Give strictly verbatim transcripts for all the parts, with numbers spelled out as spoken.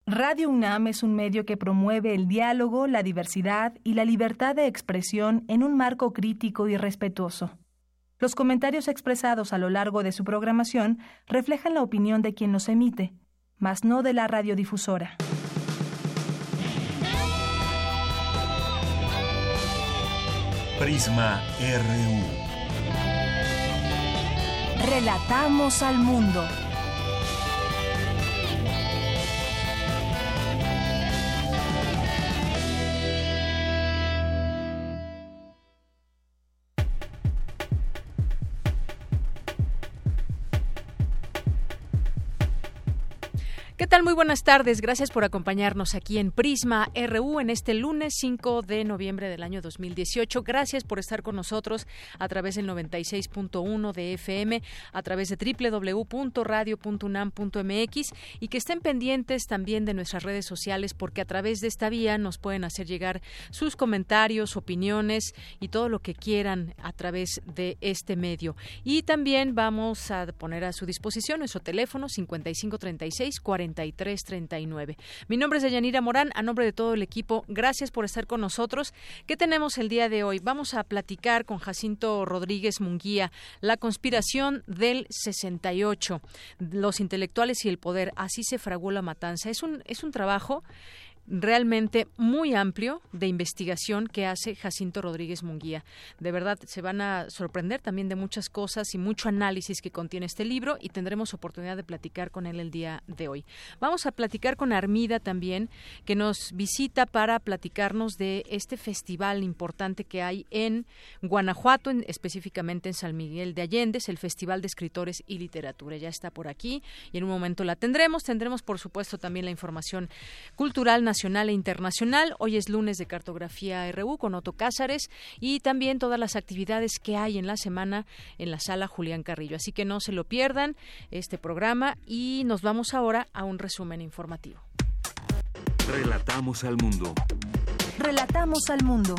Radio UNAM es un medio que promueve el diálogo, la diversidad y la libertad de expresión en un marco crítico y respetuoso. Los comentarios expresados a lo largo de su programación reflejan la opinión de quien los emite, mas no de la radiodifusora. Prisma R U. Relatamos al mundo. ¿Qué tal? Muy buenas tardes. Gracias por acompañarnos aquí en Prisma R U en este lunes cinco de noviembre del año dos mil dieciocho. Gracias por estar con nosotros a través del noventa y seis punto uno de F M, a través de doble u doble u doble u punto radio punto unam punto m x y que estén pendientes también de nuestras redes sociales porque a través de esta vía nos pueden hacer llegar sus comentarios, opiniones y todo lo que quieran a través de este medio. Y también vamos a poner a su disposición nuestro teléfono cincuenta y cinco treinta y seis cuarenta y tres treinta y nueve. Mi nombre es Deyanira Morán, a nombre de todo el equipo, gracias por estar con nosotros. ¿Qué tenemos el día de hoy? Vamos a platicar con Jacinto Rodríguez Munguía, la conspiración del sesenta y ocho, los intelectuales y el poder, así se fraguó la matanza. Es un, es un trabajo realmente muy amplio de investigación que hace Jacinto Rodríguez Munguía. De verdad, se van a sorprender también de muchas cosas y mucho análisis que contiene este libro y tendremos oportunidad de platicar con él el día de hoy. Vamos a platicar con Armida también, que nos visita para platicarnos de este festival importante que hay en Guanajuato, en, específicamente en San Miguel de Allende, es el Festival de Escritores y Literatura. Ya está por aquí y en un momento la tendremos. Tendremos, por supuesto, también la información cultural nacional nacional e internacional. Hoy es lunes de Cartografía R U con Otto Cázares y también todas las actividades que hay en la semana en la sala Julián Carrillo. Así que no se lo pierdan este programa y nos vamos ahora a un resumen informativo. Relatamos al mundo. Relatamos al mundo.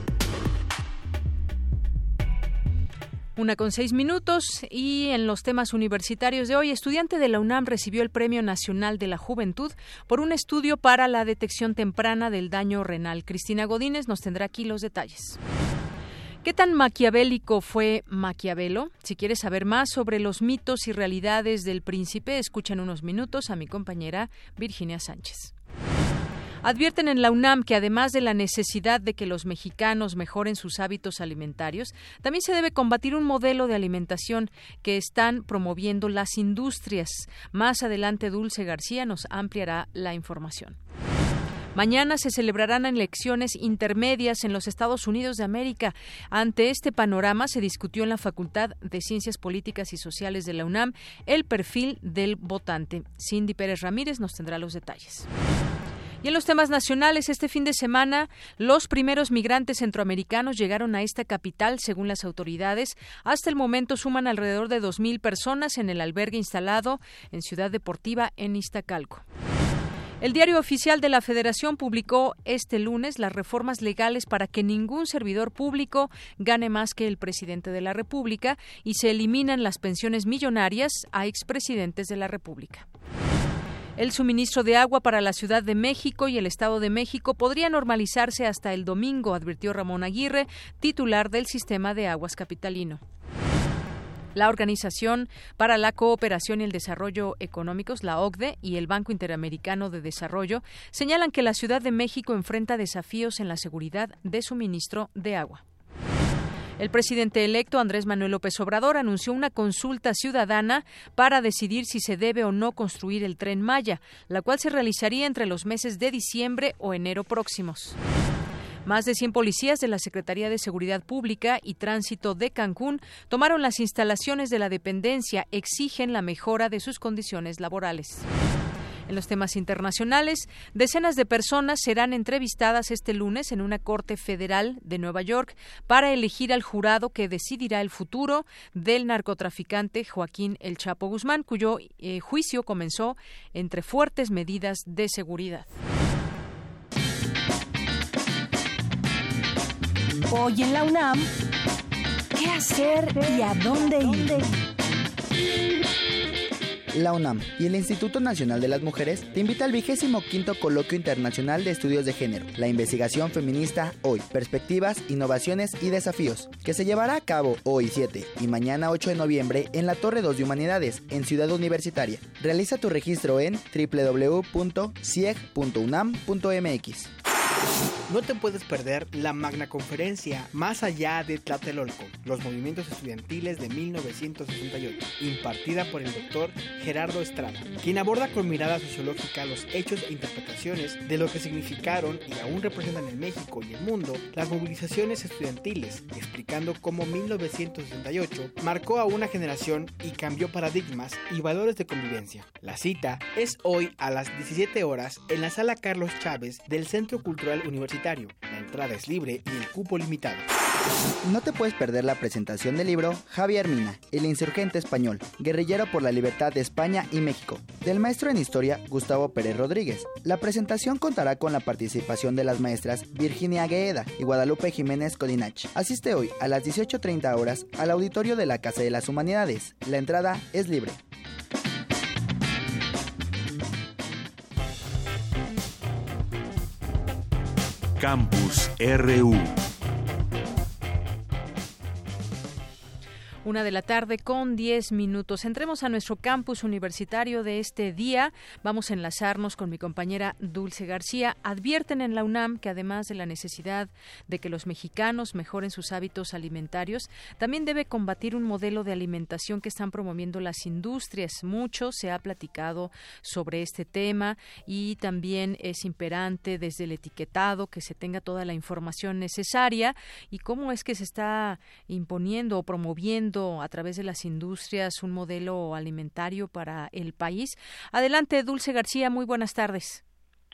Una con seis minutos y en los temas universitarios de hoy, estudiante de la UNAM recibió el Premio Nacional de la Juventud por un estudio para la detección temprana del daño renal. Cristina Godínez nos tendrá aquí los detalles. ¿Qué tan maquiavélico fue Maquiavelo? Si quieres saber más sobre los mitos y realidades del príncipe, escucha en unos minutos a mi compañera Virginia Sánchez. Advierten en la UNAM que además de la necesidad de que los mexicanos mejoren sus hábitos alimentarios, también se debe combatir un modelo de alimentación que están promoviendo las industrias. Más adelante, Dulce García nos ampliará la información. Mañana se celebrarán elecciones intermedias en los Estados Unidos de América. Ante este panorama, se discutió en la Facultad de Ciencias Políticas y Sociales de la UNAM el perfil del votante. Cindy Pérez Ramírez nos tendrá los detalles. Y en los temas nacionales, este fin de semana, los primeros migrantes centroamericanos llegaron a esta capital, según las autoridades. Hasta el momento suman alrededor de dos mil personas en el albergue instalado en Ciudad Deportiva, en Iztacalco. El Diario Oficial de la Federación publicó este lunes las reformas legales para que ningún servidor público gane más que el presidente de la República y se eliminan las pensiones millonarias a expresidentes de la República. El suministro de agua para la Ciudad de México y el Estado de México podría normalizarse hasta el domingo, advirtió Ramón Aguirre, titular del Sistema de Aguas Capitalino. La Organización para la Cooperación y el Desarrollo Económicos, la O C D E, y el Banco Interamericano de Desarrollo señalan que la Ciudad de México enfrenta desafíos en la seguridad de suministro de agua. El presidente electo Andrés Manuel López Obrador anunció una consulta ciudadana para decidir si se debe o no construir el Tren Maya, la cual se realizaría entre los meses de diciembre o enero próximos. Más de cien policías de la Secretaría de Seguridad Pública y Tránsito de Cancún tomaron las instalaciones de la dependencia, exigen la mejora de sus condiciones laborales. En los temas internacionales, decenas de personas serán entrevistadas este lunes en una corte federal de Nueva York para elegir al jurado que decidirá el futuro del narcotraficante Joaquín El Chapo Guzmán, cuyo eh, juicio comenzó entre fuertes medidas de seguridad. Hoy en la UNAM, ¿qué hacer y a dónde ir? La UNAM y el Instituto Nacional de las Mujeres te invita al vigésimo quinto Coloquio Internacional de Estudios de Género, la investigación feminista hoy, perspectivas, innovaciones y desafíos, que se llevará a cabo hoy siete y mañana ocho de noviembre en la Torre dos de Humanidades, en Ciudad Universitaria. Realiza tu registro en doble u doble u doble u punto cieg punto unam punto m x. No te puedes perder la magna conferencia Más allá de Tlatelolco, los movimientos estudiantiles de mil novecientos sesenta y ocho, impartida por el doctor Gerardo Estrada, quien aborda con mirada sociológica los hechos e interpretaciones de lo que significaron y aún representan en México y el mundo las movilizaciones estudiantiles, explicando cómo mil novecientos sesenta y ocho marcó a una generación y cambió paradigmas y valores de convivencia. La cita es hoy a las diecisiete horas en la Sala Carlos Chávez del Centro Cultural Universitario. La entrada es libre y el cupo limitado. No te puedes perder la presentación del libro Javier Mina, el insurgente español, guerrillero por la libertad de España y México, del maestro en historia Gustavo Pérez Rodríguez. La presentación contará con la participación de las maestras Virginia Gueeda y Guadalupe Jiménez Codinach. Asiste hoy a las dieciocho treinta horas al auditorio de la Casa de las Humanidades. La entrada es libre. Campus R U. Una de la tarde con diez minutos. Entremos a nuestro campus universitario de este día. Vamos a enlazarnos con mi compañera Dulce García. Advierten en la UNAM que además de la necesidad de que los mexicanos mejoren sus hábitos alimentarios, también debe combatir un modelo de alimentación que están promoviendo las industrias. Mucho se ha platicado sobre este tema y también es imperante desde el etiquetado que se tenga toda la información necesaria y cómo es que se está imponiendo o promoviendo a través de las industrias un modelo alimentario para el país. Adelante, Dulce García, muy buenas tardes.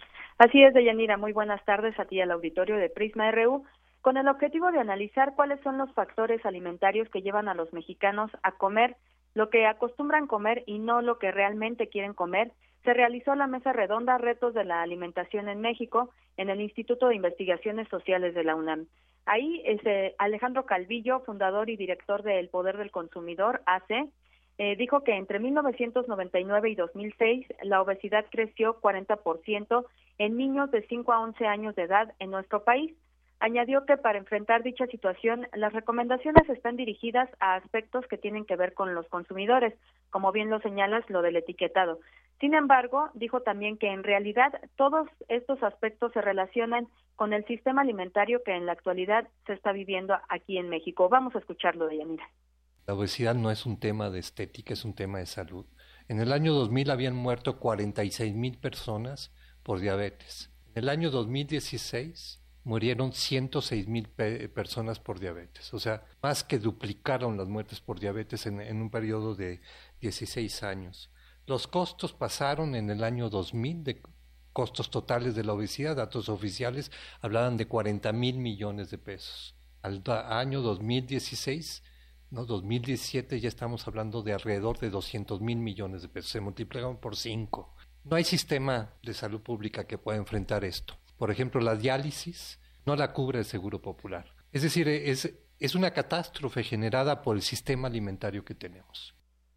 Así es, Deyanira, muy buenas tardes a ti al auditorio de Prisma R U, con el objetivo de analizar cuáles son los factores alimentarios que llevan a los mexicanos a comer lo que acostumbran comer y no lo que realmente quieren comer. Se realizó la mesa redonda Retos de la Alimentación en México en el Instituto de Investigaciones Sociales de la UNAM. Ahí es eh, Alejandro Calvillo, fundador y director de El Poder del Consumidor, A C E, eh, dijo que entre mil novecientos noventa y nueve y dos mil seis la obesidad creció cuarenta por ciento en niños de cinco a once años de edad en nuestro país. Añadió que para enfrentar dicha situación, las recomendaciones están dirigidas a aspectos que tienen que ver con los consumidores, como bien lo señalas, lo del etiquetado. Sin embargo, dijo también que en realidad todos estos aspectos se relacionan con el sistema alimentario que en la actualidad se está viviendo aquí en México. Vamos a escucharlo, Deyanira. La obesidad no es un tema de estética, es un tema de salud. En el año dos mil habían muerto cuarenta y seis mil personas por diabetes. En el año dos mil dieciséis murieron ciento seis mil pe- personas por diabetes. O sea, más que duplicaron las muertes por diabetes en, en un periodo de dieciséis años. Los costos pasaron en el año dos mil de costos totales de la obesidad, datos oficiales hablaban de cuarenta mil millones de pesos. Al da, año dos mil dieciséis, no, dos mil diecisiete ya estamos hablando de alrededor de doscientos mil millones de pesos, se multiplicaron por cinco. No hay sistema de salud pública que pueda enfrentar esto. Por ejemplo, la diálisis no la cubre el Seguro Popular. Es decir, es, es una catástrofe generada por el sistema alimentario que tenemos.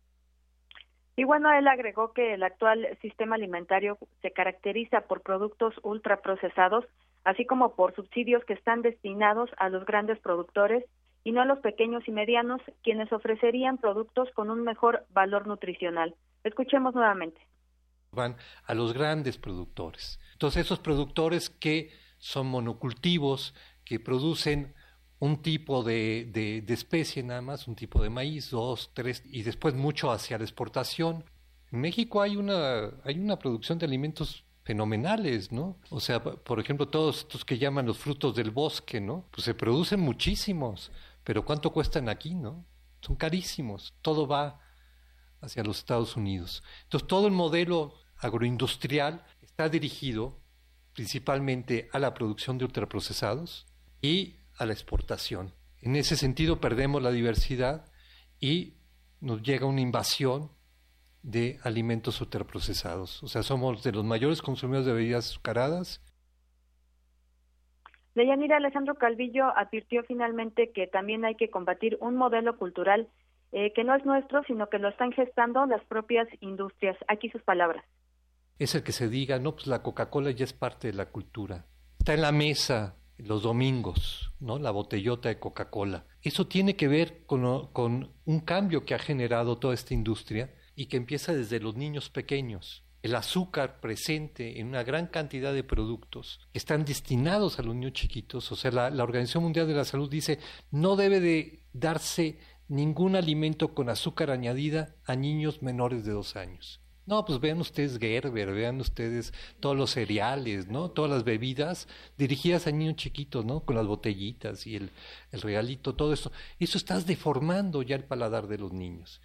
Y bueno, él agregó que el actual sistema alimentario se caracteriza por productos ultraprocesados, así como por subsidios que están destinados a los grandes productores y no a los pequeños y medianos, quienes ofrecerían productos con un mejor valor nutricional. Escuchemos nuevamente. Van a los grandes productores. Entonces, esos productores que son monocultivos, que producen un tipo de, de, de especie nada más, un tipo de maíz, dos, tres, y después mucho hacia la exportación. En México hay una, hay una producción de alimentos fenomenales, ¿no? O sea, por ejemplo, todos estos que llaman los frutos del bosque, ¿no? Pues se producen muchísimos, pero ¿cuánto cuestan aquí, no? Son carísimos, todo va hacia los Estados Unidos. Entonces, todo el modelo agroindustrial está dirigido principalmente a la producción de ultraprocesados y a la exportación. En ese sentido perdemos la diversidad y nos llega una invasión de alimentos ultraprocesados. O sea, somos de los mayores consumidores de bebidas azucaradas. Deyanira, Alejandro Calvillo advirtió finalmente que también hay que combatir un modelo cultural eh, que no es nuestro, sino que lo están gestando las propias industrias. Aquí sus palabras. Es el que se diga, no, pues la Coca-Cola ya es parte de la cultura. Está en la mesa los domingos, ¿no? La botellota de Coca-Cola. Eso tiene que ver con, con un cambio que ha generado toda esta industria y que empieza desde los niños pequeños. El azúcar presente en una gran cantidad de productos que están destinados a los niños chiquitos, o sea, la, la Organización Mundial de la Salud dice no debe de darse ningún alimento con azúcar añadida a niños menores de dos años. No, pues vean ustedes Gerber, vean ustedes todos los cereales, ¿no? Todas las bebidas dirigidas a niños chiquitos, ¿no? Con las botellitas y el, el regalito, todo eso. Eso estás deformando ya el paladar de los niños.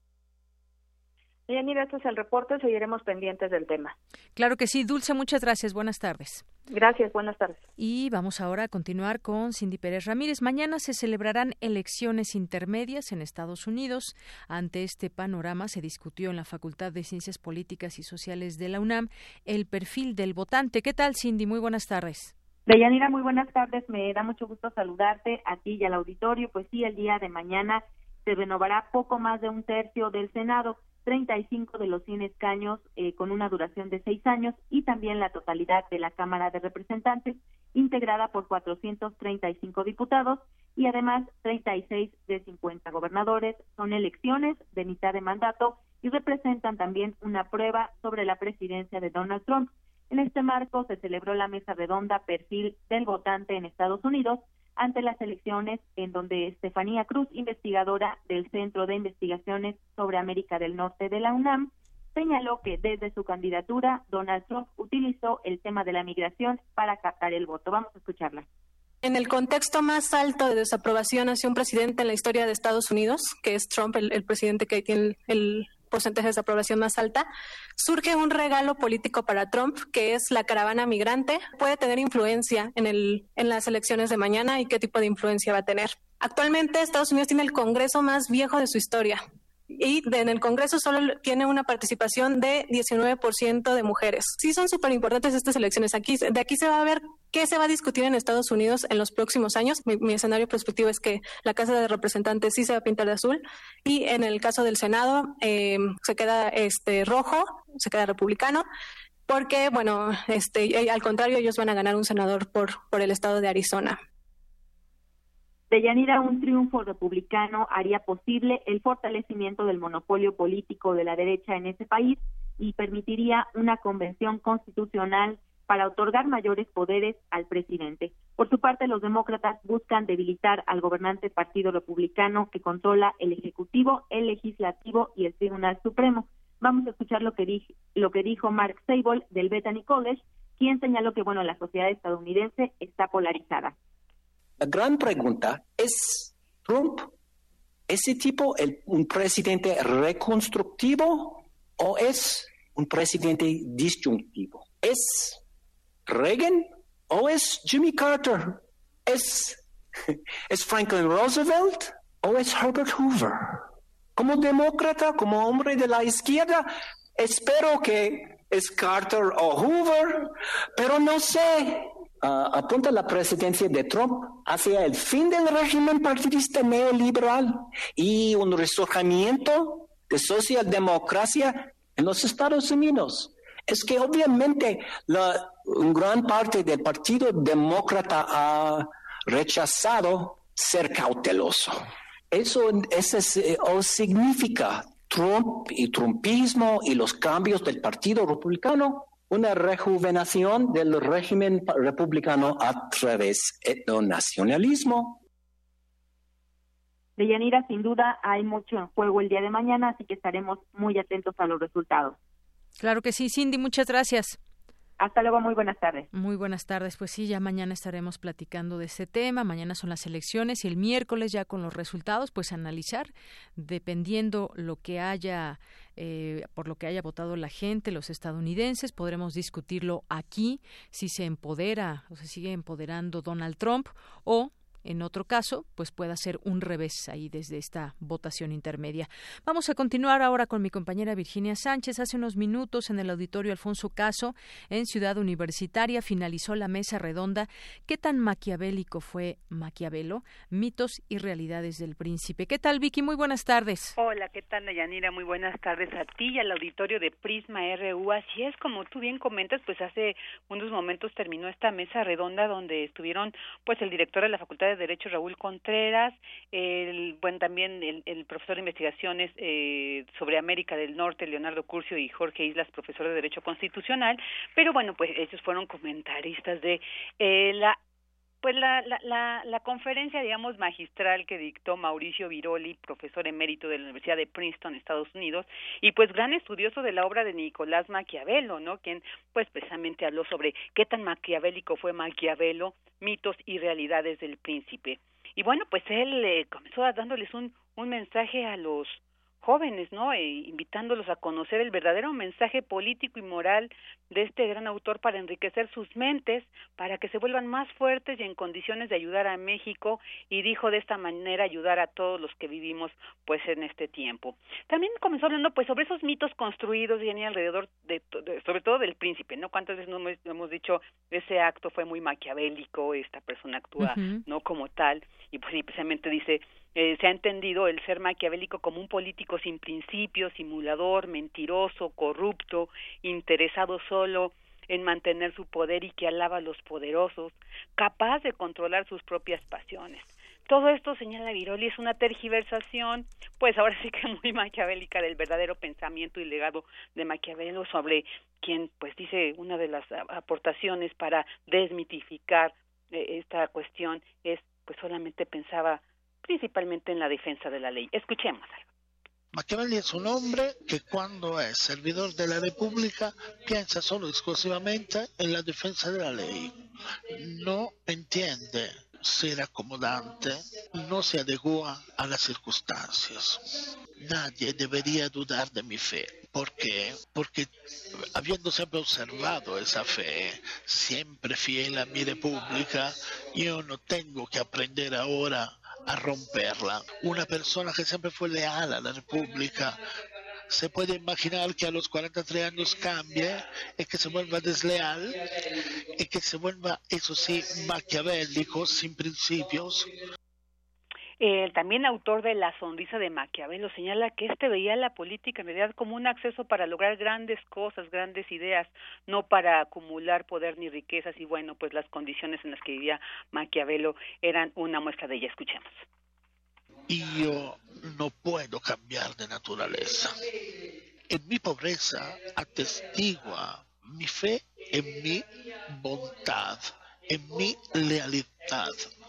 Deyanira, este es el reporte, seguiremos pendientes del tema. Claro que sí. Dulce, muchas gracias. Buenas tardes. Gracias, buenas tardes. Y vamos ahora a continuar con Cindy Pérez Ramírez. Mañana se celebrarán elecciones intermedias en Estados Unidos. Ante este panorama se discutió en la Facultad de Ciencias Políticas y Sociales de la UNAM el perfil del votante. ¿Qué tal, Cindy? Muy buenas tardes. Deyanira, muy buenas tardes. Me da mucho gusto saludarte a ti y al auditorio. Pues sí, el día de mañana se renovará poco más de un tercio del Senado, treinta y cinco de los cien escaños eh, con una duración de seis años y también la totalidad de la Cámara de Representantes, integrada por cuatrocientos treinta y cinco diputados y además treinta y seis de cincuenta gobernadores. Son elecciones de mitad de mandato y representan también una prueba sobre la presidencia de Donald Trump. En este marco se celebró la mesa redonda Perfil del Votante en Estados Unidos, ante las elecciones, en donde Estefanía Cruz, investigadora del Centro de Investigaciones sobre América del Norte de la UNAM, señaló que desde su candidatura Donald Trump utilizó el tema de la migración para captar el voto. Vamos a escucharla. En el contexto más alto de desaprobación hacia un presidente en la historia de Estados Unidos, que es Trump, el, el presidente que tiene el, el porcentaje de desaprobación más alta, surge un regalo político para Trump, que es la caravana migrante. Puede tener influencia en, el, en las elecciones de mañana y qué tipo de influencia va a tener. Actualmente Estados Unidos tiene el Congreso más viejo de su historia y de, en el Congreso solo tiene una participación de diecinueve por ciento de mujeres. Sí son súper importantes estas elecciones. Aquí, de aquí se va a ver qué se va a discutir en Estados Unidos en los próximos años. Mi, mi escenario prospectivo es que la Casa de Representantes sí se va a pintar de azul y en el caso del Senado eh, se queda este rojo, se queda republicano, porque, bueno, este al contrario, ellos van a ganar un senador por, por el estado de Arizona. Deyanira, un triunfo republicano haría posible el fortalecimiento del monopolio político de la derecha en ese país y permitiría una convención constitucional para otorgar mayores poderes al presidente. Por su parte, los demócratas buscan debilitar al gobernante Partido Republicano que controla el Ejecutivo, el Legislativo y el Tribunal Supremo. Vamos a escuchar lo que, di- lo que dijo Mark Sable del Bethany College, quien señaló que, bueno, la sociedad estadounidense está polarizada. La gran pregunta es, ¿Trump, ese tipo, el, un presidente reconstructivo o es un presidente disyuntivo? ¿Es Reagan o es Jimmy Carter? ¿Es, es Franklin Roosevelt o es Herbert Hoover? Como demócrata, como hombre de la izquierda, espero que es Carter o Hoover, pero no sé. Uh, apunta la presidencia de Trump hacia el fin del régimen partidista neoliberal y un resurgimiento de socialdemocracia en los Estados Unidos. Es que obviamente la una gran parte del Partido Demócrata ha rechazado ser cauteloso. Eso, eso es, o significa Trump y trumpismo y los cambios del Partido Republicano, una rejuvenación del régimen republicano a través del etnonacionalismo. Deyanira, sin duda hay mucho en juego el día de mañana, así que estaremos muy atentos a los resultados. Claro que sí, Cindy, muchas gracias. Hasta luego, muy buenas tardes. Muy buenas tardes, pues sí, ya mañana estaremos platicando de este tema, mañana son las elecciones y el miércoles ya con los resultados, pues analizar, dependiendo lo que haya, eh, por lo que haya votado la gente, los estadounidenses, podremos discutirlo aquí, si se empodera o se sigue empoderando Donald Trump o en otro caso, pues pueda ser un revés ahí desde esta votación intermedia. Vamos a continuar ahora con mi compañera Virginia Sánchez. Hace unos minutos en el auditorio Alfonso Caso, en Ciudad Universitaria, finalizó la mesa redonda ¿Qué tan maquiavélico fue Maquiavelo? Mitos y realidades del príncipe. ¿Qué tal, Vicky? Muy buenas tardes. Hola, ¿qué tal, Deyanira? Muy buenas tardes a ti y al auditorio de Prisma R U. Así es, como tú bien comentas, pues hace unos momentos terminó esta mesa redonda donde estuvieron pues el director de la Facultad de Derecho, Raúl Contreras, el bueno también el, el profesor de investigaciones eh, sobre América del Norte, Leonardo Curcio, y Jorge Islas, profesor de Derecho Constitucional, pero bueno, pues ellos fueron comentaristas de eh, la Pues la, la, la, la conferencia, digamos, magistral que dictó Mauricio Viroli, profesor emérito de la Universidad de Princeton, Estados Unidos, y pues gran estudioso de la obra de Nicolás Maquiavelo, ¿no? Quien pues precisamente habló sobre qué tan maquiavélico fue Maquiavelo, mitos y realidades del príncipe. Y bueno, pues él eh, comenzó dándoles un, un mensaje a los jóvenes, ¿no? E invitándolos a conocer el verdadero mensaje político y moral de este gran autor para enriquecer sus mentes, para que se vuelvan más fuertes y en condiciones de ayudar a México, y dijo de esta manera ayudar a todos los que vivimos pues en este tiempo. También comenzó hablando pues sobre esos mitos construidos y alrededor de, de sobre todo del príncipe, ¿no? Cuántas veces no hemos, hemos dicho ese acto fue muy maquiavélico, esta persona actúa uh-huh. no como tal, y pues y precisamente dice Eh, se ha entendido el ser maquiavélico como un político sin principios, simulador, mentiroso, corrupto, interesado solo en mantener su poder y que alaba a los poderosos, capaz de controlar sus propias pasiones. Todo esto, señala Viroli, es una tergiversación, pues ahora sí que muy maquiavélica del verdadero pensamiento y legado de Maquiavelo, sobre quien, pues dice, una de las aportaciones para desmitificar eh, esta cuestión es, pues solamente pensaba principalmente en la defensa de la ley. Escuchemos algo. Machiavelli es un hombre que cuando es servidor de la República piensa solo y exclusivamente en la defensa de la ley. No entiende ser acomodante, no se adecua a las circunstancias. Nadie debería dudar de mi fe. ¿Por qué? Porque habiendo siempre observado esa fe, siempre fiel a mi República, yo no tengo que aprender ahora a romperla. Una persona que siempre fue leal a la República se puede imaginar que a los cuarenta y tres años cambie y que se vuelva desleal y que se vuelva, eso sí, maquiavélico, sin principios. Eh, también autor de La sonrisa de Maquiavelo señala que este veía la política en realidad como un acceso para lograr grandes cosas, grandes ideas, no para acumular poder ni riquezas, y bueno, pues las condiciones en las que vivía Maquiavelo eran una muestra de ella. Escuchemos. Y yo no puedo cambiar de naturaleza. En mi pobreza atestigua mi fe en mi bondad, en mi lealtad.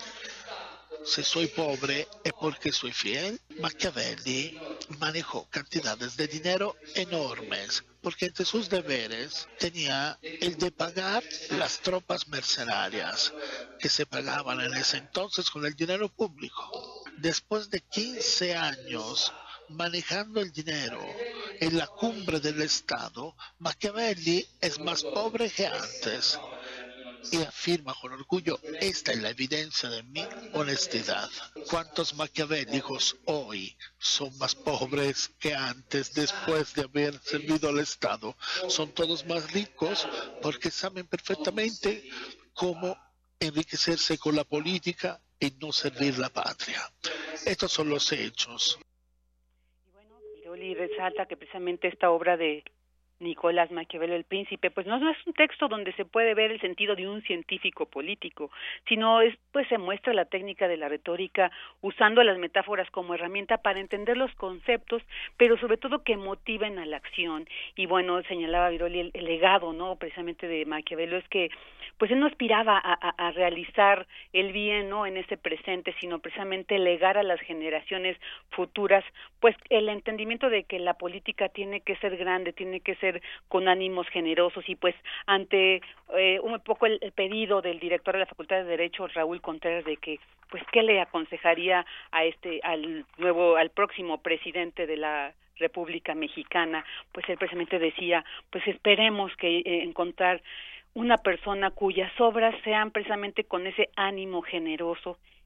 Si soy pobre es porque soy fiel. Machiavelli manejó cantidades de dinero enormes porque entre sus deberes tenía el de pagar las tropas mercenarias que se pagaban en ese entonces con el dinero público. Después de quince años manejando el dinero en la cumbre del Estado, Machiavelli es más pobre que antes. Y afirma con orgullo, esta es la evidencia de mi honestidad. ¿Cuántos maquiavélicos hoy son más pobres que antes después de haber servido al Estado? Son todos más ricos porque saben perfectamente cómo enriquecerse con la política y no servir la patria. Estos son los hechos. Y bueno, Viroli resalta que precisamente esta obra de Nicolás Maquiavelo, el príncipe, pues no, no es un texto donde se puede ver el sentido de un científico político, sino es, pues se muestra la técnica de la retórica usando las metáforas como herramienta para entender los conceptos, pero sobre todo que motiven a la acción. Y bueno, señalaba Viroli el, el legado, ¿no? Precisamente de Maquiavelo es que pues él no aspiraba a, a, a realizar el bien, ¿no? En ese presente, sino precisamente legar a las generaciones futuras, pues el entendimiento de que la política tiene que ser grande, tiene que ser con ánimos generosos, y pues ante eh, un poco el, el pedido del director de la Facultad de Derecho, Raúl Contreras, de que pues qué le aconsejaría a este al nuevo al próximo presidente de la República Mexicana, pues él precisamente decía, pues esperemos que eh, encontrar una persona cuyas obras sean precisamente con ese ánimo generoso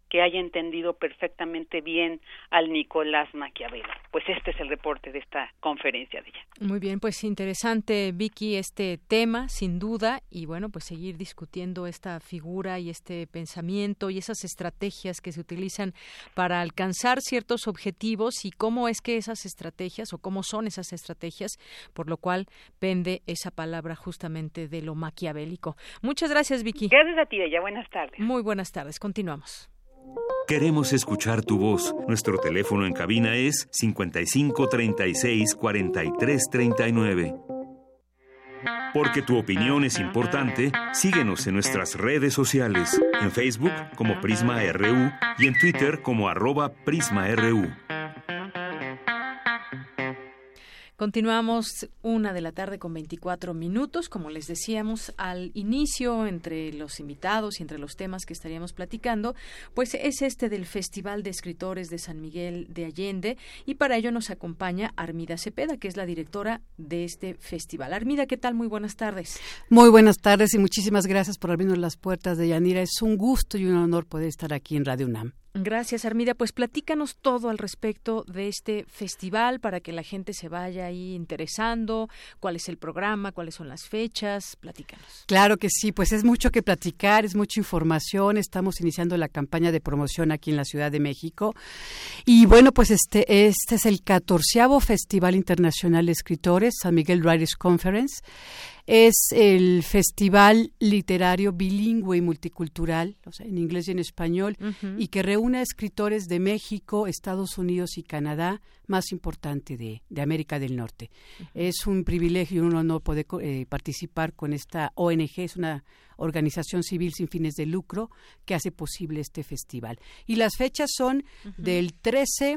que haya entendido perfectamente bien al Nicolás Maquiavelo. Pues este es el reporte de esta conferencia de ella. Muy bien, pues interesante, Vicky, este tema, sin duda, y bueno, pues seguir discutiendo esta figura y este pensamiento y esas estrategias que se utilizan para alcanzar ciertos objetivos y cómo es que esas estrategias o cómo son esas estrategias, por lo cual pende esa palabra justamente de lo maquiavélico. Muchas gracias, Vicky. Gracias a ti, ella. Buenas tardes. Muy buenas tardes. Continuamos. Queremos escuchar tu voz. Nuestro teléfono en cabina es cincuenta y cinco treinta y seis cuarenta y tres treinta y nueve. Porque tu opinión es importante, síguenos en nuestras redes sociales, en Facebook como Prisma R U y en Twitter como arroba Prisma R U. Continuamos una de la tarde con veinticuatro minutos, como les decíamos al inicio, entre los invitados y entre los temas que estaríamos platicando, pues es este del Festival de Escritores de San Miguel de Allende, y para ello nos acompaña Armida Cepeda, que es la directora de este festival. Armida, ¿qué tal? Muy buenas tardes. Muy buenas tardes y muchísimas gracias por abrirnos las puertas de Yanira. Es un gusto y un honor poder estar aquí en Radio UNAM. Gracias, Armida. Pues platícanos todo al respecto de este festival para que la gente se vaya ahí interesando. ¿Cuál es el programa? ¿Cuáles son las fechas? Platícanos. Claro que sí, pues es mucho que platicar, es mucha información. Estamos iniciando la campaña de promoción aquí en la Ciudad de México. Y bueno, pues este, este es el catorceavo Festival Internacional de Escritores, San Miguel Writers Conference. Es el festival literario bilingüe y multicultural, o sea, en inglés y en español, uh-huh. y que reúne a escritores de México, Estados Unidos y Canadá, más importante de, de América del Norte. Uh-huh. Es un privilegio y un honor poder eh, participar con esta O N G, es una organización civil sin fines de lucro que hace posible este festival. Y las fechas son uh-huh. del trece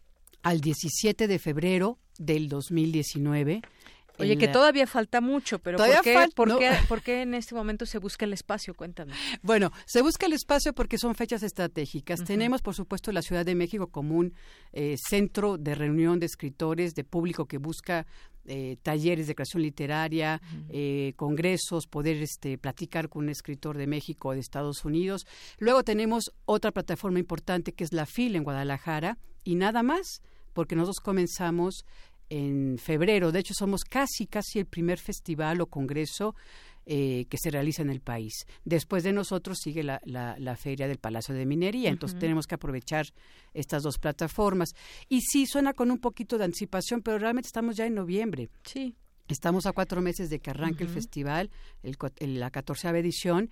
al diecisiete de febrero del dos mil diecinueve. Oye, que todavía falta mucho, pero ¿por qué, falta, ¿por, no. qué, ¿por qué en este momento se busca el espacio? Cuéntanos. Bueno, se busca el espacio porque son fechas estratégicas. Uh-huh. Tenemos, por supuesto, la Ciudad de México como un eh, centro de reunión de escritores, de público que busca eh, talleres de creación literaria, uh-huh. eh, congresos, poder este, platicar con un escritor de México o de Estados Unidos. Luego tenemos otra plataforma importante que es la FIL en Guadalajara, y nada más, porque nosotros comenzamos en febrero. De hecho, somos casi, casi el primer festival o congreso eh, que se realiza en el país. Después de nosotros sigue la, la, la Feria del Palacio de Minería, uh-huh. entonces tenemos que aprovechar estas dos plataformas. Y sí, suena con un poquito de anticipación, pero realmente estamos ya en noviembre. Sí. Estamos a cuatro meses de que arranque uh-huh. el festival, el, el, la catorceava edición.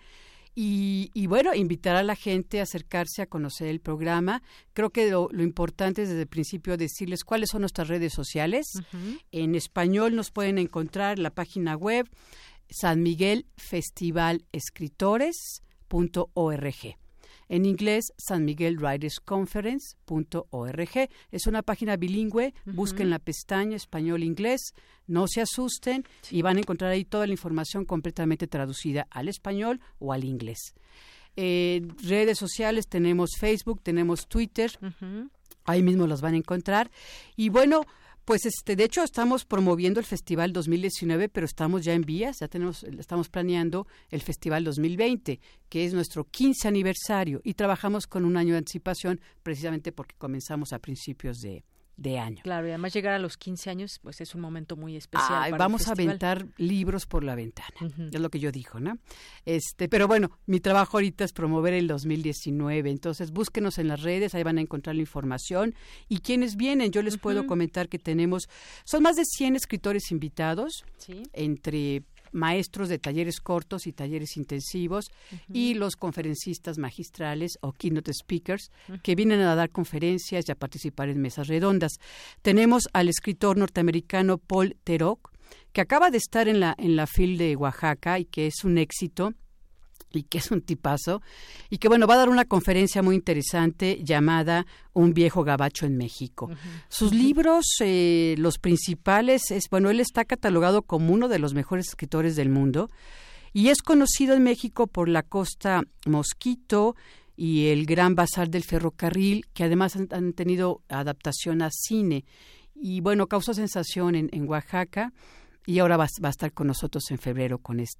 Y, y bueno, invitar a la gente a acercarse a conocer el programa. Creo que lo, lo importante es desde el principio decirles cuáles son nuestras redes sociales. Uh-huh. En español nos pueden encontrar en la página web san miguel festival escritores punto org. En inglés, san miguel writers conference punto org. Es una página bilingüe, uh-huh. busquen la pestaña español-inglés, no se asusten sí. y van a encontrar ahí toda la información completamente traducida al español o al inglés. Eh, redes sociales, tenemos Facebook, tenemos Twitter, uh-huh. ahí mismo los van a encontrar. Y bueno, pues este, de hecho estamos promoviendo el Festival dos mil diecinueve, pero estamos ya en vías, ya tenemos, estamos planeando el Festival dos mil veinte, que es nuestro quince aniversario, y trabajamos con un año de anticipación precisamente porque comenzamos a principios de, de año. Claro, y además llegar a los quince años, pues es un momento muy especial. Ay, para vamos el a festival. aventar libros por la ventana, uh-huh. es lo que yo digo, ¿no? Este, pero bueno, mi trabajo ahorita es promover el dos mil diecinueve, entonces búsquenos en las redes, ahí van a encontrar la información. Y quienes vienen, yo les uh-huh. puedo comentar que tenemos, son más de cien escritores invitados, ¿sí? entre maestros de talleres cortos y talleres intensivos, uh-huh. y los conferencistas magistrales o keynote speakers uh-huh. que vienen a dar conferencias y a participar en mesas redondas. Tenemos al escritor norteamericano Paul Theroux, que acaba de estar en la en la FIL de Oaxaca y que es un éxito y que es un tipazo, y que bueno, va a dar una conferencia muy interesante llamada Un viejo gabacho en México. Uh-huh. Sus uh-huh. libros, eh, los principales, es bueno, él está catalogado como uno de los mejores escritores del mundo, y es conocido en México por La Costa Mosquito y El Gran Bazar del Ferrocarril, que además han, han tenido adaptación a cine, y bueno, causó sensación en, en Oaxaca, y ahora va, va a estar con nosotros en febrero con esta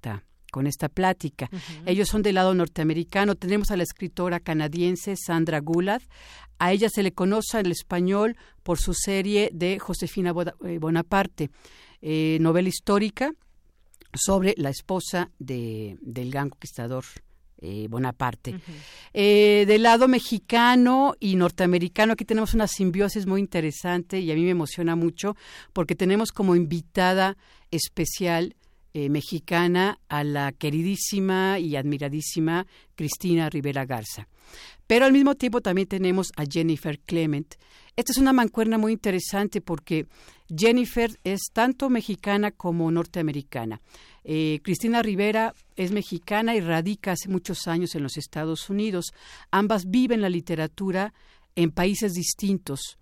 con esta plática. Uh-huh. Ellos son del lado norteamericano. Tenemos a la escritora canadiense Sandra Goulad. A ella se le conoce en el español por su serie de Josefina Bonaparte, eh, novela histórica sobre la esposa de, del gran conquistador eh, Bonaparte. Uh-huh. Eh, del lado mexicano y norteamericano, aquí tenemos una simbiosis muy interesante y a mí me emociona mucho porque tenemos como invitada especial Eh, mexicana a la queridísima y admiradísima Cristina Rivera Garza. Pero al mismo tiempo también tenemos a Jennifer Clement. Esta es una mancuerna muy interesante porque Jennifer es tanto mexicana como norteamericana. Eh, Cristina Rivera es mexicana y radica hace muchos años en los Estados Unidos. Ambas viven la literatura en países distintos.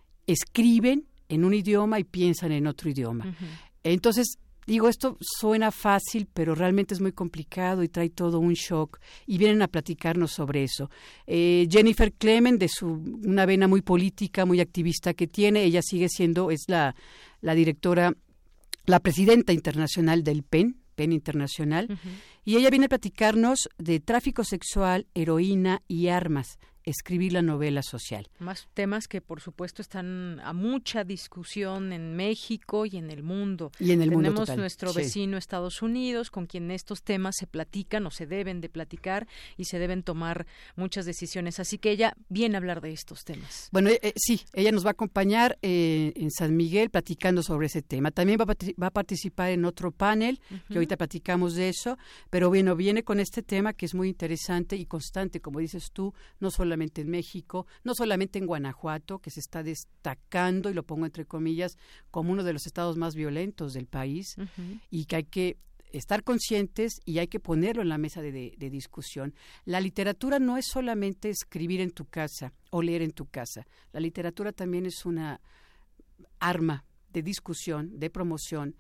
Escriben en un idioma y piensan en otro idioma. Uh-huh. Entonces, digo, esto suena fácil, pero realmente es muy complicado y trae todo un shock. Y vienen a platicarnos sobre eso. Eh, Jennifer Clement, de su una vena muy política, muy activista que tiene, ella sigue siendo, es la, la directora, la presidenta internacional del P E N, P E N Internacional, uh-huh. Y ella viene a platicarnos de tráfico sexual, heroína y armas. Escribir la novela social. Más temas que, por supuesto, están a mucha discusión en México y en el mundo. Y en el Tenemos mundo total. nuestro sí. vecino Estados Unidos, con quien estos temas se platican o se deben de platicar y se deben tomar muchas decisiones. Así que ella viene a hablar de estos temas. Bueno, eh, sí, ella nos va a acompañar eh, en San Miguel platicando sobre ese tema. También va a, va a participar en otro panel, uh-huh. que ahorita platicamos de eso, pero bueno, viene con este tema que es muy interesante y constante, como dices tú, no solamente en México, no solamente en Guanajuato, que se está destacando, y lo pongo entre comillas, como uno de los estados más violentos del país, uh-huh. y que hay que estar conscientes y hay que ponerlo en la mesa de, de, de discusión. La literatura no es solamente escribir en tu casa o leer en tu casa. La literatura también es una arma de discusión, de promoción,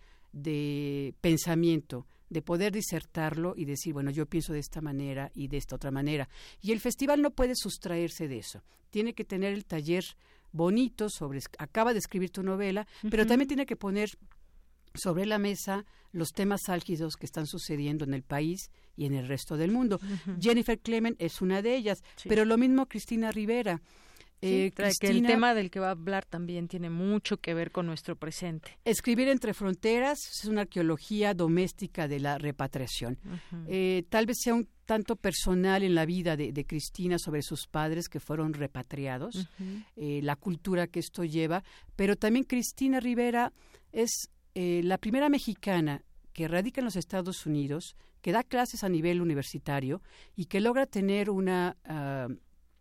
de pensamiento, de poder disertarlo y decir, bueno, yo pienso de esta manera y de esta otra manera. Y el festival no puede sustraerse de eso. Tiene que tener el taller bonito sobre, acaba de escribir tu novela, uh-huh. pero también tiene que poner sobre la mesa los temas álgidos que están sucediendo en el país y en el resto del mundo. Uh-huh. Jennifer Clement es una de ellas, sí. pero lo mismo Cristina Rivera. Sí, eh, Cristina, que el tema del que va a hablar también tiene mucho que ver con nuestro presente. Escribir entre fronteras es una arqueología doméstica de la repatriación. Uh-huh. Eh, tal vez sea un tanto personal en la vida de, de Cristina sobre sus padres que fueron repatriados, uh-huh. eh, la cultura que esto lleva, pero también Cristina Rivera es eh, la primera mexicana que radica en los Estados Unidos, que da clases a nivel universitario y que logra tener una... Uh,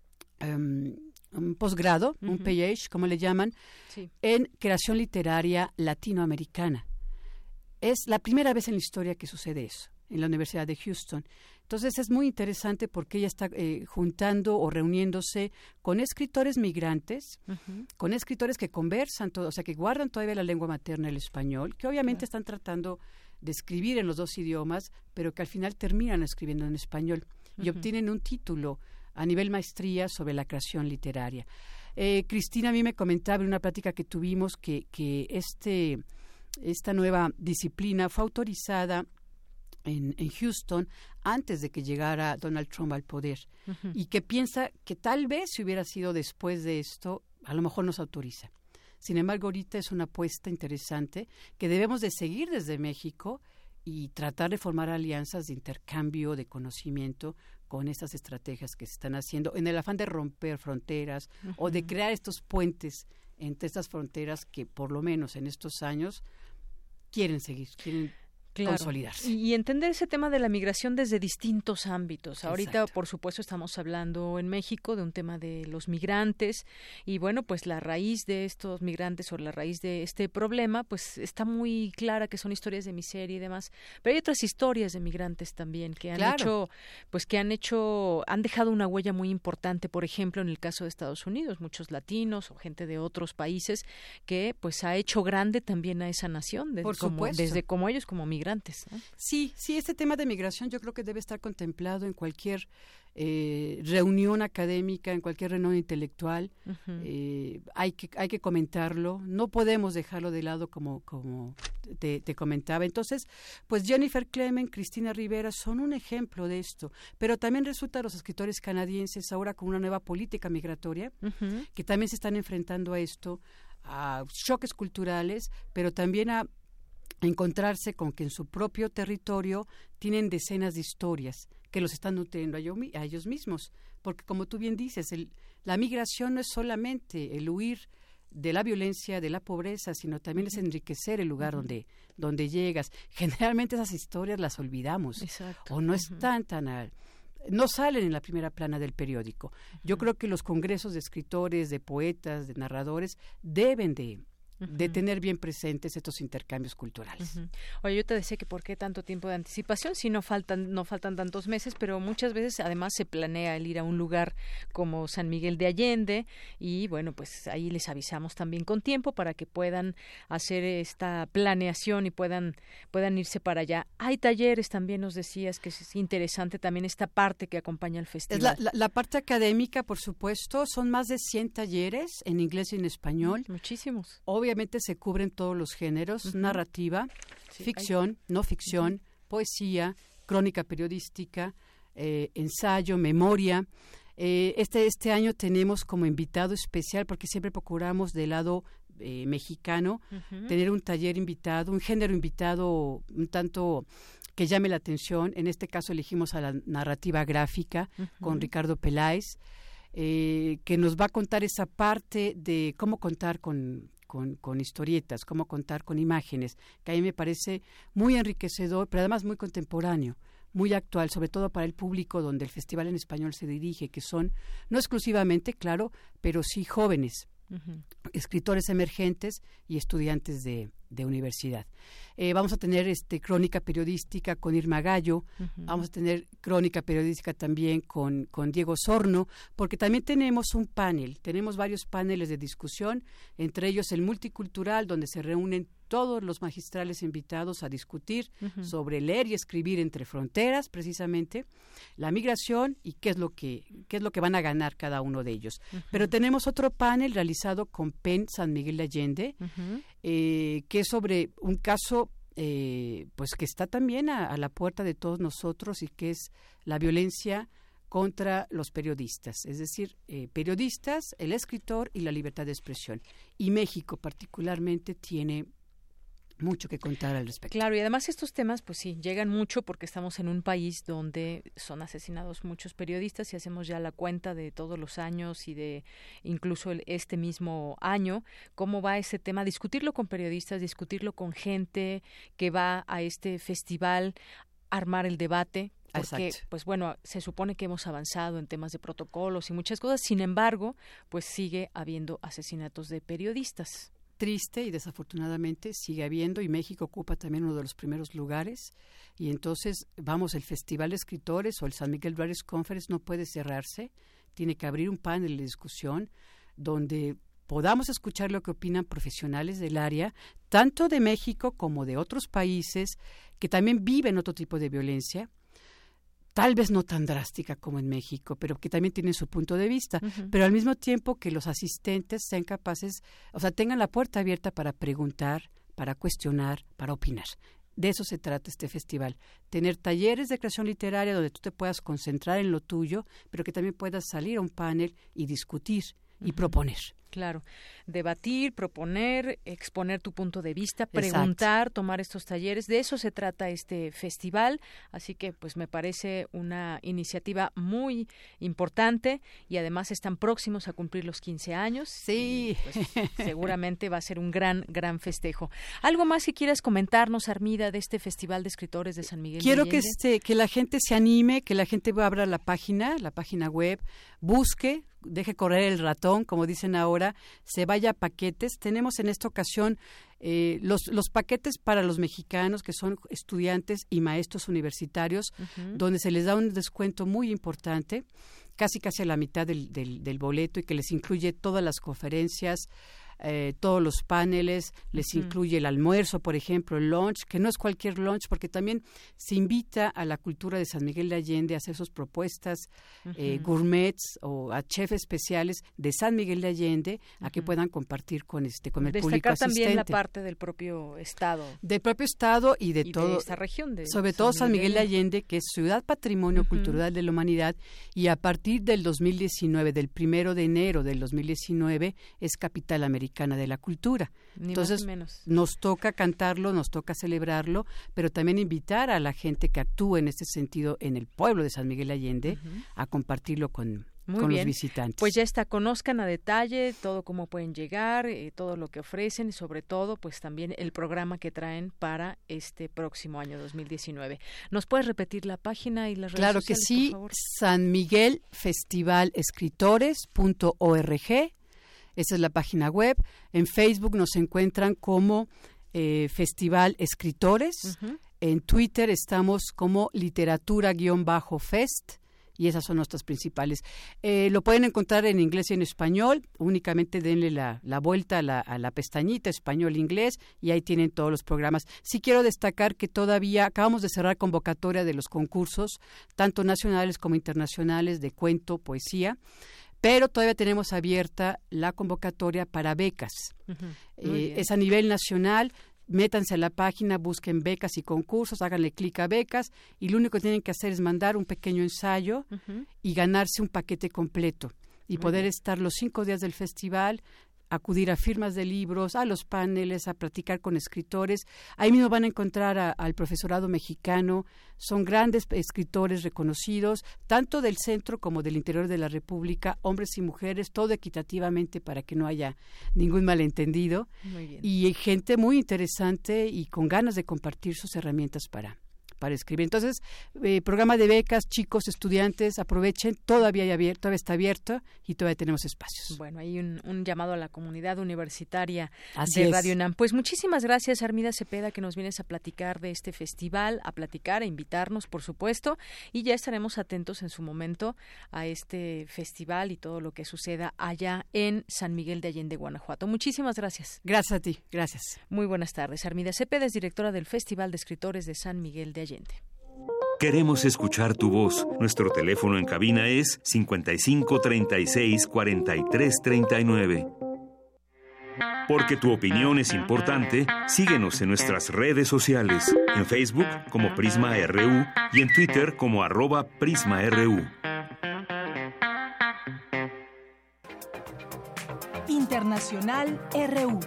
um, un posgrado, uh-huh. un P H, como le llaman, sí. en creación literaria latinoamericana. Es la primera vez en la historia que sucede eso, en la Universidad de Houston. Entonces es muy interesante porque ella está eh, juntando o reuniéndose con escritores migrantes, uh-huh. con escritores que conversan, todo, o sea, que guardan todavía la lengua materna, el español, que obviamente uh-huh. están tratando de escribir en los dos idiomas, pero que al final terminan escribiendo en español uh-huh. y obtienen un título a nivel maestría sobre la creación literaria. Eh, Cristina a mí me comentaba en una plática que tuvimos que, que este, esta nueva disciplina fue autorizada en, en Houston antes de que llegara Donald Trump al poder uh-huh. y que piensa que tal vez si hubiera sido después de esto, a lo mejor nos autoriza. Sin embargo, ahorita es una apuesta interesante que debemos de seguir desde México y tratar de formar alianzas de intercambio de conocimiento con estas estrategias que se están haciendo en el afán de romper fronteras uh-huh. o de crear estos puentes entre estas fronteras que por lo menos en estos años quieren seguir, quieren claro. consolidarse. Y entender ese tema de la migración desde distintos ámbitos. Ahorita, Exacto. por supuesto, estamos hablando en México de un tema de los migrantes y, bueno, pues la raíz de estos migrantes o la raíz de este problema, pues está muy clara que son historias de miseria y demás. Pero hay otras historias de migrantes también que han claro. hecho, pues que han hecho, han dejado una huella muy importante, por ejemplo, en el caso de Estados Unidos, muchos latinos o gente de otros países que, pues, ha hecho grande también a esa nación, desde, por como, desde como ellos como migrantes. migrantes, ¿no? Sí, sí, este tema de migración yo creo que debe estar contemplado en cualquier eh, reunión académica, en cualquier reunión intelectual. Uh-huh. eh, hay que hay que comentarlo, no podemos dejarlo de lado como como te, te comentaba. Entonces, pues Jennifer Clement, Cristina Rivera son un ejemplo de esto, pero también resulta los escritores canadienses ahora con una nueva política migratoria, uh-huh. que también se están enfrentando a esto, a choques culturales, pero también a encontrarse con que en su propio territorio tienen decenas de historias que los están nutriendo a ellos, a ellos mismos, porque como tú bien dices, el, la migración no es solamente el huir de la violencia, de la pobreza, sino también es enriquecer el lugar uh-huh. donde donde llegas. Generalmente esas historias las olvidamos. Exacto. O no uh-huh. están tan al, no salen en la primera plana del periódico. Uh-huh. Yo creo que los congresos de escritores, de poetas, de narradores deben de de tener bien presentes estos intercambios culturales. Uh-huh. Oye, yo te decía que por qué tanto tiempo de anticipación, si no faltan no faltan tantos meses, pero muchas veces además se planea el ir a un lugar como San Miguel de Allende y bueno, pues ahí les avisamos también con tiempo para que puedan hacer esta planeación y puedan puedan irse para allá. Hay talleres también, nos decías que es interesante también esta parte que acompaña el festival. Es la, la, la parte académica, por supuesto, son más de cien talleres en inglés y en español. Muchísimos. Obviamente Obviamente se cubren todos los géneros, uh-huh. narrativa, sí, ficción, hay... no ficción, uh-huh. poesía, crónica periodística, eh, ensayo, memoria. Eh, este, este año tenemos como invitado especial, porque siempre procuramos del lado eh, mexicano, uh-huh. tener un taller invitado, un género invitado un tanto que llame la atención. En este caso elegimos a la narrativa gráfica uh-huh. con Ricardo Peláez, eh, que nos va a contar esa parte de cómo contar con... Con, con historietas, cómo contar con imágenes, que a mí me parece muy enriquecedor, pero además muy contemporáneo, muy actual, sobre todo para el público donde el Festival en Español se dirige, que son, no exclusivamente, claro, pero sí jóvenes, uh-huh. escritores emergentes y estudiantes de, de universidad. Eh, vamos a tener este crónica periodística con Irma Gallo, uh-huh. vamos a tener crónica periodística también con, con Diego Sorno, porque también tenemos un panel, tenemos varios paneles de discusión, entre ellos el multicultural, donde se reúnen todos los magistrales invitados a discutir uh-huh. sobre leer y escribir entre fronteras, precisamente, la migración y qué es lo que, qué es lo que van a ganar cada uno de ellos. Uh-huh. Pero tenemos otro panel realizado con P E N San Miguel de Allende, uh-huh. eh, que es sobre un caso eh, pues que está también a, a la puerta de todos nosotros y que es la violencia contra los periodistas, es decir, eh, periodistas, el escritor y la libertad de expresión. Y México particularmente tiene mucho que contar al respecto. Claro, y además estos temas, pues sí, llegan mucho porque estamos en un país donde son asesinados muchos periodistas y hacemos ya la cuenta de todos los años y de incluso el, este mismo año, cómo va ese tema, discutirlo con periodistas, discutirlo con gente que va a este festival, armar el debate. Porque, Exacto. pues bueno, se supone que hemos avanzado en temas de protocolos y muchas cosas, sin embargo, pues sigue habiendo asesinatos de periodistas. Triste y desafortunadamente sigue habiendo, y México ocupa también uno de los primeros lugares, y entonces, vamos, el Festival de Escritores o el San Miguel Writers Conference no puede cerrarse, tiene que abrir un panel de discusión donde podamos escuchar lo que opinan profesionales del área, tanto de México como de otros países que también viven otro tipo de violencia, tal vez no tan drástica como en México, pero que también tienen su punto de vista, uh-huh. pero al mismo tiempo que los asistentes sean capaces, o sea, tengan la puerta abierta para preguntar, para cuestionar, para opinar. De eso se trata este festival, tener talleres de creación literaria donde tú te puedas concentrar en lo tuyo, pero que también puedas salir a un panel y discutir y uh-huh. proponer. Claro, debatir, proponer, exponer tu punto de vista, preguntar, Exacto. tomar estos talleres, de eso se trata este festival, así que pues me parece una iniciativa muy importante y además están próximos a cumplir los quince años. Sí. Y, pues, seguramente va a ser un gran, gran festejo. ¿Algo más que quieras comentarnos, Armida, de este Festival de Escritores de San Miguel Quiero de que, este, que la gente se anime, que la gente abra la página, la página web, busque, deje correr el ratón, como dicen ahora, se vaya a paquetes. Tenemos en esta ocasión eh, los, los paquetes para los mexicanos que son estudiantes y maestros universitarios, uh-huh. donde se les da un descuento muy importante, casi casi a la mitad del, del, del boleto, y que les incluye todas las conferencias, eh, todos los paneles, les uh-huh. incluye el almuerzo, por ejemplo, el lunch, que no es cualquier lunch, porque también se invita a la cultura de San Miguel de Allende a hacer sus propuestas uh-huh. eh, gourmets o a chefs especiales de San Miguel de Allende uh-huh. a que puedan compartir con este con el Destacar público asistente. También la parte del propio estado. Del propio estado y de y todo. de esta región. De sobre San todo San Miguel Miguel de Allende, que es Ciudad Patrimonio uh-huh. Cultural de la Humanidad, y a partir del dos mil diecinueve, del primero de enero del dos mil diecinueve, es Capital Americana de la Cultura. Ni Entonces, más ni menos. nos toca cantarlo, nos toca celebrarlo, pero también invitar a la gente que actúe en este sentido en el pueblo de San Miguel de Allende uh-huh. a compartirlo con, con los visitantes. Pues ya está, conozcan a detalle todo cómo pueden llegar, eh, todo lo que ofrecen y sobre todo pues también el programa que traen para este próximo año dos mil diecinueve. ¿Nos puedes repetir la página y las redes claro sociales, que sí, por favor? San Miguel Festival Escritores punto org. Esa es la página web. En Facebook nos encuentran como eh, Festival Escritores. Uh-huh. En Twitter estamos como literatura-fest. Y esas son nuestras principales. Eh, lo pueden encontrar en inglés y en español. Únicamente denle la, la vuelta a la, a la pestañita español-inglés y ahí tienen todos los programas. Sí quiero destacar que todavía acabamos de cerrar convocatoria de los concursos, tanto nacionales como internacionales, de cuento, poesía. Pero todavía tenemos abierta la convocatoria para becas. Uh-huh. Eh, es a nivel nacional. Métanse a la página, busquen becas y concursos, háganle clic a becas y lo único que tienen que hacer es mandar un pequeño ensayo uh-huh. y ganarse un paquete completo y Muy poder bien. estar los cinco días del festival, acudir a firmas de libros, a los paneles, a platicar con escritores. Ahí mismo van a encontrar a, al profesorado mexicano. Son grandes escritores reconocidos, tanto del centro como del interior de la República, hombres y mujeres, todo equitativamente para que no haya ningún malentendido. Muy bien. Y gente muy interesante y con ganas de compartir sus herramientas para para escribir. Entonces, eh, programa de becas, chicos, estudiantes, aprovechen, todavía hay abierto, todavía está abierto y todavía tenemos espacios. Bueno, hay un, un llamado a la comunidad universitaria Así de es. Radio UNAM. Pues muchísimas gracias, Armida Cepeda, que nos vienes a platicar de este festival, a platicar, a invitarnos, por supuesto, y ya estaremos atentos en su momento a este festival y todo lo que suceda allá en San Miguel de Allende, Guanajuato. Muchísimas gracias. Gracias a ti, gracias. Muy buenas tardes. Armida Cepeda es directora del Festival de Escritores de San Miguel de Allende. Queremos escuchar tu voz. Nuestro teléfono en cabina es cincuenta y cinco treinta y seis cuarenta y tres treinta y nueve. Porque tu opinión es importante, síguenos en nuestras redes sociales, en Facebook como Prisma R U y en Twitter como arroba Prisma R U. Internacional R U.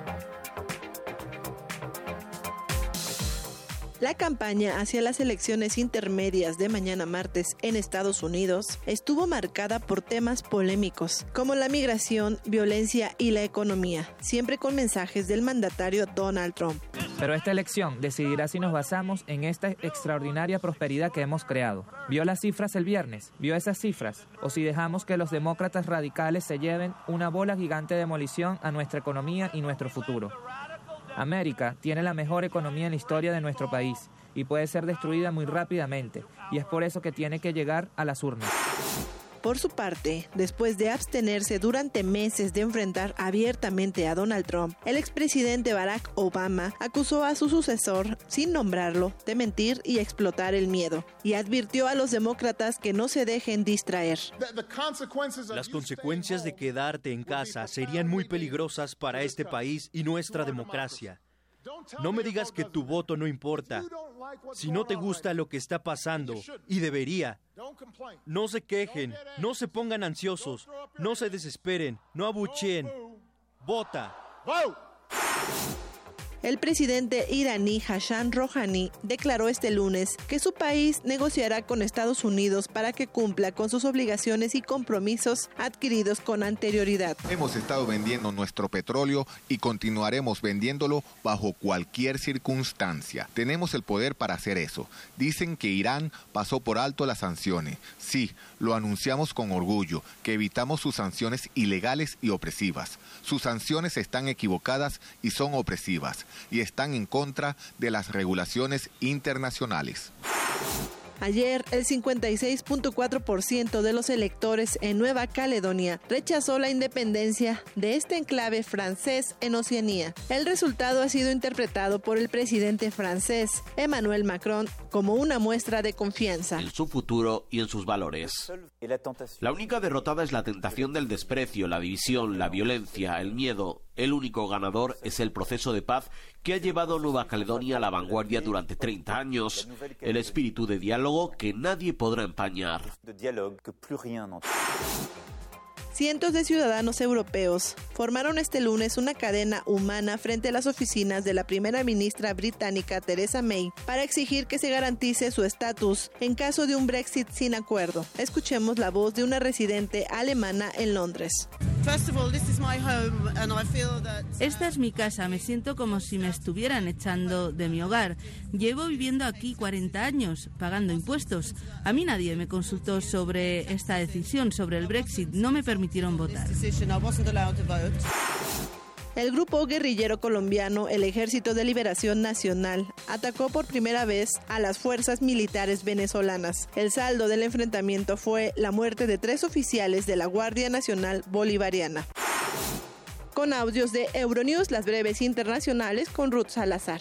La campaña hacia las elecciones intermedias de mañana martes en Estados Unidos estuvo marcada por temas polémicos, como la migración, violencia y la economía, siempre con mensajes del mandatario Donald Trump. Pero esta elección decidirá si nos basamos en esta extraordinaria prosperidad que hemos creado. ¿Vio las cifras el viernes? ¿Vio esas cifras? ¿O si dejamos que los demócratas radicales se lleven una bola gigante de demolición a nuestra economía y nuestro futuro? América tiene la mejor economía en la historia de nuestro país y puede ser destruida muy rápidamente, y es por eso que tiene que llegar a las urnas. Por su parte, después de abstenerse durante meses de enfrentar abiertamente a Donald Trump, el expresidente Barack Obama acusó a su sucesor, sin nombrarlo, de mentir y explotar el miedo, y advirtió a los demócratas que no se dejen distraer. Las consecuencias de quedarte en casa serían muy peligrosas para este país y nuestra democracia. No me digas que tu voto no importa. Si no te gusta lo que está pasando, y debería, no se quejen, no se pongan ansiosos, no se desesperen, no abucheen. Vota. El presidente iraní Hassan Rouhani declaró este lunes que su país negociará con Estados Unidos para que cumpla con sus obligaciones y compromisos adquiridos con anterioridad. Hemos estado vendiendo nuestro petróleo y continuaremos vendiéndolo bajo cualquier circunstancia. Tenemos el poder para hacer eso. Dicen que Irán pasó por alto las sanciones. Sí, lo anunciamos con orgullo, que evitamos sus sanciones ilegales y opresivas. Sus sanciones están equivocadas y son opresivas, y están en contra de las regulaciones internacionales. Ayer, el cincuenta y seis punto cuatro por ciento de los electores en Nueva Caledonia rechazó la independencia de este enclave francés en Oceanía. El resultado ha sido interpretado por el presidente francés, Emmanuel Macron, como una muestra de confianza en su futuro y en sus valores. La única derrotada es la tentación del desprecio, la división, la violencia, el miedo. El único ganador es el proceso de paz que ha llevado a Nueva Caledonia a la vanguardia durante treinta años. El espíritu de diálogo que nadie podrá empañar. Cientos de ciudadanos europeos formaron este lunes una cadena humana frente a las oficinas de la primera ministra británica Theresa May para exigir que se garantice su estatus en caso de un Brexit sin acuerdo. Escuchemos la voz de una residente alemana en Londres. Esta es mi casa, me siento como si me estuvieran echando de mi hogar. Llevo viviendo aquí cuarenta años, pagando impuestos. A mí nadie me consultó sobre esta decisión, sobre el Brexit. No me permitieron votar. El grupo guerrillero colombiano, el Ejército de Liberación Nacional, atacó por primera vez a las fuerzas militares venezolanas. El saldo del enfrentamiento fue la muerte de tres oficiales de la Guardia Nacional Bolivariana. Con audios de Euronews, las breves internacionales con Ruth Salazar.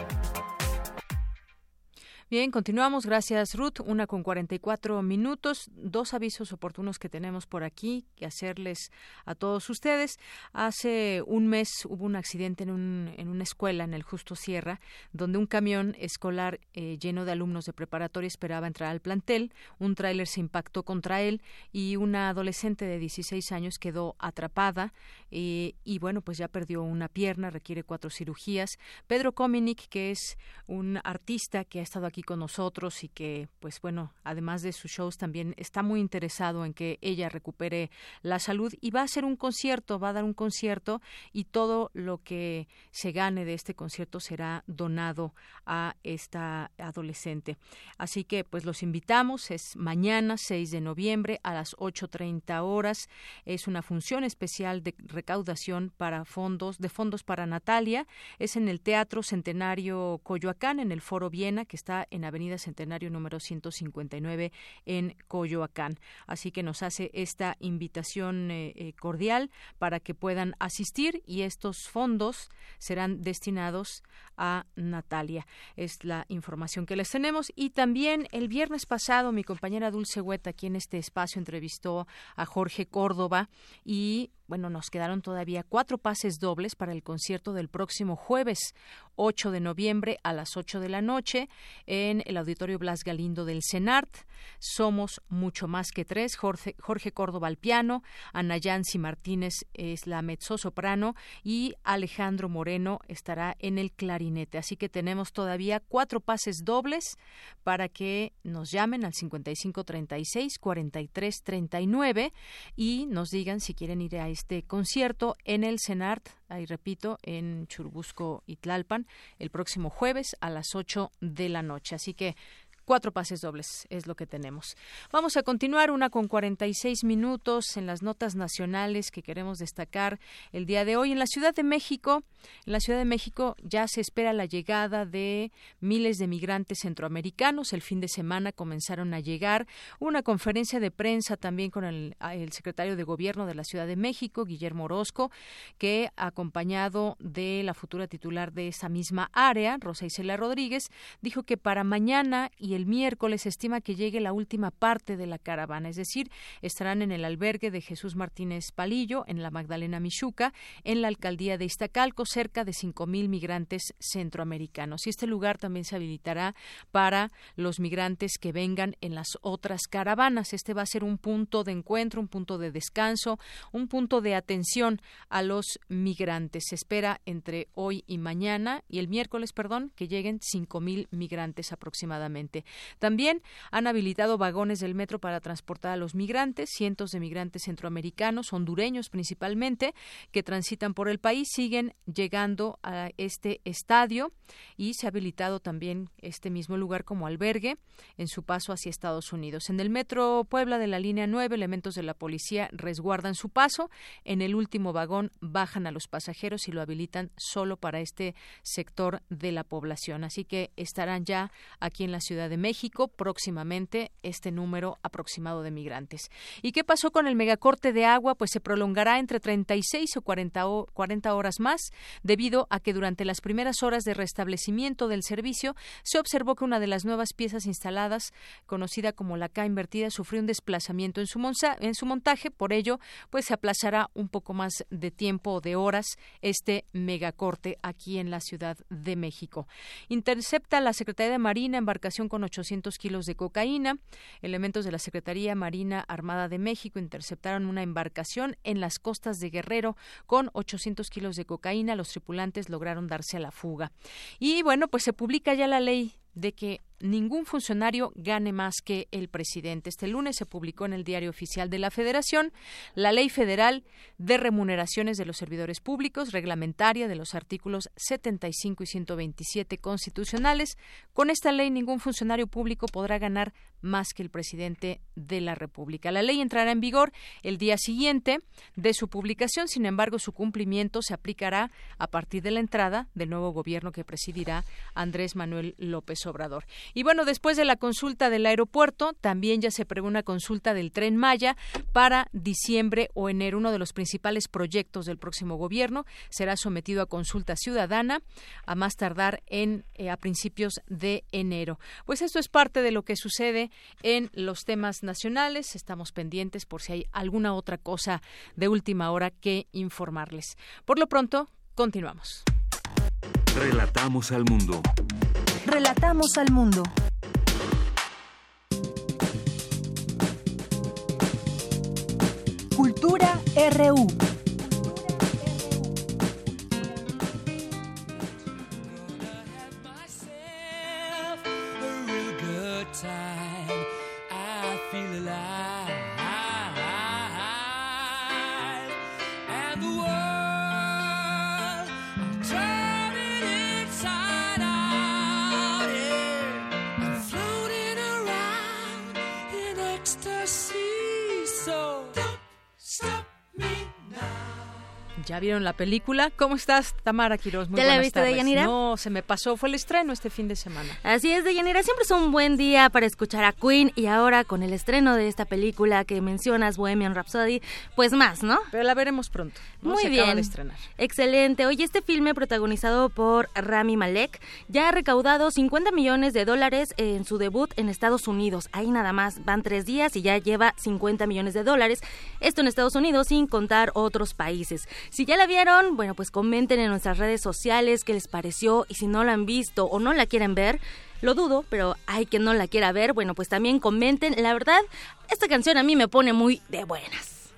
Bien, continuamos. Gracias, Ruth. Una con cuarenta y cuatro minutos. Dos avisos oportunos que tenemos por aquí que hacerles a todos ustedes. Hace un mes hubo un accidente en, un, en una escuela en el Justo Sierra, donde un camión escolar eh, lleno de alumnos de preparatoria esperaba entrar al plantel. Un tráiler se impactó contra él y una adolescente de dieciséis años quedó atrapada eh, y, bueno, pues ya perdió una pierna, requiere cuatro cirugías. Pedro Cominic, que es un artista que ha estado aquí con nosotros y que, pues bueno, además de sus shows también está muy interesado en que ella recupere la salud y va a hacer un concierto, va a dar un concierto y todo lo que se gane de este concierto será donado a esta adolescente. Así que pues los invitamos, es mañana seis de noviembre a las ocho treinta horas, es una función especial de recaudación para fondos, de fondos para Natalia, es en el Teatro Centenario Coyoacán, en el Foro Viena, que está en Avenida Centenario número ciento cincuenta y nueve en Coyoacán. Así que nos hace esta invitación eh, eh, cordial para que puedan asistir y estos fondos serán destinados a Natalia. Es la información que les tenemos. Y también el viernes pasado mi compañera Dulce Hueta aquí en este espacio entrevistó a Jorge Córdoba y bueno, nos quedaron todavía cuatro pases dobles para el concierto del próximo jueves ocho de noviembre a las ocho de la noche en el Auditorio Blas Galindo del CENART. Somos mucho más que tres. Jorge, Jorge Córdoba al piano, Ana Yancy Martínez es la mezzosoprano y Alejandro Moreno estará en el clarinete. Así que tenemos todavía cuatro pases dobles para que nos llamen al cincuenta y cinco treinta y seis cuarenta y tres treinta y nueve y nos digan si quieren ir a este concierto en el CENART, ahí repito, en Churubusco y Tlalpan, el próximo jueves a las ocho de la noche. Así que cuatro pases dobles es lo que tenemos. Vamos a continuar, una con cuarenta y seis minutos en las notas nacionales que queremos destacar el día de hoy. En la Ciudad de México, en la Ciudad de México ya se espera la llegada de miles de migrantes centroamericanos. El fin de semana comenzaron a llegar. Una conferencia de prensa también con el, el secretario de Gobierno de la Ciudad de México, Guillermo Orozco, que acompañado de la futura titular de esa misma área, Rosa Isela Rodríguez, dijo que para mañana y el miércoles se estima que llegue la última parte de la caravana, es decir, estarán en el albergue de Jesús Martínez Palillo, en la Magdalena Mixhuca, en la alcaldía de Iztacalco, cerca de cinco mil migrantes centroamericanos. Y este lugar también se habilitará para los migrantes que vengan en las otras caravanas. Este va a ser un punto de encuentro, un punto de descanso, un punto de atención a los migrantes. Se espera entre hoy y mañana y el miércoles, perdón, que lleguen cinco mil migrantes aproximadamente. También han habilitado vagones del metro para transportar a los migrantes. Cientos de migrantes centroamericanos, hondureños principalmente, que transitan por el país, siguen llegando a este estadio y se ha habilitado también este mismo lugar como albergue en su paso hacia Estados Unidos. En el metro Puebla de la línea nueve, elementos de la policía resguardan su paso. En el último vagón bajan a los pasajeros y lo habilitan solo para este sector de la población. Así que estarán ya aquí en la Ciudad de México próximamente este número aproximado de migrantes. ¿Y qué pasó con el megacorte de agua? Pues se prolongará entre treinta y seis o cuarenta horas más, debido a que durante las primeras horas de restablecimiento del servicio se observó que una de las nuevas piezas instaladas, conocida como la K invertida, sufrió un desplazamiento en su, monza, en su montaje. Por ello, pues se aplazará un poco más de tiempo o de horas este megacorte aquí en la Ciudad de México. Intercepta la Secretaría de Marina embarcación con ochocientos kilos de cocaína. Elementos de la Secretaría Marina Armada de México interceptaron una embarcación en las costas de Guerrero con ochocientos kilos de cocaína. Los tripulantes lograron darse a la fuga. Y bueno, pues se publica ya la ley de que ningún funcionario gane más que el presidente. Este lunes se publicó en el Diario Oficial de la Federación la Ley Federal de Remuneraciones de los Servidores Públicos, reglamentaria de los artículos setenta y cinco y ciento veintisiete constitucionales. Con esta ley, ningún funcionario público podrá ganar más que el presidente de la República. La ley entrará en vigor el día siguiente de su publicación. Sin embargo, su cumplimiento se aplicará a partir de la entrada del nuevo gobierno que presidirá Andrés Manuel López Obrador. Y bueno, después de la consulta del aeropuerto, también ya se prevé una consulta del Tren Maya para diciembre o enero. Uno de los principales proyectos del próximo gobierno será sometido a consulta ciudadana a más tardar en eh, a principios de enero. Pues esto es parte de lo que sucede en los temas nacionales. Estamos pendientes por si hay alguna otra cosa de última hora que informarles. Por lo pronto, continuamos. Relatamos al mundo. Relatamos al mundo. Cultura R U. ¿Ya vieron la película? ¿Cómo estás, Tamara Quirós? Muy ¿Ya la buenas viste, tardes. Deyanira? No, se me pasó. Fue el estreno este fin de semana. Así es, Deyanira. Siempre es un buen día para escuchar a Queen y ahora con el estreno de esta película que mencionas, Bohemian Rhapsody, pues más, ¿no? Pero la veremos pronto, ¿no? Muy se bien. Acaba de estrenar. Excelente. Oye, este filme protagonizado por Rami Malek ya ha recaudado cincuenta millones de dólares en su debut en Estados Unidos. Ahí nada más van tres días y ya lleva cincuenta millones de dólares. Esto en Estados Unidos sin contar otros países. Si ya la vieron, bueno, pues comenten en nuestras redes sociales qué les pareció y si no la han visto o no la quieren ver, lo dudo, pero hay quien no la quiera ver, bueno, pues también comenten. La verdad, esta canción a mí me pone muy de buenas.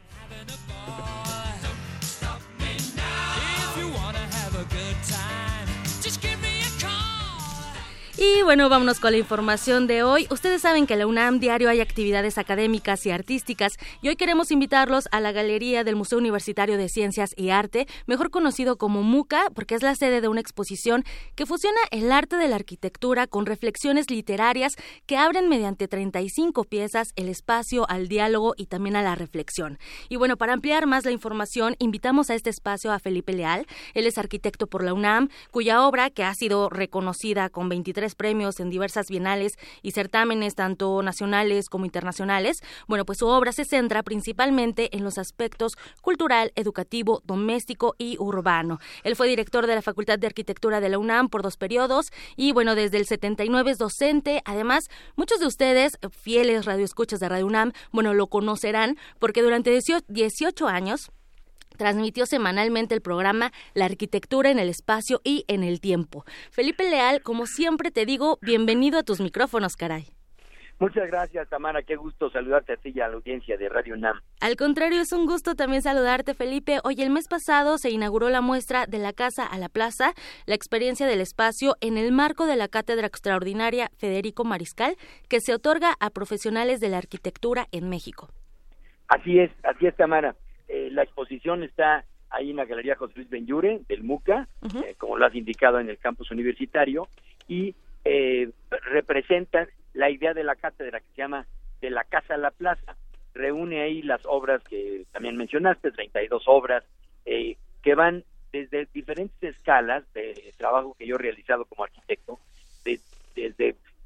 Y bueno, vámonos con la información de hoy. Ustedes saben que en la UNAM diario hay actividades académicas y artísticas y hoy queremos invitarlos a la Galería del Museo Universitario de Ciencias y Arte, mejor conocido como MUCA, porque es la sede de una exposición que fusiona el arte de la arquitectura con reflexiones literarias que abren mediante treinta y cinco piezas el espacio al diálogo y también a la reflexión. Y bueno, para ampliar más la información, invitamos a este espacio a Felipe Leal. Él es arquitecto por la UNAM, cuya obra, que ha sido reconocida con veintitrés premios en diversas bienales y certámenes tanto nacionales como internacionales, bueno, pues su obra se centra principalmente en los aspectos cultural, educativo, doméstico y urbano. Él fue director de la Facultad de Arquitectura de la UNAM por dos periodos y bueno, desde el setenta y nueve es docente. Además, muchos de ustedes, fieles radioescuchas de Radio UNAM, bueno, lo conocerán porque durante dieciocho años transmitió semanalmente el programa La Arquitectura en el Espacio y en el Tiempo. Felipe Leal, como siempre te digo, bienvenido a tus micrófonos, caray. Muchas gracias, Tamara, qué gusto saludarte a ti y a la audiencia de Radio UNAM. Al contrario, es un gusto también saludarte, Felipe. Hoy, el mes pasado, se inauguró la muestra De la Casa a la Plaza, la experiencia del espacio en el marco de la Cátedra Extraordinaria Federico Mariscal, que se otorga a profesionales de la arquitectura en México. Así es, así es, Tamara. Eh, la exposición está ahí en la Galería José Luis Benlliure del MUCA, uh-huh. eh, como lo has indicado, en el campus universitario, y eh, representa la idea de la cátedra que se llama De la Casa a la Plaza. Reúne ahí las obras que también mencionaste, treinta y dos obras, eh, que van desde diferentes escalas de trabajo que yo he realizado como arquitecto, de, desde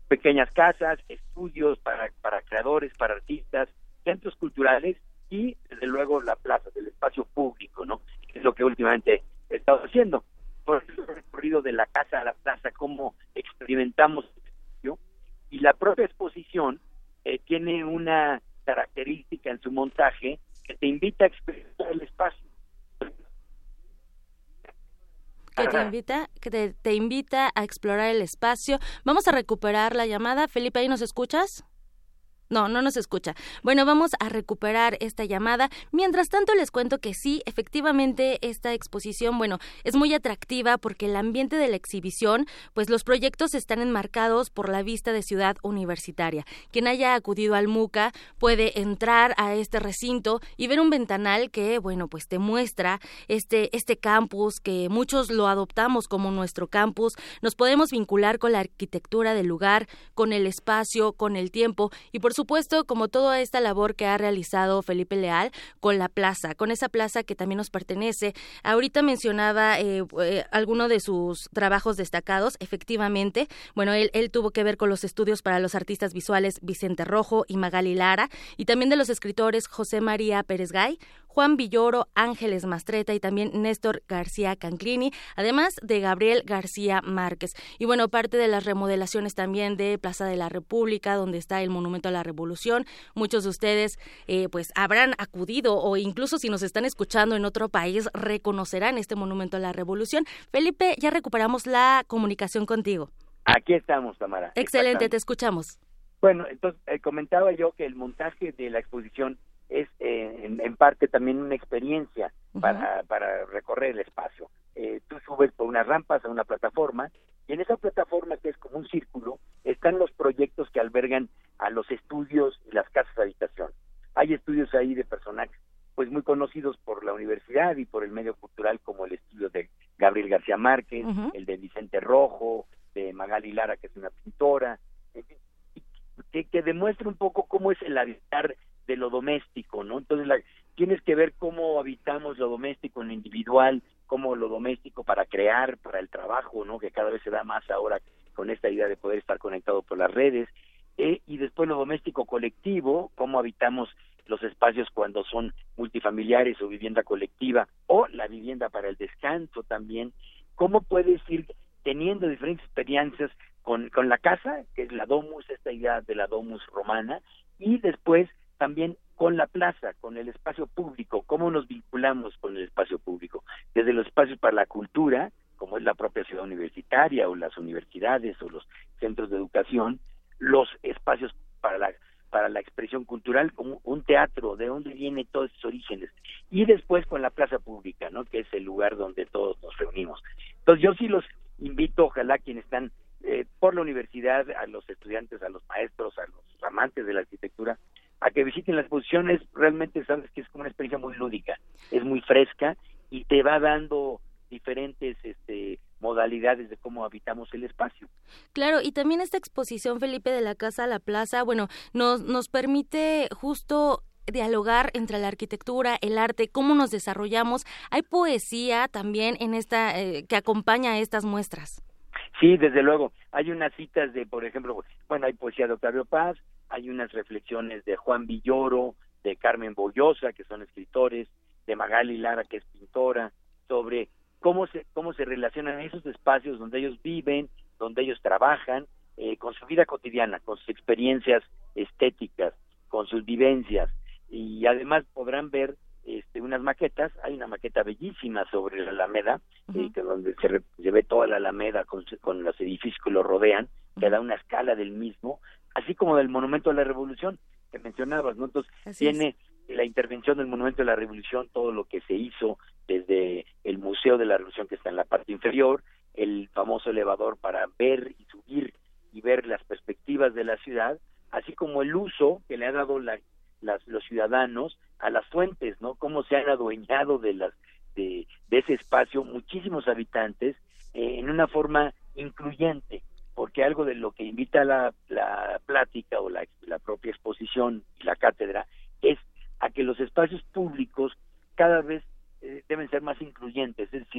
pequeñas casas, estudios para, para creadores, para artistas, centros culturales y, desde luego, la plaza, del espacio público, ¿no? Que es lo que últimamente he estado haciendo. Por el recorrido de la casa a la plaza, cómo experimentamos el espacio, y la propia exposición eh, tiene una característica en su montaje que te invita a experimentar el espacio. Que te invita, que te, te invita a explorar el espacio. Vamos a recuperar la llamada. Felipe, ¿ahí nos escuchas? No, no nos escucha. Bueno, vamos a recuperar esta llamada. Mientras tanto, les cuento que sí, efectivamente, esta exposición, bueno, es muy atractiva porque el ambiente de la exhibición, pues los proyectos están enmarcados por la vista de Ciudad Universitaria. Quien haya acudido al MUCA puede entrar a este recinto y ver un ventanal que, bueno, pues te muestra este, este campus, que muchos lo adoptamos como nuestro campus. Nos podemos vincular con la arquitectura del lugar, con el espacio, con el tiempo y, por supuesto, como toda esta labor que ha realizado Felipe Leal con la plaza, con esa plaza que también nos pertenece. Ahorita mencionaba eh, eh, alguno de sus trabajos destacados, efectivamente. Bueno, él, él tuvo que ver con los estudios para los artistas visuales Vicente Rojo y Magali Lara, y también de los escritores José María Pérez Gay, Juan Villoro, Ángeles Mastreta y también Néstor García Canclini, además de Gabriel García Márquez. Y bueno, parte de las remodelaciones también de Plaza de la República, donde está el Monumento a la Revolución. Muchos de ustedes eh, pues habrán acudido, o incluso si nos están escuchando en otro país, reconocerán este Monumento a la Revolución. Felipe, ya recuperamos la comunicación contigo. Aquí estamos, Tamara. Excelente, te escuchamos. Bueno, entonces eh, comentaba yo que el montaje de la exposición es eh, en, en parte también una experiencia para, uh-huh. para recorrer el espacio. Eh, tú subes por unas rampas a una plataforma, y en esa plataforma, que es como un círculo, están los proyectos que albergan a los estudios y las casas de habitación. Hay estudios ahí de personajes pues muy conocidos por la universidad y por el medio cultural, como el estudio de Gabriel García Márquez, uh-huh. el de Vicente Rojo, de Magali Lara, que es una pintora, que, que demuestra un poco cómo es el habitar de lo doméstico, ¿no? Entonces la, tienes que ver cómo habitamos lo doméstico en lo individual, cómo lo doméstico para crear, para el trabajo, ¿no? Que cada vez se da más ahora con esta idea de poder estar conectado por las redes, eh, y después lo doméstico colectivo, cómo habitamos los espacios cuando son multifamiliares o vivienda colectiva, o la vivienda para el descanso también, cómo puedes ir teniendo diferentes experiencias con, con la casa, que es la domus, esta idea de la domus romana, y después también con la plaza, con el espacio público, cómo nos vinculamos con el espacio público, desde los espacios para la cultura, como es la propia ciudad universitaria o las universidades o los centros de educación, los espacios para la para la expresión cultural, como un teatro, de dónde vienen todos esos orígenes, y después con la plaza pública, ¿no? Que es el lugar donde todos nos reunimos. Entonces yo sí los invito, ojalá quienes están eh, por la universidad, a los estudiantes, a los maestros, a los amantes de la arquitectura, a que visiten las exposiciones. Realmente sabes que es como una experiencia muy lúdica, es muy fresca y te va dando diferentes este, modalidades de cómo habitamos el espacio. Claro, y también esta exposición, Felipe, de la casa a la plaza, bueno, nos, nos permite justo dialogar entre la arquitectura, el arte, cómo nos desarrollamos. Hay poesía también en esta eh, que acompaña a estas muestras. Sí, desde luego. Hay unas citas de, por ejemplo, bueno, hay poesía de Octavio Paz, hay unas reflexiones de Juan Villoro, de Carmen Bollosa, que son escritores, de Magali Lara, que es pintora, sobre cómo se cómo se relacionan esos espacios donde ellos viven, donde ellos trabajan, eh, con su vida cotidiana, con sus experiencias estéticas, con sus vivencias, y además podrán ver este, unas maquetas. Hay una maqueta bellísima sobre la Alameda, uh-huh. eh, que donde se, re, se ve toda la Alameda con, con los edificios que lo rodean, uh-huh. que da una escala del mismo, así como del Monumento a la Revolución que mencionabas, ¿no? Entonces así tiene es. La intervención del Monumento a la Revolución, todo lo que se hizo desde el Museo de la Revolución, que está en la parte inferior, el famoso elevador para ver y subir y ver las perspectivas de la ciudad, así como el uso que le ha dado la, las, los ciudadanos a las fuentes, ¿no? Cómo se han adueñado de las de, de ese espacio muchísimos habitantes eh, en una forma incluyente, porque algo de lo que invita la, la plática o la, la propia exposición y la cátedra es a que los espacios públicos cada vez eh, deben ser más incluyentes, es decir,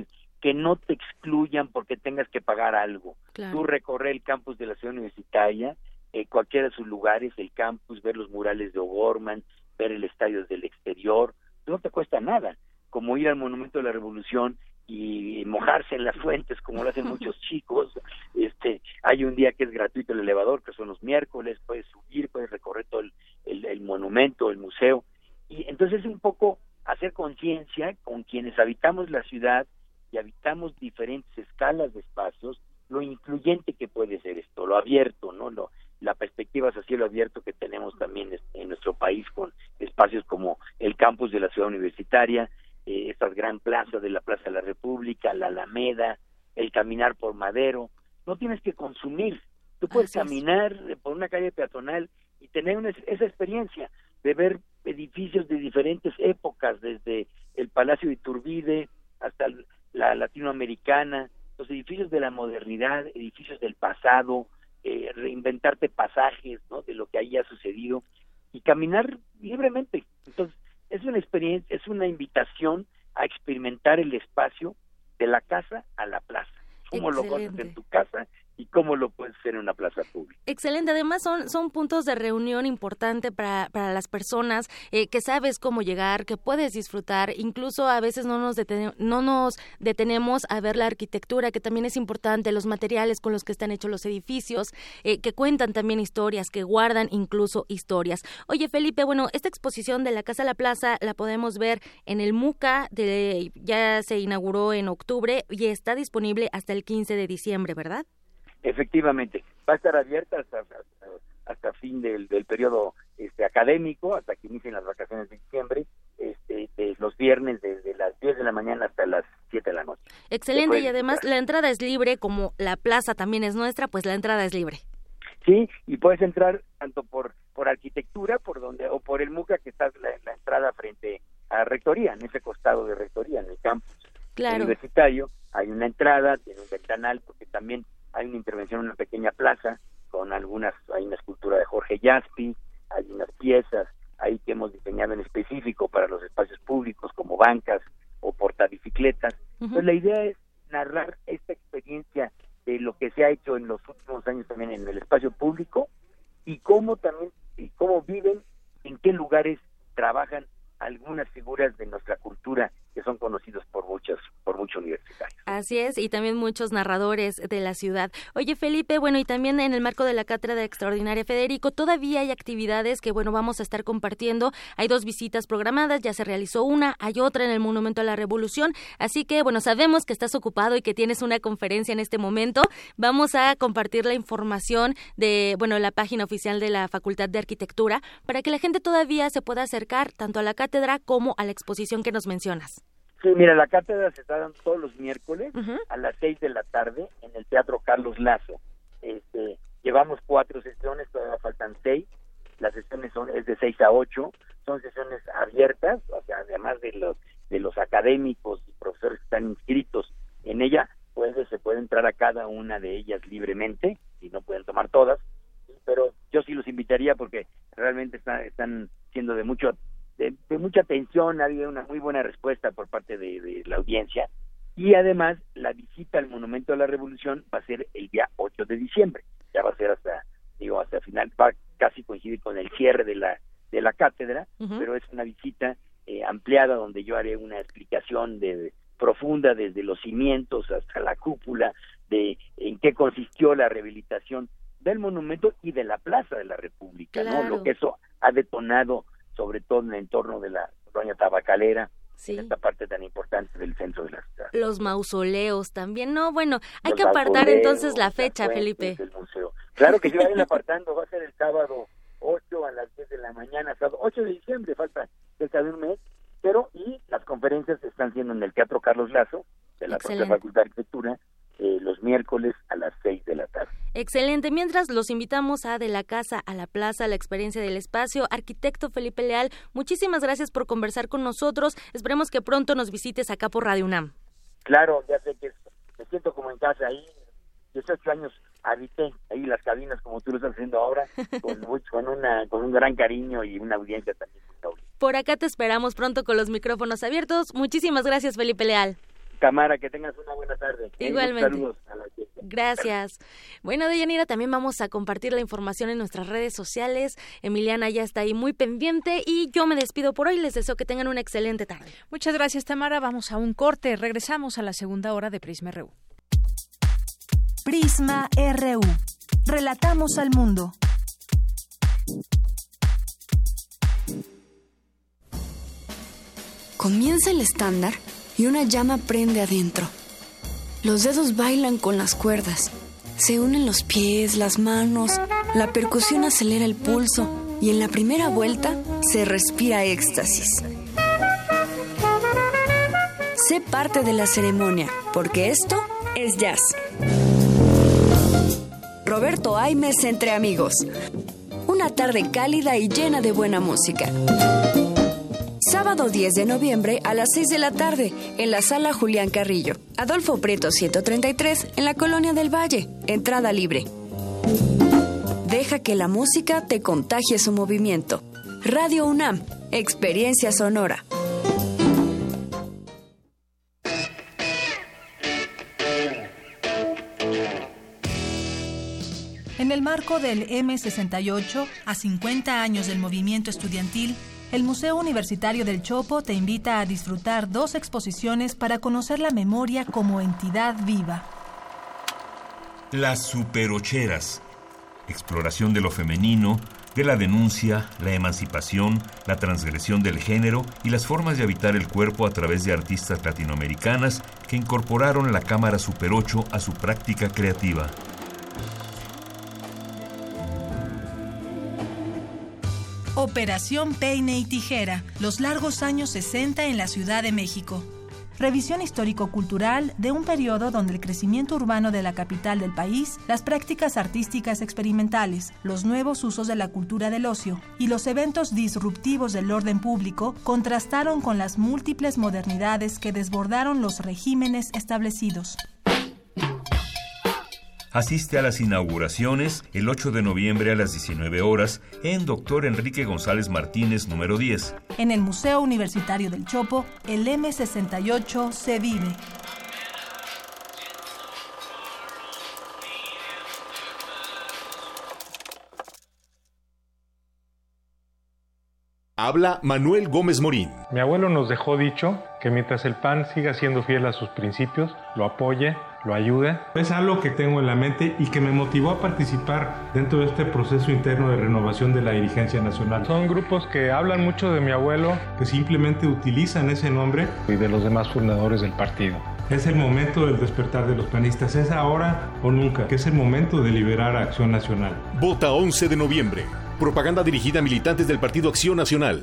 que no te excluyan porque tengas que pagar algo. Claro. Tú recorrer el campus de la ciudad universitaria, eh, cualquiera de sus lugares, el campus, ver los murales de O'Gorman, ver el estadio desde el exterior, no te cuesta nada, como ir al Monumento de la Revolución y mojarse en las fuentes como lo hacen muchos chicos. Este, hay un día que es gratuito el elevador, que son los miércoles, puedes subir, puedes recorrer todo el, el, el monumento, el museo, y entonces es un poco hacer conciencia con quienes habitamos la ciudad y habitamos diferentes escalas de espacios, lo incluyente que puede ser esto, lo abierto, ¿no? Lo, la perspectiva hacia cielo abierto que tenemos también en nuestro país con espacios como el campus de la ciudad universitaria, eh, estas gran plazas de la Plaza de la República, la Alameda, el caminar por Madero. No tienes que consumir, tú puedes Así caminar es. por una calle peatonal y tener una, esa experiencia de ver edificios de diferentes épocas, desde el Palacio de Iturbide hasta la latinoamericana, los edificios de la modernidad, edificios del pasado, eh, reinventarte pasajes, ¿no?, de lo que ahí ha sucedido y caminar libremente. Entonces, es una experiencia, es una invitación a experimentar el espacio de la casa a la plaza. Cómo Excelente. Lo conoces en tu casa y cómo lo puedes hacer en una plaza pública. Excelente, además son, son puntos de reunión importante para, para las personas, eh, que sabes cómo llegar, que puedes disfrutar, incluso a veces no nos, detene, no nos detenemos a ver la arquitectura, que también es importante, los materiales con los que están hechos los edificios, eh, que cuentan también historias, que guardan incluso historias. Oye, Felipe, bueno, esta exposición de la Casa a la Plaza la podemos ver en el MUCA, de, ya se inauguró en octubre y está disponible hasta el quince de diciembre, ¿verdad? Efectivamente, va a estar abierta hasta, hasta, hasta fin del, del periodo este, académico, hasta que inicien las vacaciones de diciembre, este, de los viernes desde las diez de la mañana hasta las siete de la noche. Excelente, y además la entrada es libre, como la plaza también es nuestra, pues la entrada es libre. Sí, y puedes entrar tanto por por arquitectura, por donde o por el MUCA, que está la, la entrada frente a Rectoría, en ese costado de Rectoría, en el campus claro. universitario, hay una entrada, tiene un ventanal, porque también hay una intervención en una pequeña plaza con algunas, hay una escultura de Jorge Jaspi, hay unas piezas ahí que hemos diseñado en específico para los espacios públicos como bancas o portabicicletas. Uh-huh. Entonces la idea es narrar esta experiencia de lo que se ha hecho en los últimos años también en el espacio público y cómo también, y cómo viven, en qué lugares trabajan algunas figuras de nuestra cultura que son conocidos por muchos por muchos universitarios. Así es, y también muchos narradores de la ciudad. Oye, Felipe, bueno, y también en el marco de la Cátedra Extraordinaria Federico, todavía hay actividades que, bueno, vamos a estar compartiendo. Hay dos visitas programadas, ya se realizó una, hay otra en el Monumento a la Revolución, así que, bueno, sabemos que estás ocupado y que tienes una conferencia en este momento. Vamos a compartir la información de, bueno, la página oficial de la Facultad de Arquitectura para que la gente todavía se pueda acercar tanto a la cátedra como a la exposición que nos mencionas. Sí, mira, la cátedra se está dando todos los miércoles uh-huh. a las seis de la tarde en el Teatro Carlos Lazo. Este, llevamos cuatro sesiones, todavía faltan seis. Las sesiones son es de seis a ocho, son sesiones abiertas, o sea, además de los de los académicos y profesores que están inscritos en ella, pues se puede entrar a cada una de ellas libremente, y no pueden tomar todas, pero yo sí los invitaría porque realmente está, están siendo de mucho De, de mucha atención, ha habido una muy buena respuesta por parte de, de la audiencia, y además la visita al Monumento a la Revolución va a ser el día ocho de diciembre, ya va a ser hasta, digo, hasta final, va a casi coincidir con el cierre de la de la cátedra, uh-huh. pero es una visita eh, ampliada donde yo haré una explicación de, de profunda desde los cimientos hasta la cúpula, de en qué consistió la rehabilitación del monumento y de la Plaza de la República, claro. ¿no? Lo que eso ha detonado sobre todo en el entorno de la colonia tabacalera, sí. en esta parte tan importante del centro de la ciudad. Los mausoleos también, no, bueno, hay Los que apartar entonces la fecha, Felipe. Del museo. Claro que sí, vayan apartando, va a ser el sábado ocho a las diez de la mañana, sábado ocho de diciembre, falta cerca de un mes, pero y las conferencias están siendo en el Teatro Carlos Lazo, de la propia Facultad de Arquitectura, eh, los miércoles a las seis de la tarde. Excelente. Mientras los invitamos a De la Casa a la Plaza, la experiencia del espacio. Arquitecto Felipe Leal, muchísimas gracias por conversar con nosotros. Esperemos que pronto nos visites acá por Radio UNAM. Claro, ya sé que me siento como en casa ahí. dieciocho años habité ahí las cabinas como tú lo estás haciendo ahora, con, mucho, con, una, con un gran cariño y una audiencia también muy noble. Por acá te esperamos pronto con los micrófonos abiertos. Muchísimas gracias, Felipe Leal. Tamara, que tengas una buena tarde. Igualmente. Saludos a la fiesta. Gracias. Bueno, Deyanira, también vamos a compartir la información en nuestras redes sociales. Emiliana ya está ahí muy pendiente y yo me despido por hoy. Les deseo que tengan una excelente tarde. Muchas gracias, Tamara. Vamos a un corte. Regresamos a la segunda hora de Prisma R U. Prisma R U. Relatamos al mundo. Comienza el estándar y una llama prende adentro. Los dedos bailan con las cuerdas. Se unen los pies, las manos, la percusión acelera el pulso y en la primera vuelta se respira éxtasis. Sé parte de la ceremonia, porque esto es jazz. Roberto Aimes entre amigos. Una tarde cálida y llena de buena música. Sábado diez de noviembre a las seis de la tarde en la Sala Julián Carrillo. Adolfo Prieto ciento treinta y tres en la Colonia del Valle. Entrada libre. Deja que la música te contagie su movimiento. Radio UNAM, experiencia sonora. En el marco del eme sesenta y ocho, a cincuenta años del movimiento estudiantil, el Museo Universitario del Chopo te invita a disfrutar dos exposiciones para conocer la memoria como entidad viva. Las superocheras. Exploración de lo femenino, de la denuncia, la emancipación, la transgresión del género y las formas de habitar el cuerpo a través de artistas latinoamericanas que incorporaron la cámara Super ocho a su práctica creativa. Operación Peine y Tijera, los largos años sesenta en la Ciudad de México. Revisión histórico-cultural de un periodo donde el crecimiento urbano de la capital del país, las prácticas artísticas experimentales, los nuevos usos de la cultura del ocio y los eventos disruptivos del orden público contrastaron con las múltiples modernidades que desbordaron los regímenes establecidos. Asiste a las inauguraciones el ocho de noviembre a las diecinueve horas en Doctor Enrique González Martínez, número diez. En el Museo Universitario del Chopo, el eme sesenta y ocho se vive. Habla Manuel Gómez Morín. Mi abuelo nos dejó dicho que mientras el P A N siga siendo fiel a sus principios, lo apoye, lo ayude. Es algo que tengo en la mente y que me motivó a participar dentro de este proceso interno de renovación de la dirigencia nacional. Son grupos que hablan mucho de mi abuelo, que simplemente utilizan ese nombre y de los demás fundadores del partido. Es el momento del despertar de los panistas. Es ahora o nunca, que es el momento de liberar a Acción Nacional. Vota once de noviembre. Propaganda dirigida a militantes del Partido Acción Nacional.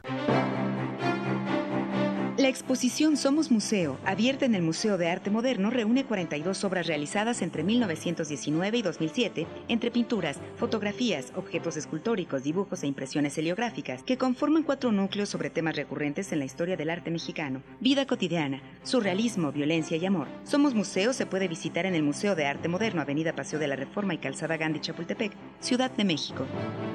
La exposición Somos Museo, abierta en el Museo de Arte Moderno, reúne cuarenta y dos obras realizadas entre mil novecientos diecinueve y dos mil siete, entre pinturas, fotografías, objetos escultóricos, dibujos e impresiones heliográficas, que conforman cuatro núcleos sobre temas recurrentes en la historia del arte mexicano: vida cotidiana, surrealismo, violencia y amor. Somos Museo se puede visitar en el Museo de Arte Moderno, Avenida Paseo de la Reforma y Calzada Gandhi, Chapultepec, Ciudad de México.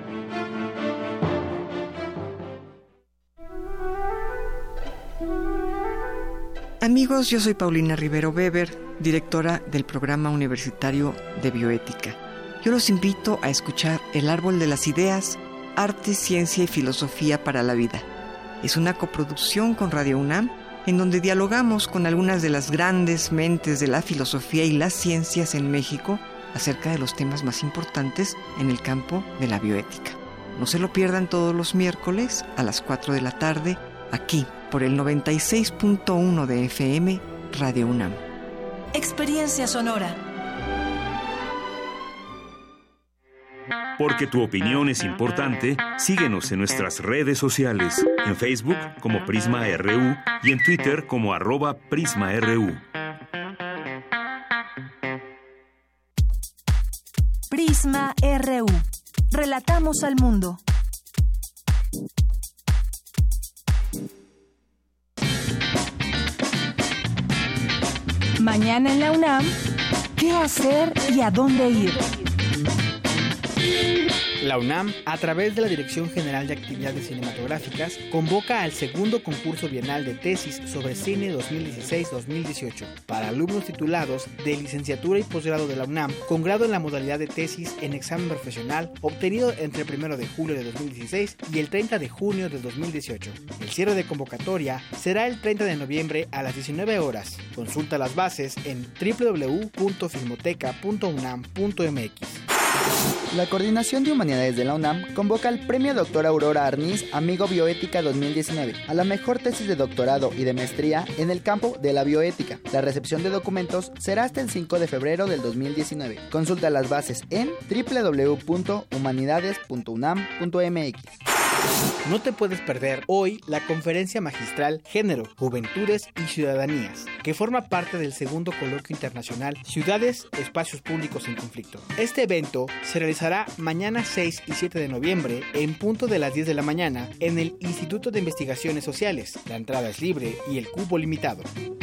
Amigos, yo soy Paulina Rivero Weber, directora del Programa Universitario de Bioética. Yo los invito a escuchar El Árbol de las Ideas, Arte, Ciencia y Filosofía para la Vida. Es una coproducción con Radio UNAM, en donde dialogamos con algunas de las grandes mentes de la filosofía y las ciencias en México acerca de los temas más importantes en el campo de la bioética. No se lo pierdan todos los miércoles a las cuatro de la tarde, aquí por el noventa y seis punto uno de F M, Radio UNAM. Experiencia sonora. Porque tu opinión es importante, síguenos en nuestras redes sociales, en Facebook como Prisma R U y en Twitter como arroba Prisma R U. Prisma R U. Relatamos al mundo. Mañana en la UNAM, ¿qué hacer y a dónde ir? La UNAM, a través de la Dirección General de Actividades Cinematográficas, convoca al segundo concurso bienal de tesis sobre cine dos mil dieciséis dos mil dieciocho para alumnos titulados de licenciatura y posgrado de la UNAM con grado en la modalidad de tesis en examen profesional obtenido entre el primero de julio de dos mil dieciséis y el treinta de junio de dos mil dieciocho. El cierre de convocatoria será el treinta de noviembre a las diecinueve horas. Consulta las bases en doble u doble u doble u punto filmoteca punto unam punto m x. La Coordinación de Humanidades de la UNAM convoca al Premio Doctora Aurora Arniz Amigo Bioética dos mil diecinueve a la mejor tesis de doctorado y de maestría en el campo de la bioética. La recepción de documentos será hasta el cinco de febrero del dos mil diecinueve. Consulta las bases en doble u doble u doble u punto humanidades punto unam punto m x. No te puedes perder hoy la conferencia magistral Género, Juventudes y Ciudadanías, que forma parte del segundo coloquio internacional Ciudades, Espacios Públicos en Conflicto. Este evento se realizará mañana seis y siete de noviembre en punto de las diez de la mañana en el Instituto de Investigaciones Sociales. La entrada es libre y el cupo limitado.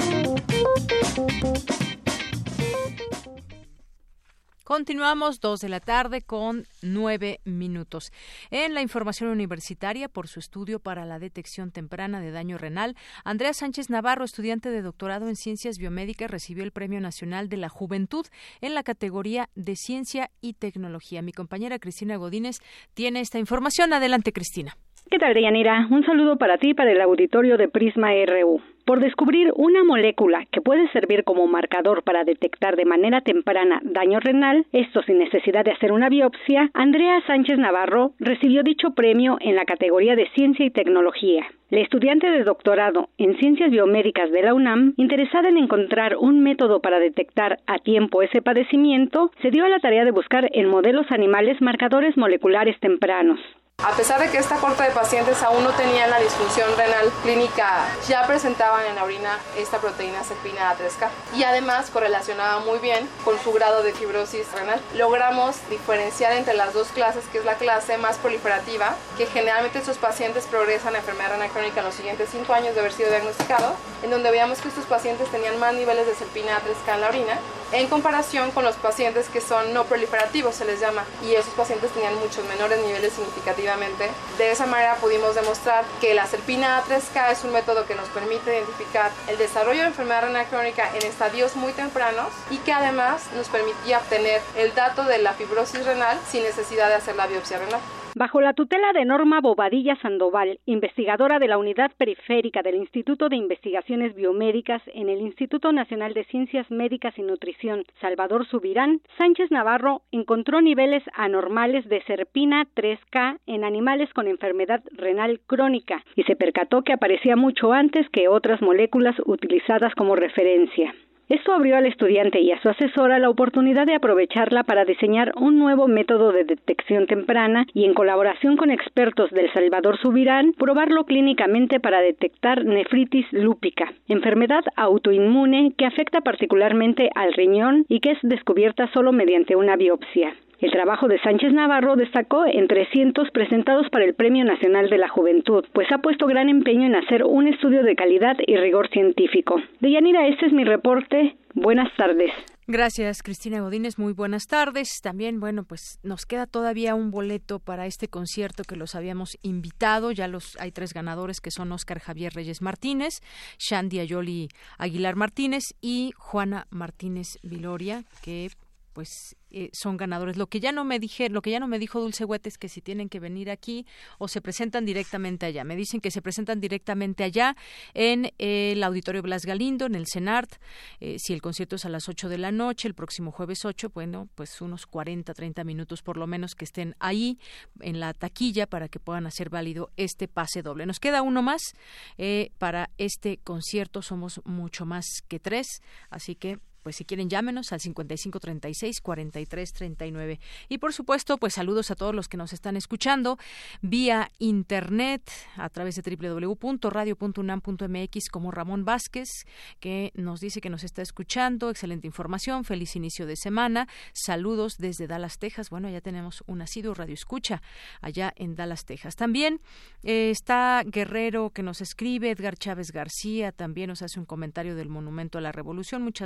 Continuamos, dos de la tarde con nueve minutos. En la información universitaria, por su estudio para la detección temprana de daño renal, Andrea Sánchez Navarro, estudiante de doctorado en Ciencias Biomédicas, recibió el Premio Nacional de la Juventud en la categoría de Ciencia y Tecnología. Mi compañera Cristina Godínez tiene esta información. Adelante, Cristina. ¿Qué tal, Deyanira? Un saludo para ti y para el auditorio de Prisma R U. Por descubrir una molécula que puede servir como marcador para detectar de manera temprana daño renal, esto sin necesidad de hacer una biopsia, Andrea Sánchez Navarro recibió dicho premio en la categoría de Ciencia y Tecnología. La estudiante de doctorado en Ciencias Biomédicas de la UNAM, interesada en encontrar un método para detectar a tiempo ese padecimiento, se dio a la tarea de buscar en modelos animales marcadores moleculares tempranos. A pesar de que esta corte de pacientes aún no tenían la disfunción renal clínica, ya presentaban en la orina esta proteína serpina A tres K y además correlacionaba muy bien con su grado de fibrosis renal. Logramos diferenciar entre las dos clases, que es la clase más proliferativa, que generalmente estos pacientes progresan a enfermedad renal crónica en los siguientes cinco años de haber sido diagnosticados, en donde veíamos que estos pacientes tenían más niveles de serpina A tres K en la orina, en comparación con los pacientes que son no proliferativos, se les llama, y esos pacientes tenían muchos menores niveles significativamente. De esa manera pudimos demostrar que la serpina A tres K es un método que nos permite identificar el desarrollo de enfermedad renal crónica en estadios muy tempranos y que además nos permitía obtener el dato de la fibrosis renal sin necesidad de hacer la biopsia renal. Bajo la tutela de Norma Bobadilla Sandoval, investigadora de la Unidad Periférica del Instituto de Investigaciones Biomédicas en el Instituto Nacional de Ciencias Médicas y Nutrición, Salvador Subirán, Sánchez Navarro encontró niveles anormales de serpina tres K en animales con enfermedad renal crónica y se percató que aparecía mucho antes que otras moléculas utilizadas como referencia. Esto abrió al estudiante y a su asesora la oportunidad de aprovecharla para diseñar un nuevo método de detección temprana y, en colaboración con expertos del Salvador Subirán, probarlo clínicamente para detectar nefritis lúpica, enfermedad autoinmune que afecta particularmente al riñón y que es descubierta solo mediante una biopsia. El trabajo de Sánchez Navarro destacó en trescientos presentados para el Premio Nacional de la Juventud, pues ha puesto gran empeño en hacer un estudio de calidad y rigor científico. Deyanira, este es mi reporte. Buenas tardes. Gracias, Cristina Godínez. Muy buenas tardes. También, bueno, pues nos queda todavía un boleto para este concierto que los habíamos invitado. Ya los hay tres ganadores, que son Óscar Javier Reyes Martínez, Shandy Ayoli Aguilar Martínez y Juana Martínez Viloria, que pues eh, son ganadores. Lo que ya no me dije, lo que ya no me dijo Dulce Huete es que si tienen que venir aquí o se presentan directamente allá. Me dicen que se presentan directamente allá en el Auditorio Blas Galindo, en el CENART. Eh, si el concierto es a las ocho de la noche, el próximo jueves ocho, bueno, pues unos cuarenta, treinta minutos por lo menos que estén ahí en la taquilla para que puedan hacer válido este pase doble. Nos queda uno más eh, para este concierto. Somos mucho más que tres, así que pues si quieren llámenos al cincuenta y cinco treinta y seis cuarenta y tres treinta y nueve. Y por supuesto, pues saludos a todos los que nos están escuchando vía internet a través de doble u doble u doble u punto radio punto unam punto m x, como Ramón Vázquez, que nos dice que nos está escuchando. Excelente información, feliz inicio de semana. Saludos desde Dallas, Texas. Bueno, ya tenemos un asiduo radio escucha allá en Dallas, Texas. También eh, está Guerrero, que nos escribe. Edgar Chávez García también nos hace un comentario del Monumento a la Revolución. Muchas gracias.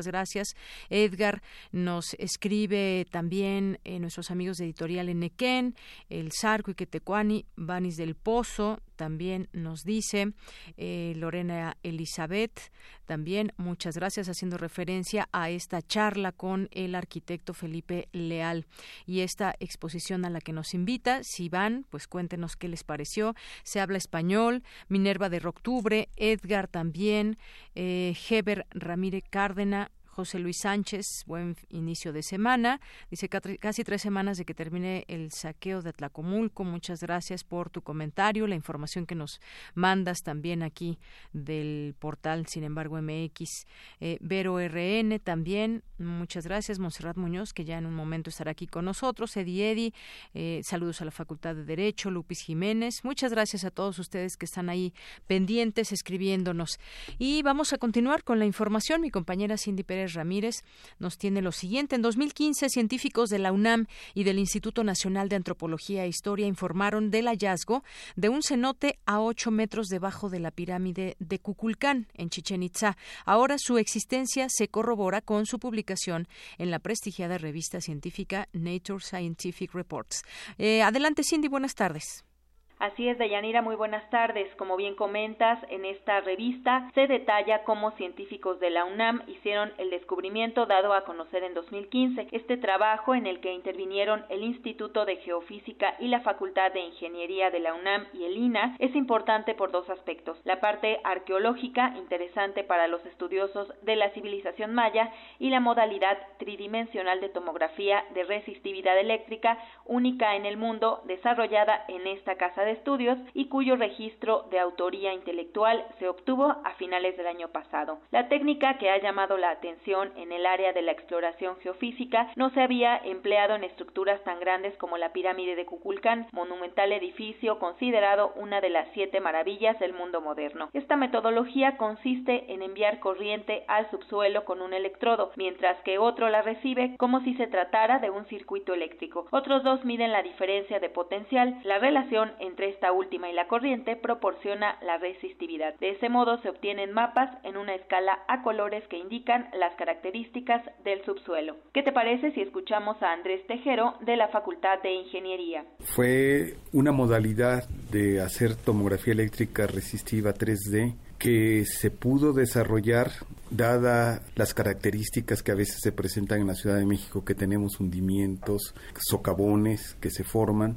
gracias. Edgar nos escribe también eh, nuestros amigos de Editorial Enequén, El Zarco y Quetecuani, Banis del Pozo, también nos dice eh, Lorena Elizabeth, también muchas gracias, haciendo referencia a esta charla con el arquitecto Felipe Leal y esta exposición a la que nos invita. Si van, pues cuéntenos qué les pareció. Se habla español, Minerva de Roctubre, Edgar también, eh, Heber Ramírez Cárdena, José Luis Sánchez, buen inicio de semana. Dice casi tres semanas de que termine el saqueo de Tlacomulco. Muchas gracias por tu comentario, la información que nos mandas también aquí del portal Sin embargo M X. Eh, Vero R N también, muchas gracias. Montserrat Muñoz, que ya en un momento estará aquí con nosotros. Edi Edi, eh, saludos a la Facultad de Derecho. Lupis Jiménez, muchas gracias a todos ustedes que están ahí pendientes, escribiéndonos. Y vamos a continuar con la información. Mi compañera Cindy Pérez Ramírez nos tiene lo siguiente. En dos mil quince, científicos de la UNAM y del Instituto Nacional de Antropología e Historia informaron del hallazgo de un cenote a ocho metros debajo de la pirámide de Kukulcán, en Chichén Itzá. Ahora su existencia se corrobora con su publicación en la prestigiada revista científica Nature Scientific Reports. Eh, adelante, Cindy, buenas tardes. Así es, Deyanira, muy buenas tardes. Como bien comentas, en esta revista se detalla cómo científicos de la UNAM hicieron el descubrimiento dado a conocer en dos mil quince. Este trabajo, en el que intervinieron el Instituto de Geofísica y la Facultad de Ingeniería de la UNAM y el I N A, es importante por dos aspectos. La parte arqueológica, interesante para los estudiosos de la civilización maya, y la modalidad tridimensional de tomografía de resistividad eléctrica, única en el mundo, desarrollada en esta casa de de estudios y cuyo registro de autoría intelectual se obtuvo a finales del año pasado. La técnica que ha llamado la atención en el área de la exploración geofísica no se había empleado en estructuras tan grandes como la pirámide de Kukulcán, monumental edificio considerado una de las siete maravillas del mundo moderno. Esta metodología consiste en enviar corriente al subsuelo con un electrodo, mientras que otro la recibe como si se tratara de un circuito eléctrico. Otros dos miden la diferencia de potencial. La relación entre Entre esta última y la corriente proporciona la resistividad. De ese modo se obtienen mapas en una escala a colores que indican las características del subsuelo. ¿Qué te parece si escuchamos a Andrés Tejero de la Facultad de Ingeniería? Fue una modalidad de hacer tomografía eléctrica resistiva tres D que se pudo desarrollar dada las características que a veces se presentan en la Ciudad de México, que tenemos hundimientos, socavones que se forman.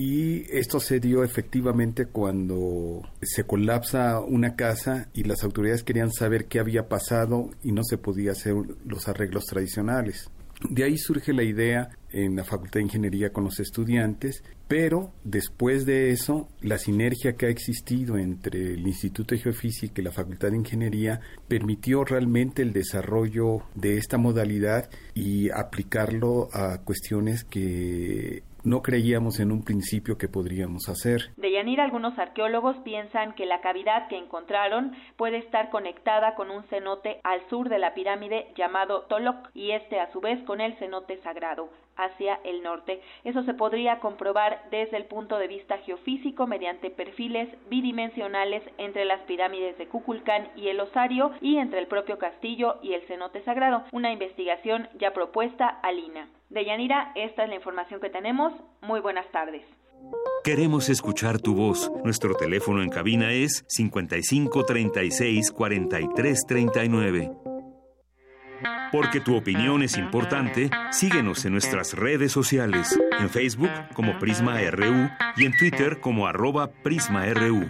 Y esto se dio efectivamente cuando se colapsa una casa y las autoridades querían saber qué había pasado y no se podía hacer los arreglos tradicionales. De ahí surge la idea en la Facultad de Ingeniería con los estudiantes, pero después de eso, la sinergia que ha existido entre el Instituto de Geofísica y la Facultad de Ingeniería permitió realmente el desarrollo de esta modalidad y aplicarlo a cuestiones que no creíamos en un principio que podríamos hacer. Deyanira, algunos arqueólogos piensan que la cavidad que encontraron puede estar conectada con un cenote al sur de la pirámide llamado Toloc, y este a su vez con el cenote sagrado hacia el norte. Eso se podría comprobar desde el punto de vista geofísico mediante perfiles bidimensionales entre las pirámides de Kukulcán y el Osario, y entre el propio castillo y el cenote sagrado, una investigación ya propuesta al I N A. Deyanira, esta es la información que tenemos. Muy buenas tardes. Queremos escuchar tu voz. Nuestro teléfono en cabina es cincuenta y cinco treinta y seis cuarenta y tres treinta y nueve. Porque tu opinión es importante, síguenos en nuestras redes sociales, en Facebook como Prisma R U y en Twitter como arroba Prisma R U.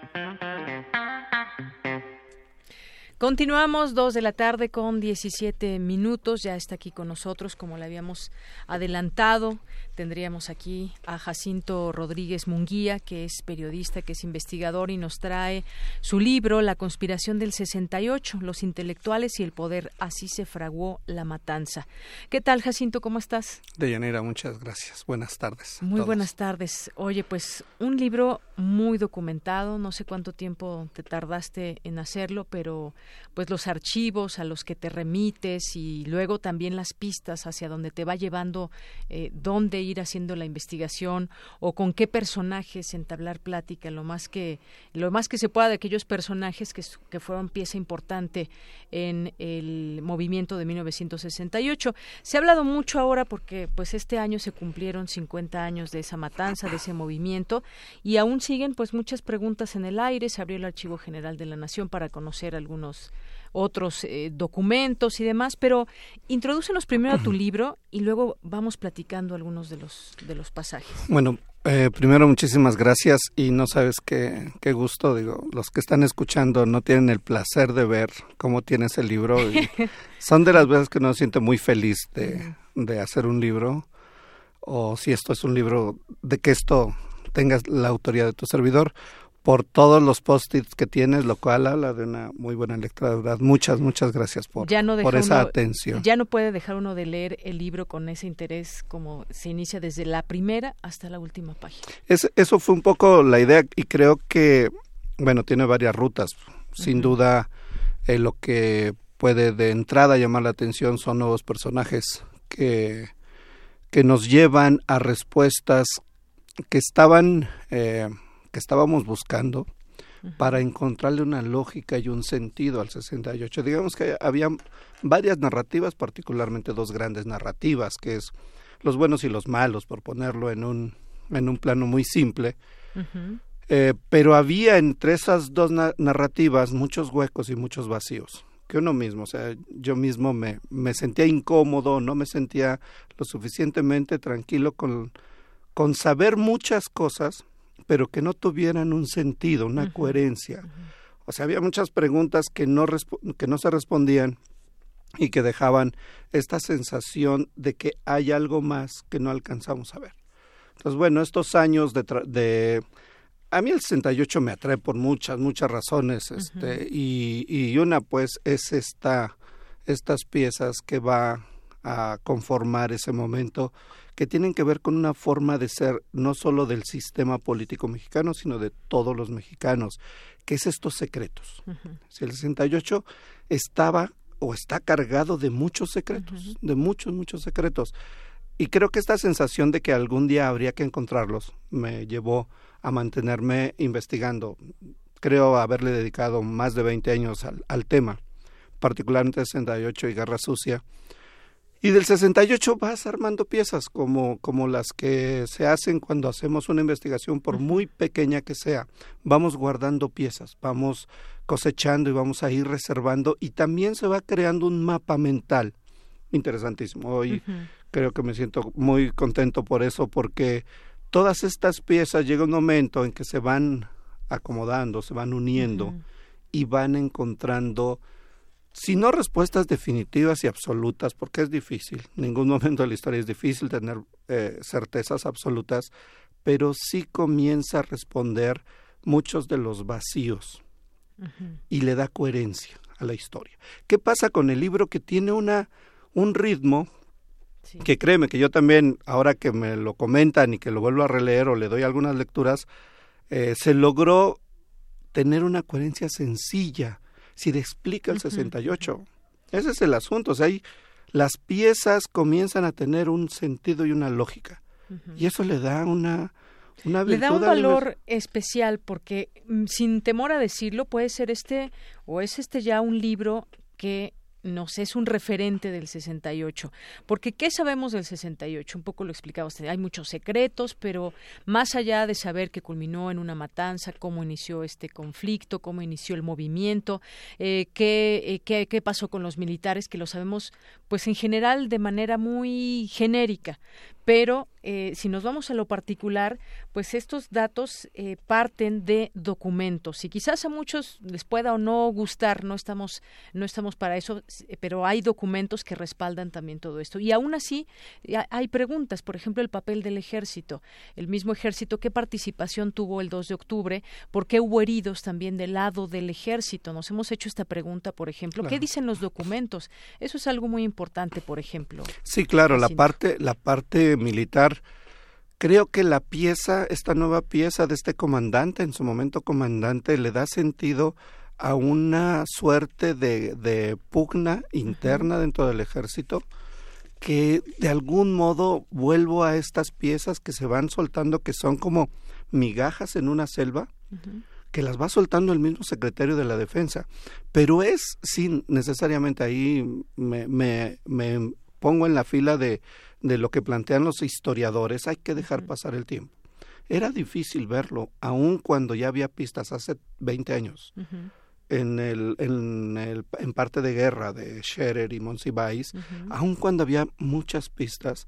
Continuamos, dos de la tarde con diecisiete minutos. Ya está aquí con nosotros, como le habíamos adelantado. Tendríamos aquí a Jacinto Rodríguez Munguía, que es periodista, que es investigador y nos trae su libro La conspiración del sesenta y ocho, los intelectuales y el poder, así se fraguó la matanza. ¿Qué tal, Jacinto? ¿Cómo estás? Deyanira, muchas gracias. Buenas tardes. Muy todos. Buenas tardes. Oye, pues un libro muy documentado. No sé cuánto tiempo te tardaste en hacerlo, pero pues los archivos a los que te remites y luego también las pistas hacia donde te va llevando eh, dónde ir haciendo la investigación o con qué personajes entablar plática, lo más que lo más que se pueda de aquellos personajes que, que fueron pieza importante en el movimiento de mil novecientos sesenta y ocho. Se ha hablado mucho ahora porque pues este año se cumplieron cincuenta años de esa matanza, de ese movimiento, y aún siguen pues muchas preguntas en el aire. Se abrió el Archivo General de la Nación para conocer algunos otros eh, documentos y demás, pero introdúcenos primero a tu libro y luego vamos platicando algunos de los de los pasajes. Bueno, eh, primero muchísimas gracias y no sabes qué, qué gusto, digo, los que están escuchando no tienen el placer de ver cómo tienes el libro y son de las veces que uno se siente muy feliz de, de hacer un libro, o si esto es un libro, de que esto tengas la autoría de tu servidor, por todos los post-its que tienes, lo cual habla de una muy buena lectura, de verdad. Muchas, muchas gracias por, ya no por esa uno, atención. Ya no puede dejar uno de leer el libro con ese interés, como se inicia desde la primera hasta la última página. Es, eso fue un poco la idea y creo que, bueno, tiene varias rutas. Sin uh-huh. duda, eh, lo que puede de entrada llamar la atención son nuevos personajes que, que nos llevan a respuestas que estaban... Eh, que estábamos buscando uh-huh. para encontrarle una lógica y un sentido al sesenta y ocho. Digamos que había varias narrativas, particularmente dos grandes narrativas, que es los buenos y los malos, por ponerlo en un en un plano muy simple. Uh-huh. Eh, pero había entre esas dos na- narrativas muchos huecos y muchos vacíos. Que uno mismo, o sea, yo mismo me, me sentía incómodo, no me sentía lo suficientemente tranquilo con, con saber muchas cosas, pero que no tuvieran un sentido, una uh-huh, coherencia. Uh-huh. O sea, había muchas preguntas que no, resp- que no se respondían y que dejaban esta sensación de que hay algo más que no alcanzamos a ver. Entonces, bueno, estos años de... Tra- de a mí el sesenta y ocho me atrae por muchas, muchas razones, este, uh-huh. y, y una pues es esta, estas piezas que va a conformar ese momento, que tienen que ver con una forma de ser no solo del sistema político mexicano, sino de todos los mexicanos, que es estos secretos. Uh-huh. Si el sesenta y ocho estaba o está cargado de muchos secretos, uh-huh. de muchos, muchos secretos. Y creo que esta sensación de que algún día habría que encontrarlos me llevó a mantenerme investigando. Creo haberle dedicado más de veinte años al, al tema, particularmente sesenta y ocho y Guerra Sucia. Y del sesenta y ocho vas armando piezas como, como las que se hacen cuando hacemos una investigación, por muy pequeña que sea. Vamos guardando piezas, vamos cosechando y vamos a ir reservando, y también se va creando un mapa mental interesantísimo. Hoy uh-huh. creo que me siento muy contento por eso, porque todas estas piezas llega un momento en que se van acomodando, se van uniendo uh-huh. y van encontrando... si no respuestas definitivas y absolutas, porque es difícil, ningún momento de la historia es difícil tener eh, certezas absolutas, pero sí comienza a responder muchos de los vacíos uh-huh. y le da coherencia a la historia. ¿Qué pasa con el libro? Que tiene una un ritmo sí. que créeme que yo también, ahora que me lo comentan y que lo vuelvo a releer o le doy algunas lecturas, eh, se logró tener una coherencia sencilla, si te explica el uh-huh. sesenta y ocho. Ese es el asunto, o sea, ahí las piezas comienzan a tener un sentido y una lógica, uh-huh. y eso le da una, una virtud. Le da un valor especial, porque sin temor a decirlo, puede ser este, o es este ya un libro que nos es un referente del sesenta y ocho, porque ¿qué sabemos del sesenta y ocho? Un poco lo explicaba usted, hay muchos secretos, pero más allá de saber que culminó en una matanza, cómo inició este conflicto, cómo inició el movimiento, eh, qué, eh, qué, qué pasó con los militares, que lo sabemos pues en general de manera muy genérica, pero eh, si nos vamos a lo particular, pues estos datos eh, parten de documentos, y quizás a muchos les pueda o no gustar, no estamos, no estamos para eso, pero hay documentos que respaldan también todo esto. Y aún así hay preguntas, por ejemplo, el papel del ejército, el mismo ejército, ¿qué participación tuvo el dos de octubre? ¿Por qué hubo heridos también del lado del ejército? Nos hemos hecho esta pregunta, por ejemplo, claro. ¿qué dicen los documentos? Eso es algo muy importante, por ejemplo. Sí, claro, la parte, la parte militar, creo que la pieza, esta nueva pieza de este comandante, en su momento comandante, le da sentido a una suerte de, de pugna interna uh-huh. dentro del ejército, que de algún modo vuelvo a estas piezas que se van soltando, que son como migajas en una selva, uh-huh. que las va soltando el mismo secretario de la Defensa. Pero es, sí, necesariamente ahí me, me, me pongo en la fila de, de lo que plantean los historiadores, hay que dejar uh-huh. pasar el tiempo. Era difícil verlo, aun cuando ya había pistas hace veinte años. Uh-huh. En el, en el en parte de guerra de Scherer y Monsiváis, uh-huh. aun cuando había muchas pistas,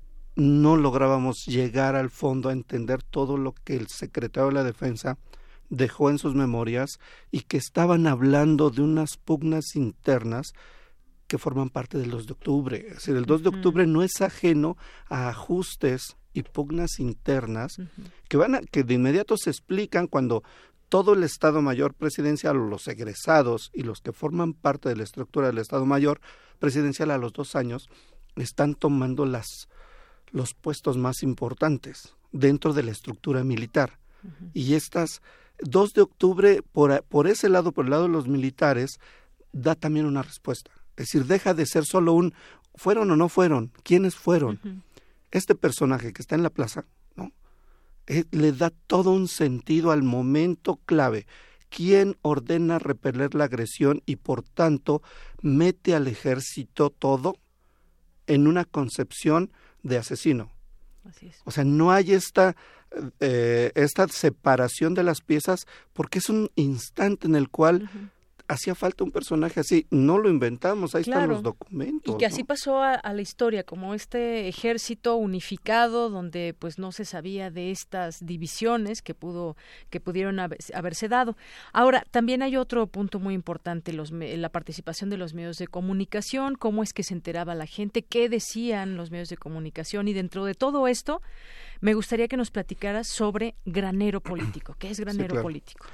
no lográbamos llegar al fondo a entender todo lo que el secretario de la Defensa dejó en sus memorias y que estaban hablando de unas pugnas internas que forman parte del dos de octubre. Es decir, el dos de octubre uh-huh. no es ajeno a ajustes y pugnas internas uh-huh. que van a, que de inmediato se explican cuando todo el Estado Mayor Presidencial, o los egresados y los que forman parte de la estructura del Estado Mayor Presidencial a los dos años, están tomando las, los puestos más importantes dentro de la estructura militar. Uh-huh. Y estas dos de octubre, por, por ese lado, por el lado de los militares, da también una respuesta. Es decir, deja de ser solo un ¿fueron o no fueron? ¿Quiénes fueron? Uh-huh. Este personaje que está en la plaza, ¿no? Eh, le da todo un sentido al momento clave. ¿Quién ordena repeler la agresión y por tanto mete al ejército todo en una concepción de asesino? Así es. O sea, no hay esta, eh, esta separación de las piezas porque es un instante en el cual uh-huh. hacía falta un personaje así. No lo inventamos, ahí claro. están los documentos. Y que así ¿no? pasó a, a la historia, como este ejército unificado donde pues no se sabía de estas divisiones que pudo que pudieron haber, haberse dado. Ahora, también hay otro punto muy importante, los, la participación de los medios de comunicación, cómo es que se enteraba la gente, qué decían los medios de comunicación, y dentro de todo esto me gustaría que nos platicaras sobre Granero Político. ¿Qué es Granero sí, claro. Político?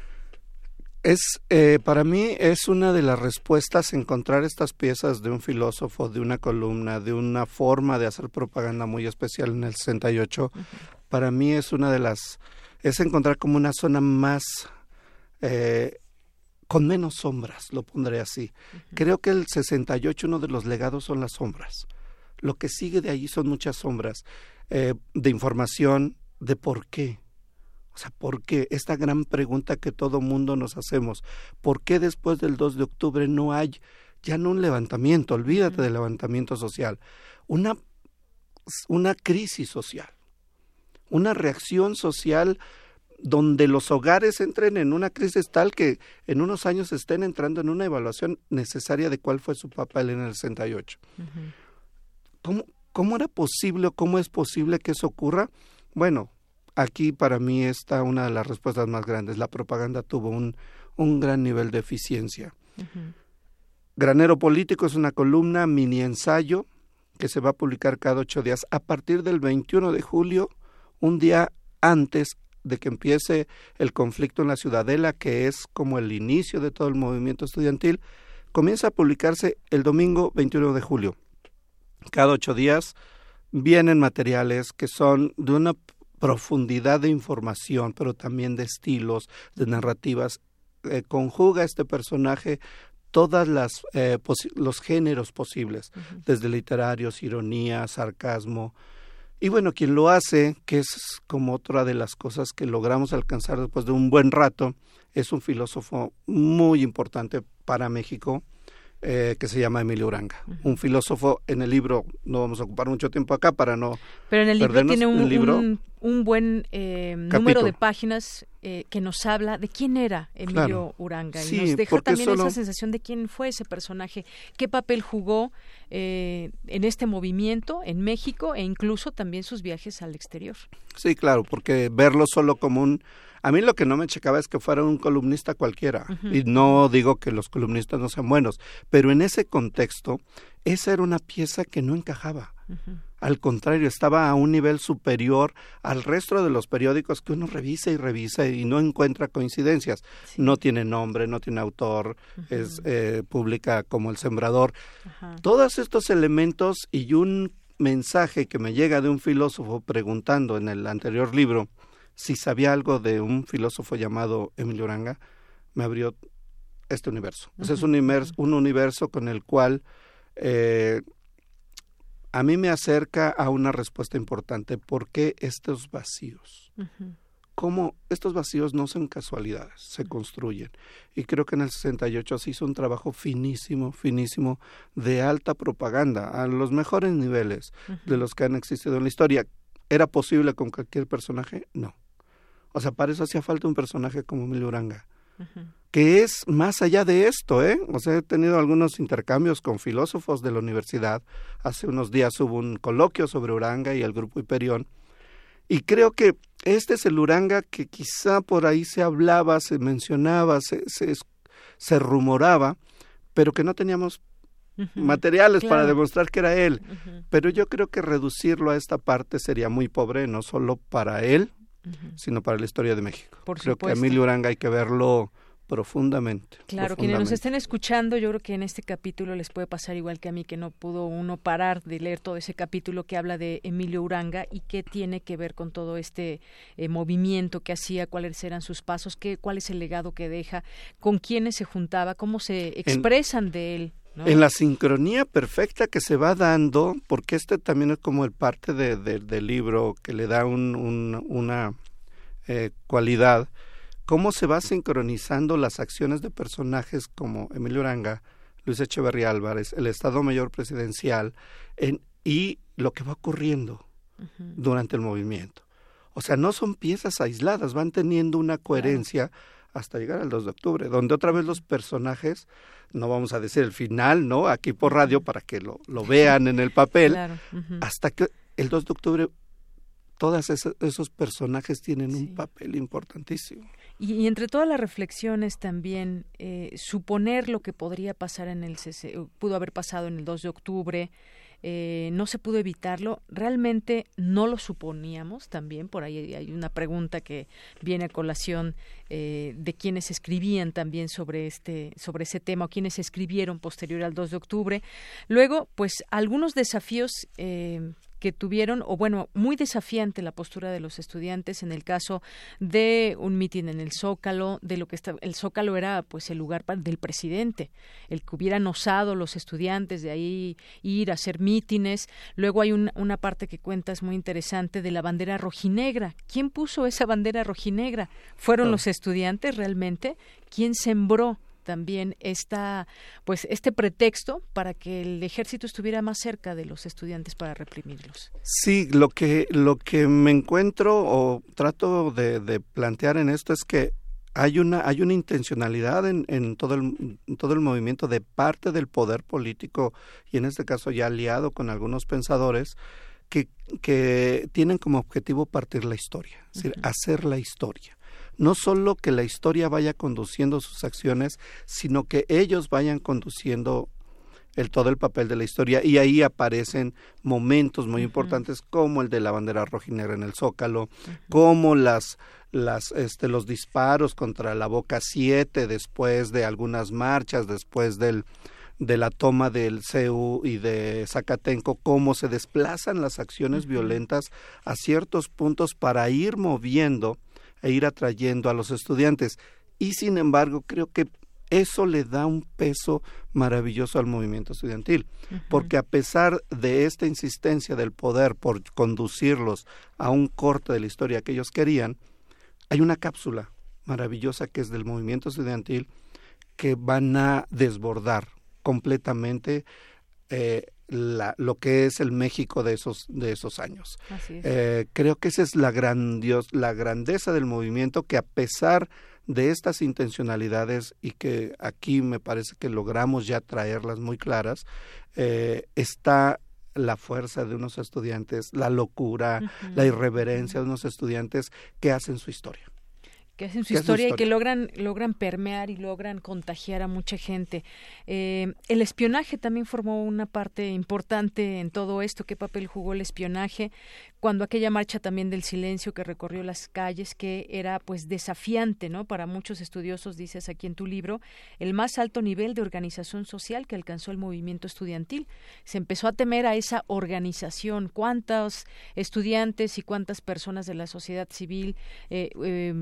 Es, eh, para mí es una de las respuestas encontrar estas piezas de un filósofo, de una columna, de una forma de hacer propaganda muy especial en el sesenta y ocho. Uh-huh. Para mí es una de las, es encontrar como una zona más, eh, con menos sombras, lo pondré así. Uh-huh. Creo que el sesenta y ocho, uno de los legados son las sombras. Lo que sigue de ahí son muchas sombras, eh, de información, de por qué. O sea, ¿por qué? Esta gran pregunta que todo mundo nos hacemos. ¿Por qué después del dos de octubre no hay ya no un levantamiento? Olvídate uh-huh. del levantamiento social. Una, una crisis social. Una reacción social donde los hogares entren en una crisis tal que en unos años estén entrando en una evaluación necesaria de cuál fue su papel en el sesenta y ocho. Uh-huh. ¿Cómo, ¿Cómo era posible o cómo es posible que eso ocurra? Bueno, aquí para mí está una de las respuestas más grandes. La propaganda tuvo un, un gran nivel de eficiencia. Uh-huh. Granero Político es una columna mini ensayo que se va a publicar cada ocho días a partir del veintiuno de julio, un día antes de que empiece el conflicto en la Ciudadela, que es como el inicio de todo el movimiento estudiantil. Comienza a publicarse el domingo veintiuno de julio. Cada ocho días vienen materiales que son de una profundidad de información, pero también de estilos, de narrativas. Eh, conjuga este personaje todas las eh, posi- los géneros posibles, uh-huh. desde literarios, ironía, sarcasmo. Y bueno, quien lo hace, que es como otra de las cosas que logramos alcanzar después de un buen rato, es un filósofo muy importante para México, Eh, que se llama Emilio Uranga, uh-huh. un filósofo. En el libro, no vamos a ocupar mucho tiempo acá para no pero en el libro perdernos. tiene un, el libro, un, un buen eh, número de páginas eh, que nos habla de quién era Emilio claro. Uranga, y sí, nos deja también solo... esa sensación de quién fue ese personaje, qué papel jugó eh, en este movimiento en México e incluso también sus viajes al exterior. Sí, claro, porque verlo solo como un... A mí lo que no me checaba es que fuera un columnista cualquiera, uh-huh. y no digo que los columnistas no sean buenos, pero en ese contexto, esa era una pieza que no encajaba. Uh-huh. Al contrario, estaba a un nivel superior al resto de los periódicos que uno revisa y revisa y no encuentra coincidencias. Sí. No tiene nombre, no tiene autor, uh-huh. es eh, publica como El Sembrador. Uh-huh. Todos estos elementos y un mensaje que me llega de un filósofo preguntando en el anterior libro si sabía algo de un filósofo llamado Emilio Uranga, me abrió este universo. Uh-huh. O sea, es un universo, un universo con el cual eh, a mí me acerca a una respuesta importante. ¿Por qué estos vacíos? Uh-huh. ¿Cómo estos vacíos no son casualidades, se construyen? Y creo que en el sesenta y ocho se hizo un trabajo finísimo, finísimo, de alta propaganda, a los mejores niveles uh-huh. de los que han existido en la historia. ¿Era posible con cualquier personaje? No. O sea, para eso hacía falta un personaje como Emilio Uranga, uh-huh. que es más allá de esto, ¿eh? O sea, he tenido algunos intercambios con filósofos de la universidad. Hace unos días hubo un coloquio sobre Uranga y el Grupo Hiperión, y creo que este es el Uranga que quizá por ahí se hablaba, se mencionaba, se, se, se rumoraba, pero que no teníamos uh-huh. materiales claro. para demostrar que era él. Uh-huh. Pero yo creo que reducirlo a esta parte sería muy pobre, no solo para él, uh-huh. sino para la historia de México. Por creo supuesto. que a Emilio Uranga hay que verlo profundamente. Claro, profundamente. Quienes nos estén escuchando, yo creo que en este capítulo les puede pasar igual que a mí, que no pudo uno parar de leer todo ese capítulo que habla de Emilio Uranga y qué tiene que ver con todo este eh, movimiento que hacía, cuáles eran sus pasos, qué, cuál es el legado que deja, con quiénes se juntaba, cómo se expresan en, de él. ¿No? En la sincronía perfecta que se va dando, porque este también es como el parte de, de, del libro que le da un, un, una eh, cualidad, cómo se va sincronizando las acciones de personajes como Emilio Uranga, Luis Echeverría Álvarez, el Estado Mayor Presidencial, en, y lo que va ocurriendo uh-huh. durante el movimiento. O sea, no son piezas aisladas, van teniendo una coherencia claro. hasta llegar al dos de octubre, donde otra vez los personajes, no vamos a decir el final, ¿no? Aquí por radio para que lo, lo vean en el papel, claro. uh-huh. hasta que el dos de octubre todos esos, esos personajes tienen sí. un papel importantísimo. Y, y entre todas las reflexiones también, eh, suponer lo que podría pasar en el C C, pudo haber pasado en el dos de octubre, eh, no se pudo evitarlo, realmente no lo suponíamos también, por ahí hay una pregunta que viene a colación eh, de quienes escribían también sobre este, sobre ese tema, o quienes escribieron posterior al dos de octubre. Luego, pues, algunos desafíos eh, que tuvieron, o bueno, muy desafiante la postura de los estudiantes en el caso de un mitin en el Zócalo, de lo que está, el Zócalo era pues el lugar para, del presidente, el que hubieran osado los estudiantes de ahí ir a hacer mítines. Luego hay un, una parte que cuentas muy interesante de la bandera rojinegra. ¿Quién puso esa bandera rojinegra? ¿Fueron oh. los estudiantes realmente? ¿Quién sembró también esta, pues este pretexto para que el ejército estuviera más cerca de los estudiantes para reprimirlos? Sí, lo que lo que me encuentro o trato de, de plantear en esto es que hay una hay una intencionalidad en, en todo el en todo el movimiento de parte del poder político, y en este caso ya aliado con algunos pensadores que que tienen como objetivo partir la historia, es decir, uh-huh. hacer la historia. No solo que la historia vaya conduciendo sus acciones, sino que ellos vayan conduciendo el todo el papel de la historia, y ahí aparecen momentos muy uh-huh. importantes como el de la bandera rojinegra en el Zócalo, uh-huh. como las las este los disparos contra la Boca siete después de algunas marchas, después del de la toma del C E U y de Zacatenco, cómo se desplazan las acciones uh-huh. violentas a ciertos puntos para ir moviendo e ir atrayendo a los estudiantes. Y sin embargo, creo que eso le da un peso maravilloso al movimiento estudiantil, uh-huh. porque a pesar de esta insistencia del poder por conducirlos a un corte de la historia que ellos querían, hay una cápsula maravillosa que es del movimiento estudiantil que van a desbordar completamente eh, La, lo que es el México de esos de esos años. Así es. Eh, creo que esa es la grandios, la grandeza del movimiento, que a pesar de estas intencionalidades, y que aquí me parece que logramos ya traerlas muy claras, eh, está la fuerza de unos estudiantes, la locura, uh-huh. la irreverencia de unos estudiantes que hacen su historia. que hacen su historia, historia y que logran logran permear y logran contagiar a mucha gente. Eh, el espionaje también formó una parte importante en todo esto. ¿Qué papel jugó el espionaje? Cuando aquella marcha también del silencio que recorrió las calles, que era pues desafiante, ¿no? Para muchos estudiosos, dices aquí en tu libro, el más alto nivel de organización social que alcanzó el movimiento estudiantil. Se empezó a temer a esa organización. ¿Cuántos estudiantes y cuántas personas de la sociedad civil eh, eh, pues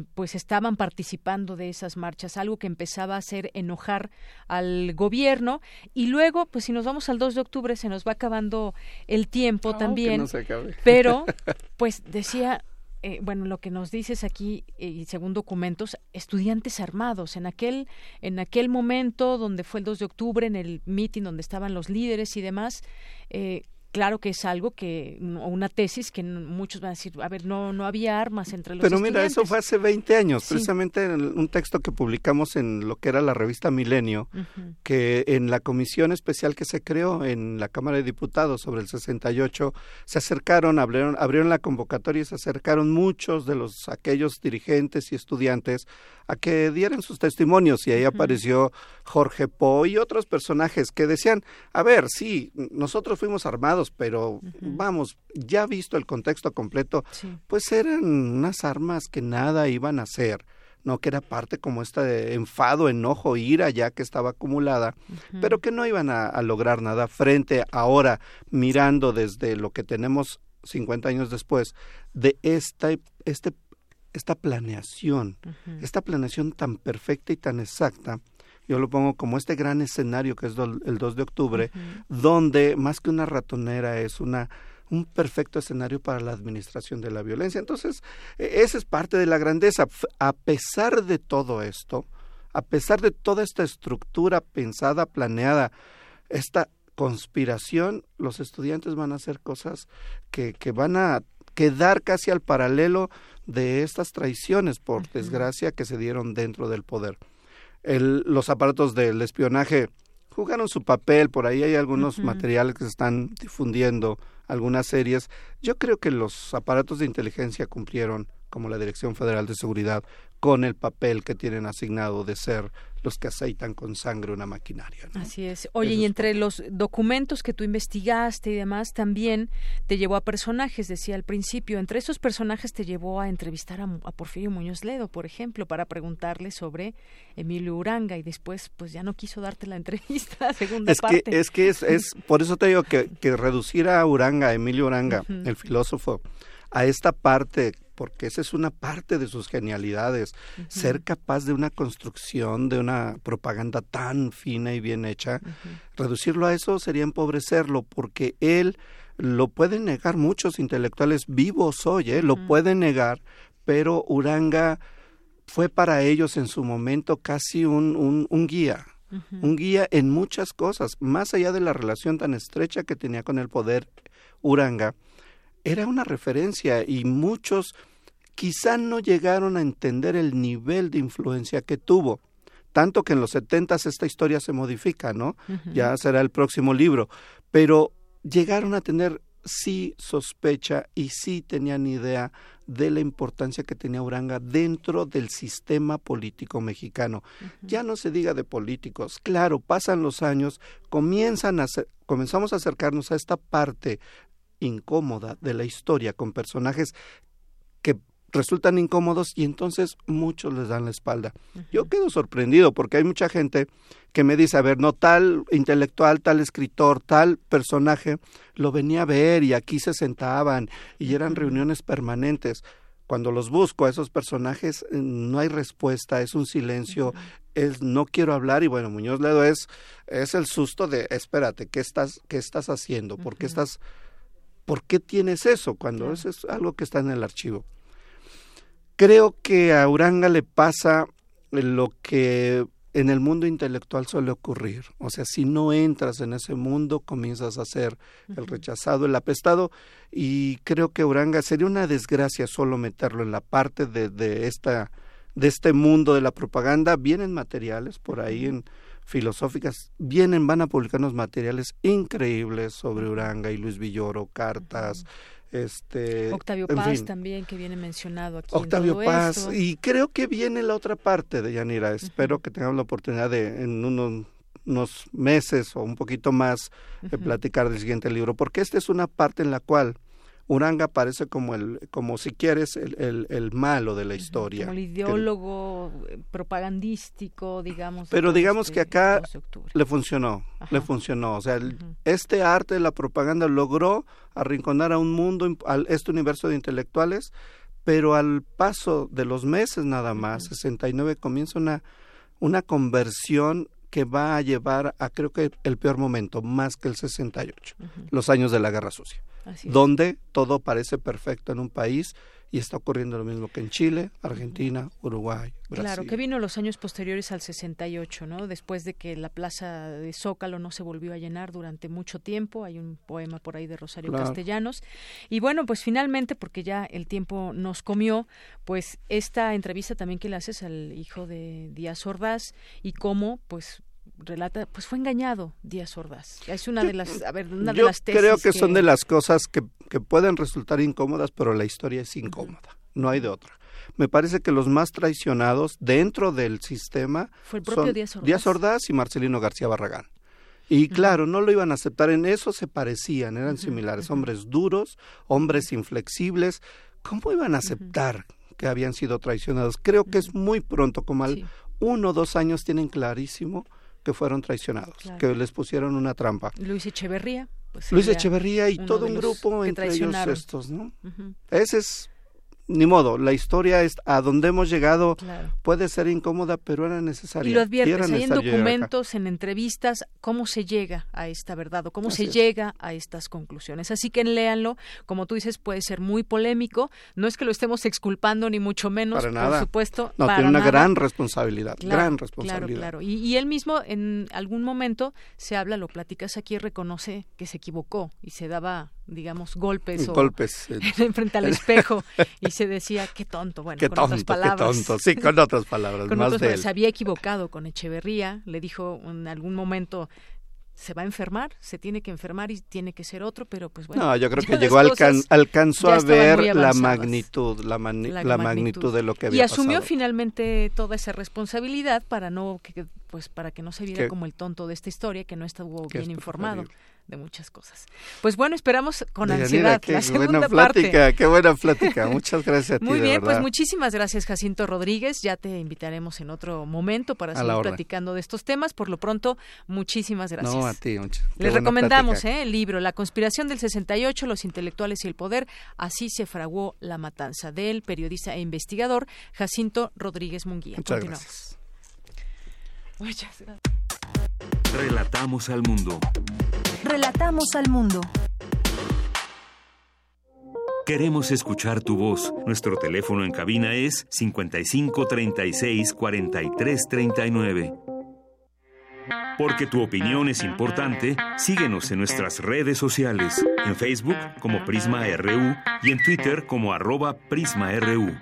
estaban participando de esas marchas, algo que empezaba a hacer enojar al gobierno. Y luego, pues si nos vamos al dos de octubre, se nos va acabando el tiempo no, también, que no se acabe. Pero pues decía... Eh, bueno, lo que nos dices aquí, eh, y según documentos, estudiantes armados, en aquel, en aquel momento donde fue el dos de octubre, en el mitin donde estaban los líderes y demás, eh, claro que es algo que, o una tesis que muchos van a decir, a ver, no no había armas entre los Pero estudiantes. Mira, eso fue hace veinte años, sí. Precisamente en un texto que publicamos en lo que era la revista Milenio, uh-huh. que en la comisión especial que se creó en la Cámara de Diputados sobre el sesenta y ocho, se acercaron, abrieron, abrieron la convocatoria y se acercaron muchos de los aquellos dirigentes y estudiantes a que dieran sus testimonios, y ahí uh-huh. apareció Jorge Po y otros personajes que decían, a ver, sí, nosotros fuimos armados, pero uh-huh. vamos, ya visto el contexto completo, sí. pues eran unas armas que nada iban a hacer, no, que era parte como este enfado, enojo, ira ya que estaba acumulada, uh-huh. pero que no iban a, a lograr nada frente ahora, mirando desde lo que tenemos cincuenta años después, de esta, este, esta planeación, uh-huh. esta planeación tan perfecta y tan exacta. Yo lo pongo como este gran escenario que es do, el dos de octubre, uh-huh. donde más que una ratonera es una un perfecto escenario para la administración de la violencia. Entonces, esa es parte de la grandeza. A pesar de todo esto, a pesar de toda esta estructura pensada, planeada, esta conspiración, los estudiantes van a hacer cosas que, que van a quedar casi al paralelo de estas traiciones, por uh-huh. desgracia, que se dieron dentro del poder. El, los aparatos del espionaje jugaron su papel, por ahí hay algunos uh-huh. materiales que se están difundiendo, algunas series. Yo creo que los aparatos de inteligencia cumplieron, como la Dirección Federal de Seguridad, con el papel que tienen asignado de ser los que aceitan con sangre una maquinaria, ¿no? Así es. Oye, Eso y entre es... los documentos que tú investigaste y demás, también te llevó a personajes, decía al principio. Entre esos personajes te llevó a entrevistar a, a Porfirio Muñoz Ledo, por ejemplo, para preguntarle sobre Emilio Uranga, y después pues ya no quiso darte la entrevista, segunda es parte. Que, es que es, es, por eso te digo que, que reducir a Uranga, a Emilio Uranga, uh-huh. el filósofo, a esta parte, porque esa es una parte de sus genialidades, uh-huh. ser capaz de una construcción, de una propaganda tan fina y bien hecha, uh-huh. reducirlo a eso sería empobrecerlo, porque él lo pueden negar muchos intelectuales vivos hoy, ¿eh? uh-huh. lo pueden negar, pero Uranga fue para ellos en su momento casi un, un, un guía, uh-huh. un guía en muchas cosas, más allá de la relación tan estrecha que tenía con el poder. Uranga era una referencia y muchos quizá no llegaron a entender el nivel de influencia que tuvo, tanto que en los setentas esta historia se modifica, ¿no? Uh-huh. Ya será el próximo libro, pero llegaron a tener sí sospecha y sí tenían idea de la importancia que tenía Uranga dentro del sistema político mexicano. Uh-huh. Ya no se diga de políticos, claro, pasan los años, comienzan a ser, comenzamos a acercarnos a esta parte incómoda de la historia con personajes que resultan incómodos y entonces muchos les dan la espalda. Uh-huh. Yo quedo sorprendido porque hay mucha gente que me dice, a ver, no, tal intelectual, tal escritor, tal personaje, lo venía a ver y aquí se sentaban y eran uh-huh. reuniones permanentes. Cuando los busco a esos personajes no hay respuesta, es un silencio, uh-huh. es no quiero hablar y bueno, Muñoz Ledo es, es el susto de, espérate, ¿qué estás, qué estás haciendo? ¿Por qué uh-huh. estás... ¿Por qué tienes eso cuando claro. eso es algo que está en el archivo? Creo que a Uranga le pasa lo que en el mundo intelectual suele ocurrir. O sea, si no entras en ese mundo, comienzas a ser uh-huh. el rechazado, el apestado, y creo que Uranga sería una desgracia solo meterlo en la parte de, de, esta, de este mundo de la propaganda. Vienen materiales por ahí en filosóficas, vienen, van a publicarnos materiales increíbles sobre Uranga y Luis Villoro, cartas, uh-huh. este Octavio Paz fin. También, que viene mencionado aquí. Octavio en todo Paz, esto. Y creo que viene la otra parte de Yanira, espero uh-huh. que tengamos la oportunidad de en unos, unos meses o un poquito más uh-huh. de platicar del siguiente libro, porque esta es una parte en la cual Uranga aparece como el, como si quieres, el, el, el malo de la historia. Como el ideólogo que, propagandístico, digamos. Pero digamos este, que acá le funcionó, Ajá. le funcionó. O sea, el, uh-huh. este arte de la propaganda logró arrinconar a un mundo, a este universo de intelectuales, pero al paso de los meses nada más, uh-huh. sesenta y nueve, comienza una, una conversión que va a llevar a, creo que el peor momento, más que el sesenta y ocho, uh-huh. los años de la Guerra Sucia, donde todo parece perfecto en un país y está ocurriendo lo mismo que en Chile, Argentina, Uruguay, Brasil. Claro, que vino los años posteriores al sesenta y ocho, ¿no? Después de que la plaza de Zócalo no se volvió a llenar durante mucho tiempo, hay un poema por ahí de Rosario claro. Castellanos. Y bueno, pues finalmente, porque ya el tiempo nos comió, pues esta entrevista también que le haces al hijo de Díaz Ordaz y cómo, pues, relata, pues fue engañado Díaz Ordaz. Es una yo, de las, a ver, una yo de las tesis creo que, que son de las cosas que, que pueden resultar incómodas, pero la historia es incómoda, uh-huh. no hay de otra. Me parece que los más traicionados dentro del sistema fue el propio son Díaz Ordaz. Díaz Ordaz y Marcelino García Barragán. Y uh-huh. claro, no lo iban a aceptar, en eso se parecían, eran uh-huh. similares, uh-huh. hombres duros, hombres inflexibles. ¿Cómo iban a aceptar uh-huh. que habían sido traicionados? Creo que es muy pronto, como al sí. uno o dos años tienen clarísimo que fueron traicionados, claro. que les pusieron una trampa. Luis Echeverría. Pues Luis Echeverría y todo un grupo, entre ellos estos, ¿no? Uh-huh. Ese es, ni modo, la historia es a donde hemos llegado, claro. puede ser incómoda, pero era necesaria. Y lo adviertes, hay en documentos, en entrevistas, cómo se llega a esta verdad o cómo Así se es. llega a estas conclusiones. Así que léanlo, como tú dices, puede ser muy polémico, no es que lo estemos exculpando ni mucho menos, para nada. por supuesto. No, para tiene una nada. gran responsabilidad, claro, gran responsabilidad. Claro, claro. Y, y él mismo en algún momento se habla, lo platicas aquí, reconoce que se equivocó y se daba, digamos, golpes, golpes o en, frente al espejo y se decía, qué tonto, bueno, qué con tonto, otras palabras. Qué tonto, sí, con otras palabras, con más otras de palabras, él. Se había equivocado con Echeverría, le dijo en algún momento, se va a enfermar, se tiene que enfermar y tiene que ser otro, pero pues bueno. No, yo creo que llegó, alcan, alcanzó a ver la magnitud, la, mani, la, la magnitud. magnitud de lo que había pasado. Y asumió pasado. finalmente toda esa responsabilidad para no que pues para que no se viera ¿Qué? como el tonto de esta historia, que no estuvo bien informado preferible? De muchas cosas. Pues bueno, esperamos con Deyanira, ansiedad qué la segunda buena plática, parte. Qué buena plática, muchas gracias a ti. Muy de bien, verdad. pues muchísimas gracias, Jacinto Rodríguez. Ya te invitaremos en otro momento para seguir platicando de estos temas. Por lo pronto, muchísimas gracias. No, a ti, muchas. Les recomendamos eh, el libro La conspiración del sesenta y ocho, los intelectuales y el poder. Así se fraguó la matanza, del periodista e investigador Jacinto Rodríguez Munguía. Muchas Continuamos. gracias. Muchas gracias. Relatamos al mundo. Relatamos al mundo. Queremos escuchar tu voz. Nuestro teléfono en cabina es cincuenta y cinco treinta y seis cuarenta y tres treinta y nueve. Porque tu opinión es importante, síguenos en nuestras redes sociales. En Facebook como Prisma R U y en Twitter como arroba Prisma R U.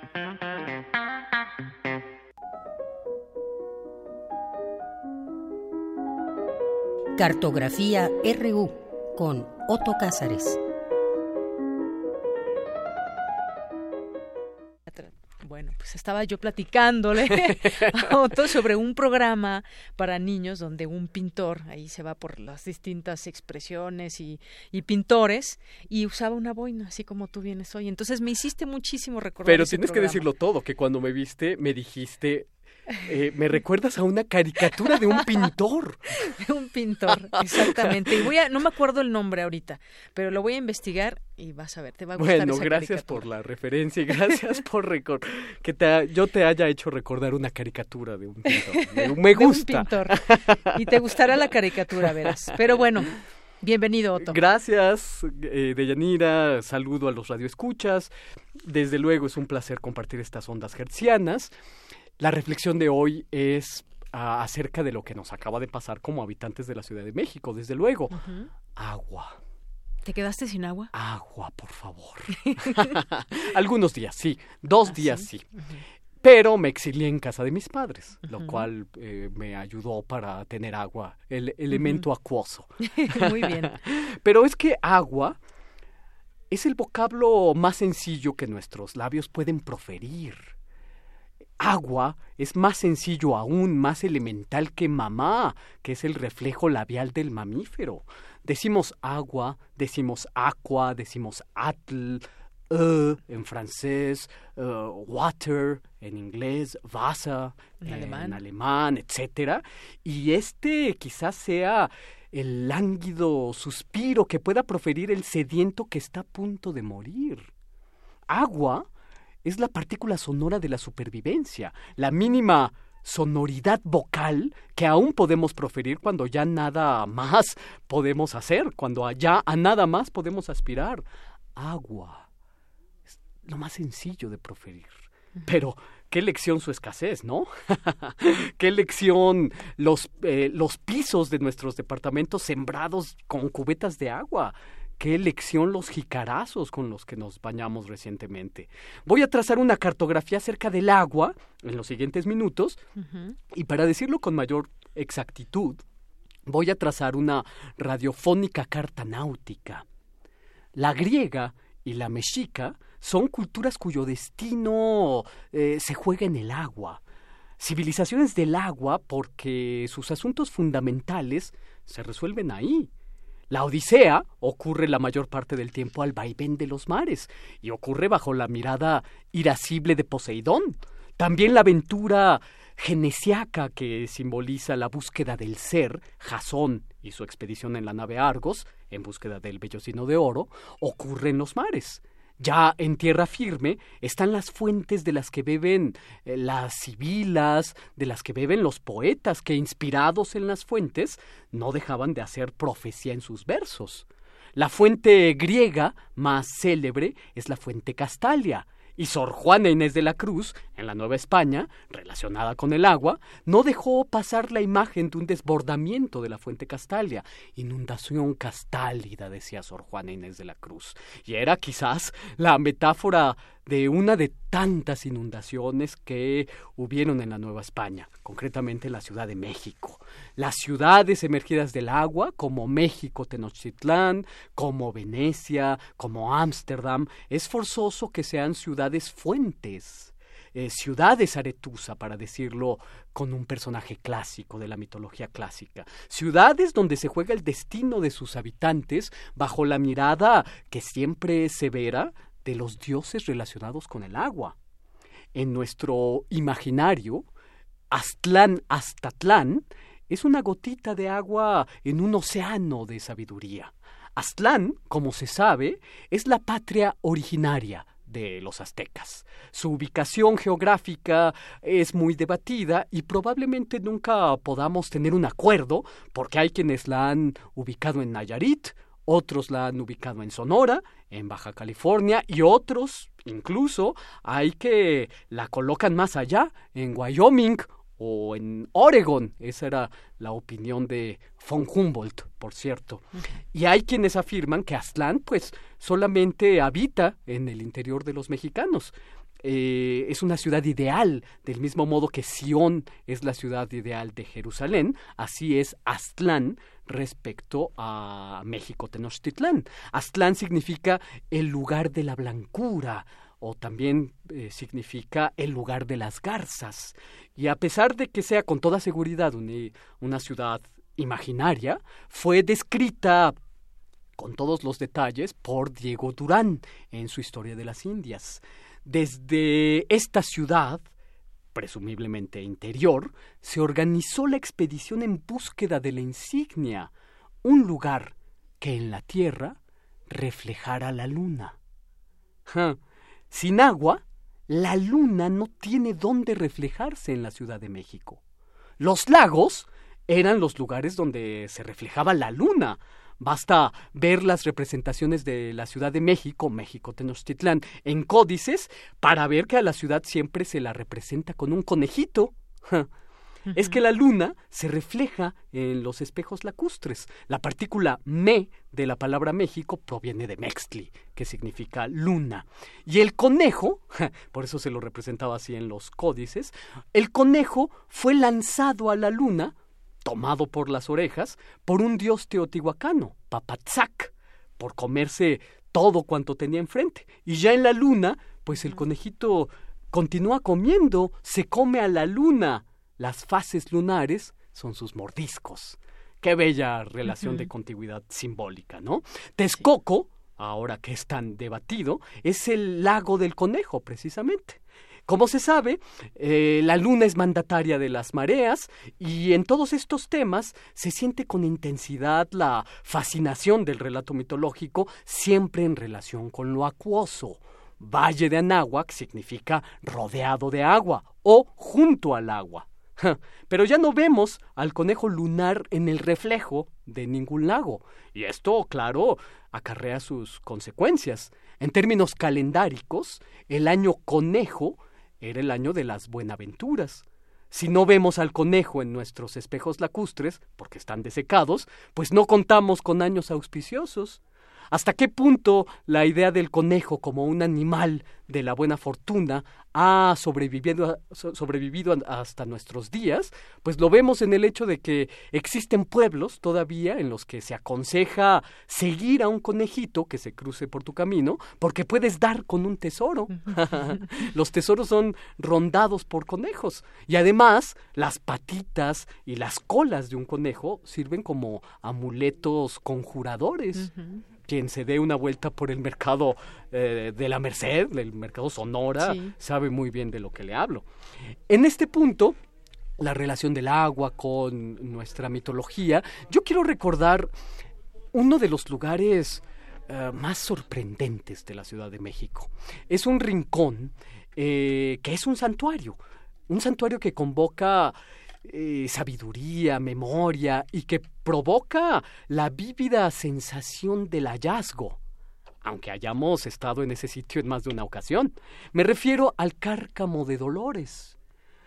Cartografía R U con Otto Cázares. Bueno, pues estaba yo platicándole a Otto sobre un programa para niños donde un pintor, ahí se va por las distintas expresiones y, y pintores, y usaba una boina, así como tú vienes hoy. Entonces me hiciste muchísimo recordar Pero ese tienes programa. que decirlo todo, que cuando me viste, me dijiste... Eh, me recuerdas a una caricatura de un pintor. De un pintor, exactamente. Y voy a, no me acuerdo el nombre ahorita, pero lo voy a investigar y vas a ver, te va a gustar. Bueno, esa gracias caricatura. por la referencia y gracias por recordar que te, yo te haya hecho recordar una caricatura de un pintor. De un, me gusta. De un pintor. Y te gustará la caricatura, verás. Pero bueno, bienvenido, Otto. Gracias, eh, Deyanira. Saludo a los radioescuchas. Desde luego es un placer compartir estas ondas hertzianas. La reflexión de hoy es uh, acerca de lo que nos acaba de pasar como habitantes de la Ciudad de México, desde luego. Uh-huh. Agua. ¿Te quedaste sin agua? Agua, por favor. Algunos días, sí. Dos ¿Ah, días, sí. sí. Uh-huh. Pero me exilié en casa de mis padres, uh-huh. lo cual eh, me ayudó para tener agua, el elemento uh-huh. acuoso. Muy bien. Pero es que agua es el vocablo más sencillo que nuestros labios pueden proferir. Agua es más sencillo aún, más elemental que mamá, que es el reflejo labial del mamífero. Decimos agua, decimos aqua, decimos atl, uh, en francés, uh, water, en inglés, Wasser, en, en alemán. alemán, etcétera. Y este quizás sea el lánguido suspiro que pueda proferir el sediento que está a punto de morir. Agua es la partícula sonora de la supervivencia, la mínima sonoridad vocal que aún podemos proferir cuando ya nada más podemos hacer, cuando ya a nada más podemos aspirar. Agua. Es lo más sencillo de proferir. Pero qué lección su escasez, ¿no? Qué lección los, eh, los pisos de nuestros departamentos sembrados con cubetas de agua. Qué lección los jicarazos con los que nos bañamos recientemente. Voy a trazar una cartografía acerca del agua en los siguientes minutos. Uh-huh. Y para decirlo con mayor exactitud, voy a trazar una radiofónica carta náutica. La griega y la mexica son culturas cuyo destino eh, se juega en el agua. Civilizaciones del agua porque sus asuntos fundamentales se resuelven ahí. La Odisea ocurre la mayor parte del tiempo al vaivén de los mares y ocurre bajo la mirada irascible de Poseidón. También la aventura genesiaca que simboliza la búsqueda del ser, Jasón y su expedición en la nave Argos, en búsqueda del vellocino de oro, ocurre en los mares. Ya en tierra firme están las fuentes de las que beben eh, las sibilas, de las que beben los poetas, que inspirados en las fuentes no dejaban de hacer profecía en sus versos. La fuente griega más célebre es la fuente Castalia, y Sor Juana Inés de la Cruz, en la Nueva España, relacionada con el agua, no dejó pasar la imagen de un desbordamiento de la fuente Castalia. Inundación castálida, decía Sor Juana Inés de la Cruz. Y era quizás la metáfora de una de tantas inundaciones que hubieron en la Nueva España, concretamente en la Ciudad de México. Las ciudades emergidas del agua, como México Tenochtitlán, como Venecia, como Ámsterdam, es forzoso que sean ciudades fuentes. Eh, ciudades Aretusa, para decirlo con un personaje clásico de la mitología clásica. Ciudades donde se juega el destino de sus habitantes bajo la mirada que siempre es severa de los dioses relacionados con el agua. En nuestro imaginario, Aztlán Aztatlán es una gotita de agua en un océano de sabiduría. Aztlán, como se sabe, es la patria originaria de los aztecas. Su ubicación geográfica es muy debatida y probablemente nunca podamos tener un acuerdo, porque hay quienes la han ubicado en Nayarit, otros la han ubicado en Sonora, en Baja California, y otros, incluso, hay que la colocan más allá, en Wyoming o en Oregon. Esa era la opinión de von Humboldt, por cierto. Okay. Y hay quienes afirman que Aztlán, pues, solamente habita en el interior de los mexicanos. Eh, es una ciudad ideal, del mismo modo que Sión es la ciudad ideal de Jerusalén, así es Aztlán respecto a México Tenochtitlán. Aztlán significa el lugar de la blancura, o también eh, significa el lugar de las garzas. Y a pesar de que sea con toda seguridad una, una ciudad imaginaria, fue descrita con todos los detalles por Diego Durán en su Historia de las Indias. Desde esta ciudad, presumiblemente interior, se organizó la expedición en búsqueda de la insignia, un lugar que en la tierra reflejara la luna. Ja. Sin agua, la luna no tiene dónde reflejarse en la Ciudad de México. Los lagos eran los lugares donde se reflejaba la luna. Basta ver las representaciones de la Ciudad de México, México Tenochtitlán, en códices para ver que a la ciudad siempre se la representa con un conejito. Uh-huh. Es que la luna se refleja en los espejos lacustres. La partícula me de la palabra México proviene de Mextli, que significa luna. Y el conejo, por eso se lo representaba así en los códices, el conejo fue lanzado a la luna, tomado por las orejas, por un dios teotihuacano, Papatzac, por comerse todo cuanto tenía enfrente. Y ya en la luna, pues el conejito continúa comiendo, se come a la luna. Las fases lunares son sus mordiscos. Qué bella relación uh-huh. de contigüidad simbólica, ¿no? Texcoco, ahora que es tan debatido, es el lago del conejo, precisamente. Como se sabe, eh, la luna es mandataria de las mareas y en todos estos temas se siente con intensidad la fascinación del relato mitológico, siempre en relación con lo acuoso. Valle de Anáhuac significa rodeado de agua o junto al agua. Pero ya no vemos al conejo lunar en el reflejo de ningún lago. Y esto, claro, acarrea sus consecuencias. En términos calendáricos, el año conejo era el año de las buenaventuras. Si no vemos al conejo en nuestros espejos lacustres, porque están desecados, pues no contamos con años auspiciosos. ¿Hasta qué punto la idea del conejo como un animal de la buena fortuna ha sobrevivido, sobrevivido hasta nuestros días? Pues lo vemos en el hecho de que existen pueblos todavía en los que se aconseja seguir a un conejito que se cruce por tu camino porque puedes dar con un tesoro. Los tesoros son rondados por conejos y además las patitas y las colas de un conejo sirven como amuletos conjuradores. Uh-huh. Quien se dé una vuelta por el mercado eh, de la Merced, el mercado Sonora, sí, sabe muy bien de lo que le hablo. En este punto, la relación del agua con nuestra mitología, yo quiero recordar uno de los lugares uh, más sorprendentes de la Ciudad de México. Es un rincón eh, que es un santuario, un santuario que convoca Eh, sabiduría, memoria y que provoca la vívida sensación del hallazgo, aunque hayamos estado en ese sitio en más de una ocasión. Me refiero al Cárcamo de Dolores.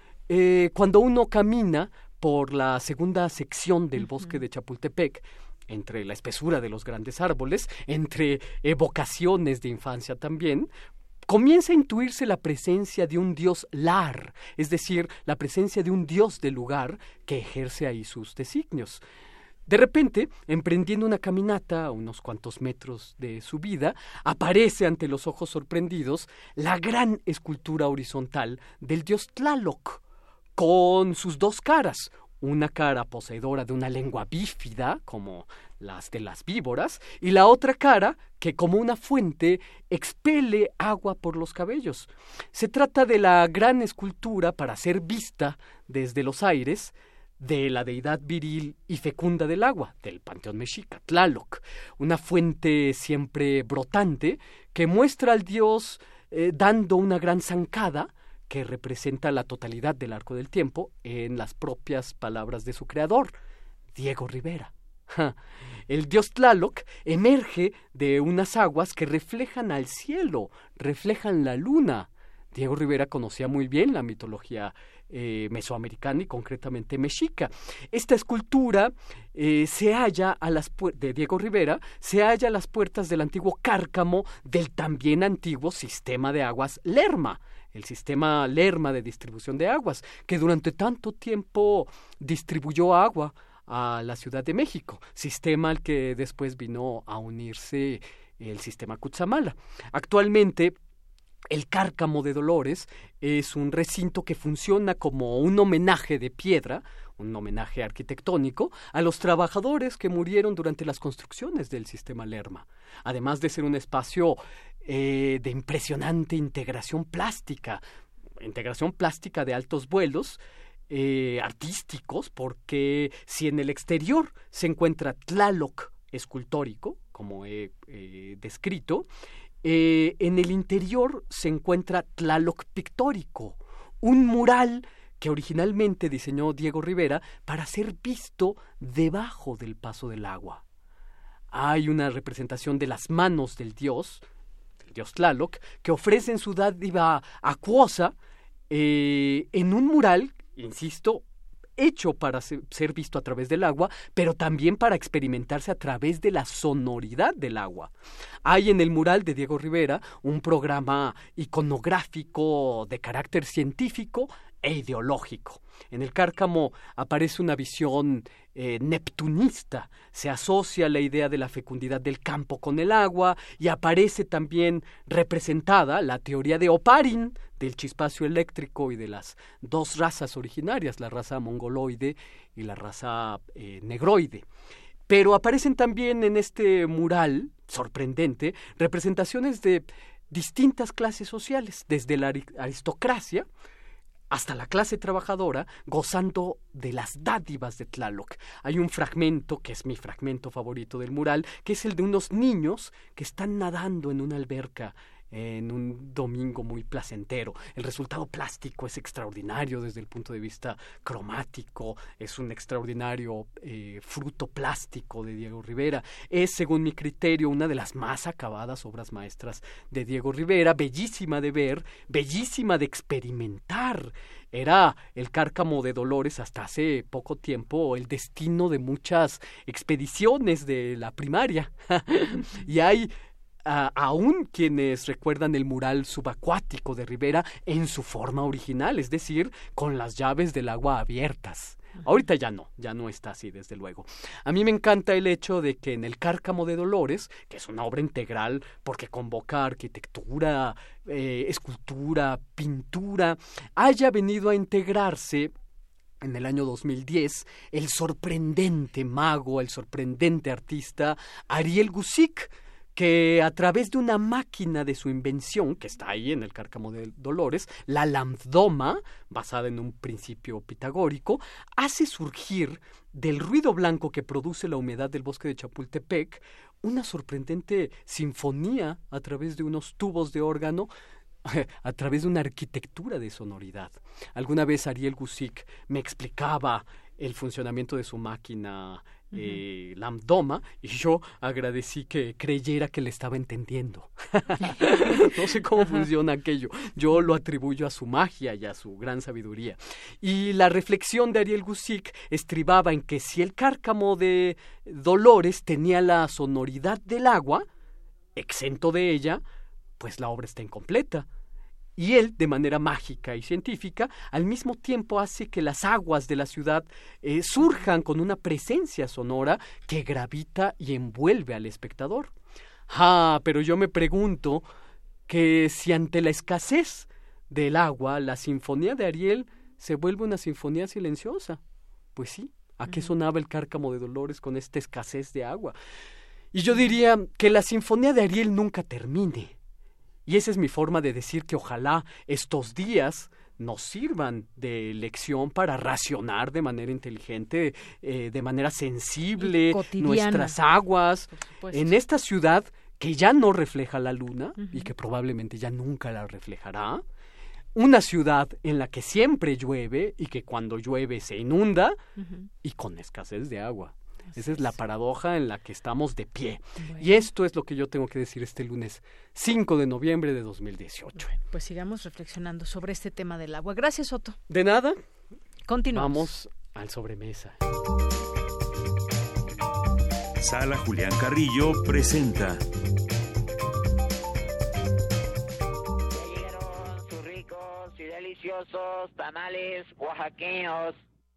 Eh, cuando uno camina por la segunda sección del uh-huh. bosque de Chapultepec, entre la espesura de los grandes árboles, entre evocaciones de infancia también, comienza a intuirse la presencia de un dios lar, es decir, la presencia de un dios del lugar que ejerce ahí sus designios. De repente, emprendiendo una caminata a unos cuantos metros de subida, aparece ante los ojos sorprendidos la gran escultura horizontal del dios Tlaloc, con sus dos caras, una cara poseedora de una lengua bífida, como las de las víboras, y la otra cara que como una fuente expele agua por los cabellos. Se trata de la gran escultura para ser vista desde los aires de la deidad viril y fecunda del agua, del panteón mexica, Tlaloc, una fuente siempre brotante que muestra al dios eh, dando una gran zancada que representa la totalidad del arco del tiempo en las propias palabras de su creador, Diego Rivera. El dios Tlaloc emerge de unas aguas que reflejan al cielo, reflejan la luna. Diego Rivera conocía muy bien la mitología eh, mesoamericana y concretamente mexica. Esta escultura eh, se halla a las pu- de Diego Rivera se halla a las puertas del antiguo Cárcamo del también antiguo sistema de aguas Lerma, el sistema Lerma de distribución de aguas, que durante tanto tiempo distribuyó agua a la Ciudad de México, sistema al que después vino a unirse el sistema Cutzamala. Actualmente, el Cárcamo de Dolores es un recinto que funciona como un homenaje de piedra, un homenaje arquitectónico, a los trabajadores que murieron durante las construcciones del sistema Lerma, además de ser un espacio eh, de impresionante integración plástica, integración plástica de altos vuelos, Eh, artísticos, porque si en el exterior se encuentra Tlaloc escultórico, como he eh, descrito, eh, en el interior se encuentra Tlaloc pictórico, un mural que originalmente diseñó Diego Rivera para ser visto debajo del paso del agua. Hay una representación de las manos del dios, del dios Tlaloc, que ofrecen su dádiva acuosa eh, en un mural, insisto, hecho para ser visto a través del agua, pero también para experimentarse a través de la sonoridad del agua. Hay en el mural de Diego Rivera un programa iconográfico de carácter científico e ideológico. En el Cárcamo aparece una visión eh, neptunista, se asocia la idea de la fecundidad del campo con el agua y aparece también representada la teoría de Oparin, del chispacio eléctrico y de las dos razas originarias, la raza mongoloide y la raza eh, negroide. Pero aparecen también en este mural, sorprendente, representaciones de distintas clases sociales, desde la aristocracia hasta la clase trabajadora, gozando de las dádivas de Tlaloc. Hay un fragmento, que es mi fragmento favorito del mural, que es el de unos niños que están nadando en una alberca en un domingo muy placentero. El resultado plástico es extraordinario desde el punto de vista cromático, es un extraordinario eh, fruto plástico de Diego Rivera. Es, según mi criterio, una de las más acabadas obras maestras de Diego Rivera, bellísima de ver, bellísima de experimentar. Era el Cárcamo de Dolores hasta hace poco tiempo el destino de muchas expediciones de la primaria. Y hay Uh, aún quienes recuerdan el mural subacuático de Rivera en su forma original, es decir, con las llaves del agua abiertas. Ahorita ya no, ya no está así, desde luego. A mí me encanta el hecho de que en el Cárcamo de Dolores, que es una obra integral porque convoca arquitectura, eh, escultura, pintura, haya venido a integrarse en el año dos mil diez el sorprendente mago, el sorprendente artista Ariel Guzick, que a través de una máquina de su invención, que está ahí en el Cárcamo de Dolores, la lambdoma, basada en un principio pitagórico, hace surgir del ruido blanco que produce la humedad del bosque de Chapultepec una sorprendente sinfonía a través de unos tubos de órgano, a través de una arquitectura de sonoridad. Alguna vez Ariel Guzick me explicaba el funcionamiento de su máquina eh, uh-huh. lambdoma, y yo agradecí que creyera que le estaba entendiendo. No sé cómo uh-huh. funciona aquello. Yo lo atribuyo a su magia y a su gran sabiduría. Y la reflexión de Ariel Guzick estribaba en que si el Cárcamo de Dolores tenía la sonoridad del agua, exento de ella, pues la obra está incompleta. Y él, de manera mágica y científica, al mismo tiempo hace que las aguas de la ciudad eh, surjan con una presencia sonora que gravita y envuelve al espectador. Ah, pero yo me pregunto que si ante la escasez del agua, la sinfonía de Ariel se vuelve una sinfonía silenciosa. Pues sí, ¿a qué sonaba el Cárcamo de Dolores con esta escasez de agua? Y yo diría que la sinfonía de Ariel nunca termine. Y esa es mi forma de decir que ojalá estos días nos sirvan de lección para racionar de manera inteligente, eh, de manera sensible, nuestras aguas en esta ciudad que ya no refleja la luna uh-huh. y que probablemente ya nunca la reflejará. Una ciudad en la que siempre llueve y que cuando llueve se inunda uh-huh. y con escasez de agua. Esa es la paradoja en la que estamos de pie. Bueno. Y esto es lo que yo tengo que decir este lunes cinco de noviembre de dos mil dieciocho. Bueno, pues sigamos reflexionando sobre este tema del agua. Gracias, Otto. De nada. Continuamos. Vamos al sobremesa. Sala Julián Carrillo presenta. Ya llegaron sus ricos y deliciosos tamales oaxaqueños.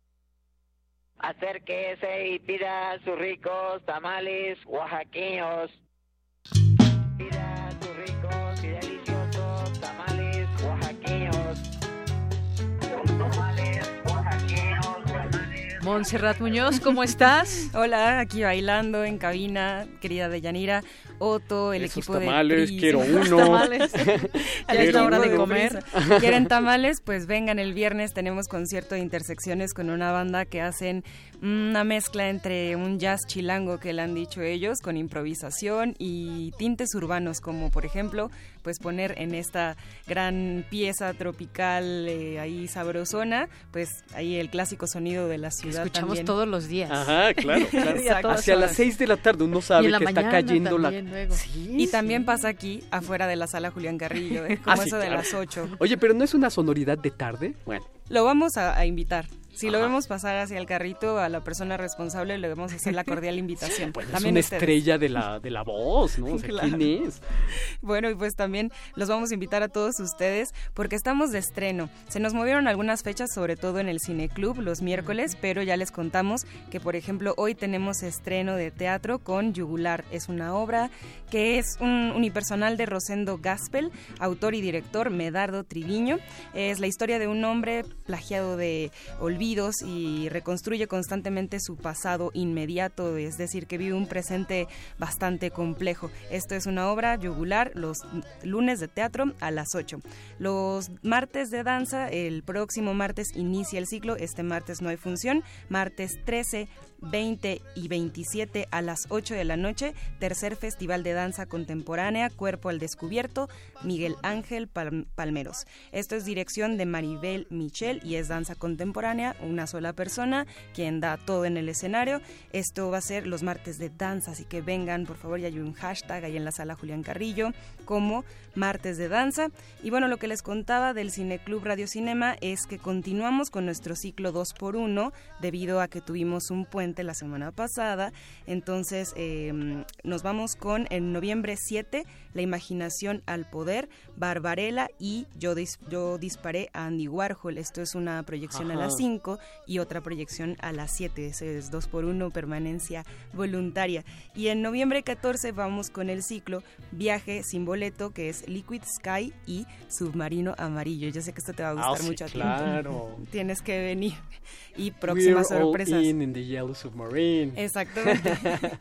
Acérquese y pida sus ricos tamales oaxaqueños. Pida sus ricos y deliciosos tamales oaxaqueños. Tamales oaxaqueños, tamales. Montserrat Muñoz, ¿cómo estás? Hola, aquí bailando en cabina, querida Deyanira. Otto, el Esos equipo tamales, de quiero uno. Tamales. Ya es la hora de comer. ¿Quieren tamales? Pues vengan el viernes, tenemos concierto de Intersecciones con una banda que hacen una mezcla entre un jazz chilango, que le han dicho ellos, con improvisación y tintes urbanos, como por ejemplo, pues poner en esta gran pieza tropical eh, ahí sabrosona, pues ahí el clásico sonido de la ciudad. Escuchamos también. Todos los días. Ajá, claro, claro. Hacia las seis de la tarde uno sabe que está cayendo la... Sí, y sí. También pasa aquí, afuera de la sala Julián Carrillo, ¿eh? Como ah, eso sí, de claro. las ocho. Oye, pero ¿no es una sonoridad de tarde? Bueno. Lo vamos a, a invitar. Si Ajá. lo vemos pasar hacia el carrito, a la persona responsable le vamos a hacer la cordial invitación. Pues también es una ustedes. Estrella de la, de la voz, ¿no? O sea, claro. ¿Quién es? Bueno, y pues también los vamos a invitar a todos ustedes porque estamos de estreno. Se nos movieron algunas fechas, sobre todo en el Cineclub los miércoles, pero ya les contamos que, por ejemplo, hoy tenemos estreno de teatro con Yugular. Es una obra que es un unipersonal de Rosendo Gaspel, autor y director Medardo Triviño. Es la historia de un hombre plagiado de olvidos y reconstruye constantemente su pasado inmediato, es decir, que vive un presente bastante complejo. Esto es una obra Yugular, los lunes de teatro a las ocho. Los martes de danza, el próximo martes inicia el ciclo, este martes no hay función, martes trece veinte y veintisiete a las ocho de la noche, tercer Festival de Danza Contemporánea Cuerpo al Descubierto, Miguel Ángel Pal- Palmeros. Esto es dirección de Maribel Michel y es danza contemporánea, una sola persona quien da todo en el escenario. Esto va a ser los martes de danza, así que vengan, por favor, ya hay un hashtag ahí en la sala Julián Carrillo como martes de danza. Y bueno, lo que les contaba del Cineclub Radio Cinema es que continuamos con nuestro ciclo dos por uno debido a que tuvimos un puente la semana pasada. Entonces eh, nos vamos con en noviembre siete, La imaginación al poder, Barbarella y Yo, dis- yo disparé a Andy Warhol. Esto es una proyección Ajá. a las cinco y otra proyección a las siete. Ese es dos por uno, permanencia voluntaria. Y en noviembre catorce vamos con el ciclo Viaje sin boleto, que es Liquid Sky y Submarino Amarillo. Yo sé que esto te va a gustar oh, mucho sí, a ti. Claro. Tienes que venir. Y próximas We're sorpresas. All in, in the Yellow Submarine. Exactamente.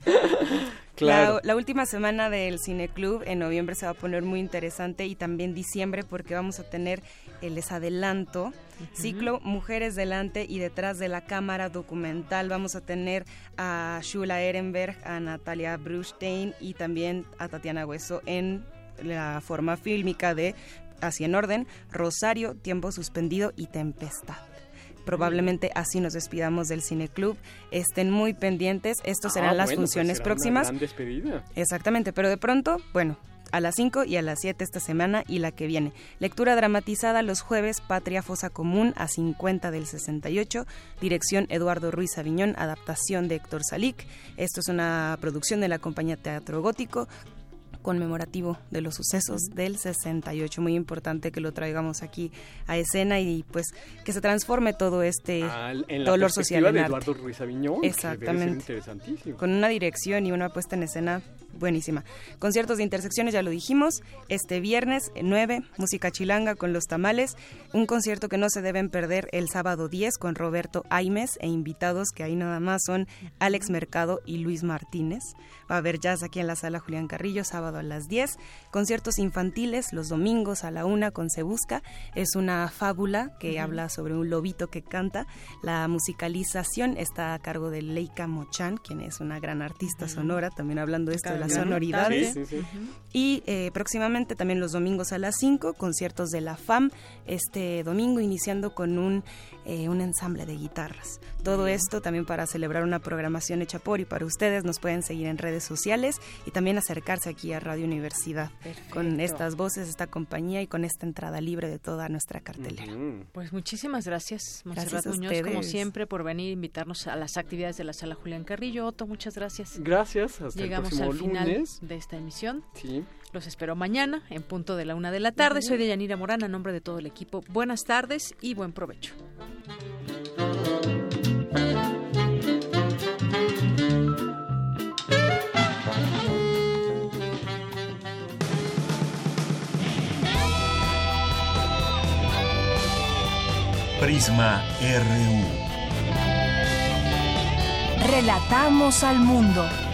Claro. La, la última semana del Cineclub en noviembre se va a poner muy interesante y también diciembre porque vamos a tener, eh, les adelanto, uh-huh. ciclo Mujeres delante y detrás de la cámara documental. Vamos a tener a Shula Ehrenberg, a Natalia Brustein y también a Tatiana Hueso en la forma fílmica de Así en orden, Rosario, Tiempo suspendido y Tempestad. Probablemente así nos despidamos del Cineclub. Estén muy pendientes. Estos serán ah, las bueno, funciones pues será próximas. Una gran despedida. Exactamente, pero de pronto, bueno, a las cinco y a las siete esta semana y la que viene. Lectura dramatizada los jueves, Patria Fosa Común, a cincuenta del sesenta y ocho. Dirección Eduardo Ruiz Aviñón, adaptación de Héctor Salic. Esto es una producción de la compañía Teatro Gótico, conmemorativo de los sucesos del sesenta y ocho. Muy importante que lo traigamos aquí a escena y pues que se transforme todo este ah, en dolor la social en de arte. Eduardo Ruiz Aviñón. Exactamente. Interesantísimo. Con una dirección y una puesta en escena buenísima. Conciertos de intersecciones, ya lo dijimos, este viernes nueve, música chilanga con Los Tamales, un concierto que no se deben perder el sábado diez con Roberto Aimes e invitados que ahí nada más son Alex Mercado y Luis Martínez. Va a haber jazz aquí en la sala Julián Carrillo, sábado a las diez. Conciertos infantiles los domingos a la una con Se Busca. Es una fábula que uh-huh. habla sobre un lobito que canta. La musicalización está a cargo de Leica Mochan, quien es una gran artista uh-huh. sonora, también hablando de esto de la sonoridad. Sí, sí, sí. Uh-huh. Y eh, próximamente también los domingos a las cinco, conciertos de la F A M, este domingo iniciando con un, eh, un ensamble de guitarras. Todo uh-huh. esto también para celebrar una programación hecha por y para ustedes. Nos pueden seguir en redes sociales y también acercarse aquí a Radio Universidad. Perfecto. Con estas voces, esta compañía y con esta entrada libre de toda nuestra cartelera. Uh-huh. Pues muchísimas gracias, Montserrat Muñoz, ustedes. como siempre, por venir a invitarnos a las actividades de la Sala Julián Carrillo. Otto, muchas gracias. Gracias, hasta Llegamos el próximo al final lunes de esta emisión. Sí. Los espero mañana en punto de la una de la tarde. Soy Deyanira Morán, a nombre de todo el equipo. Buenas tardes y buen provecho. Prisma R U. Relatamos al mundo.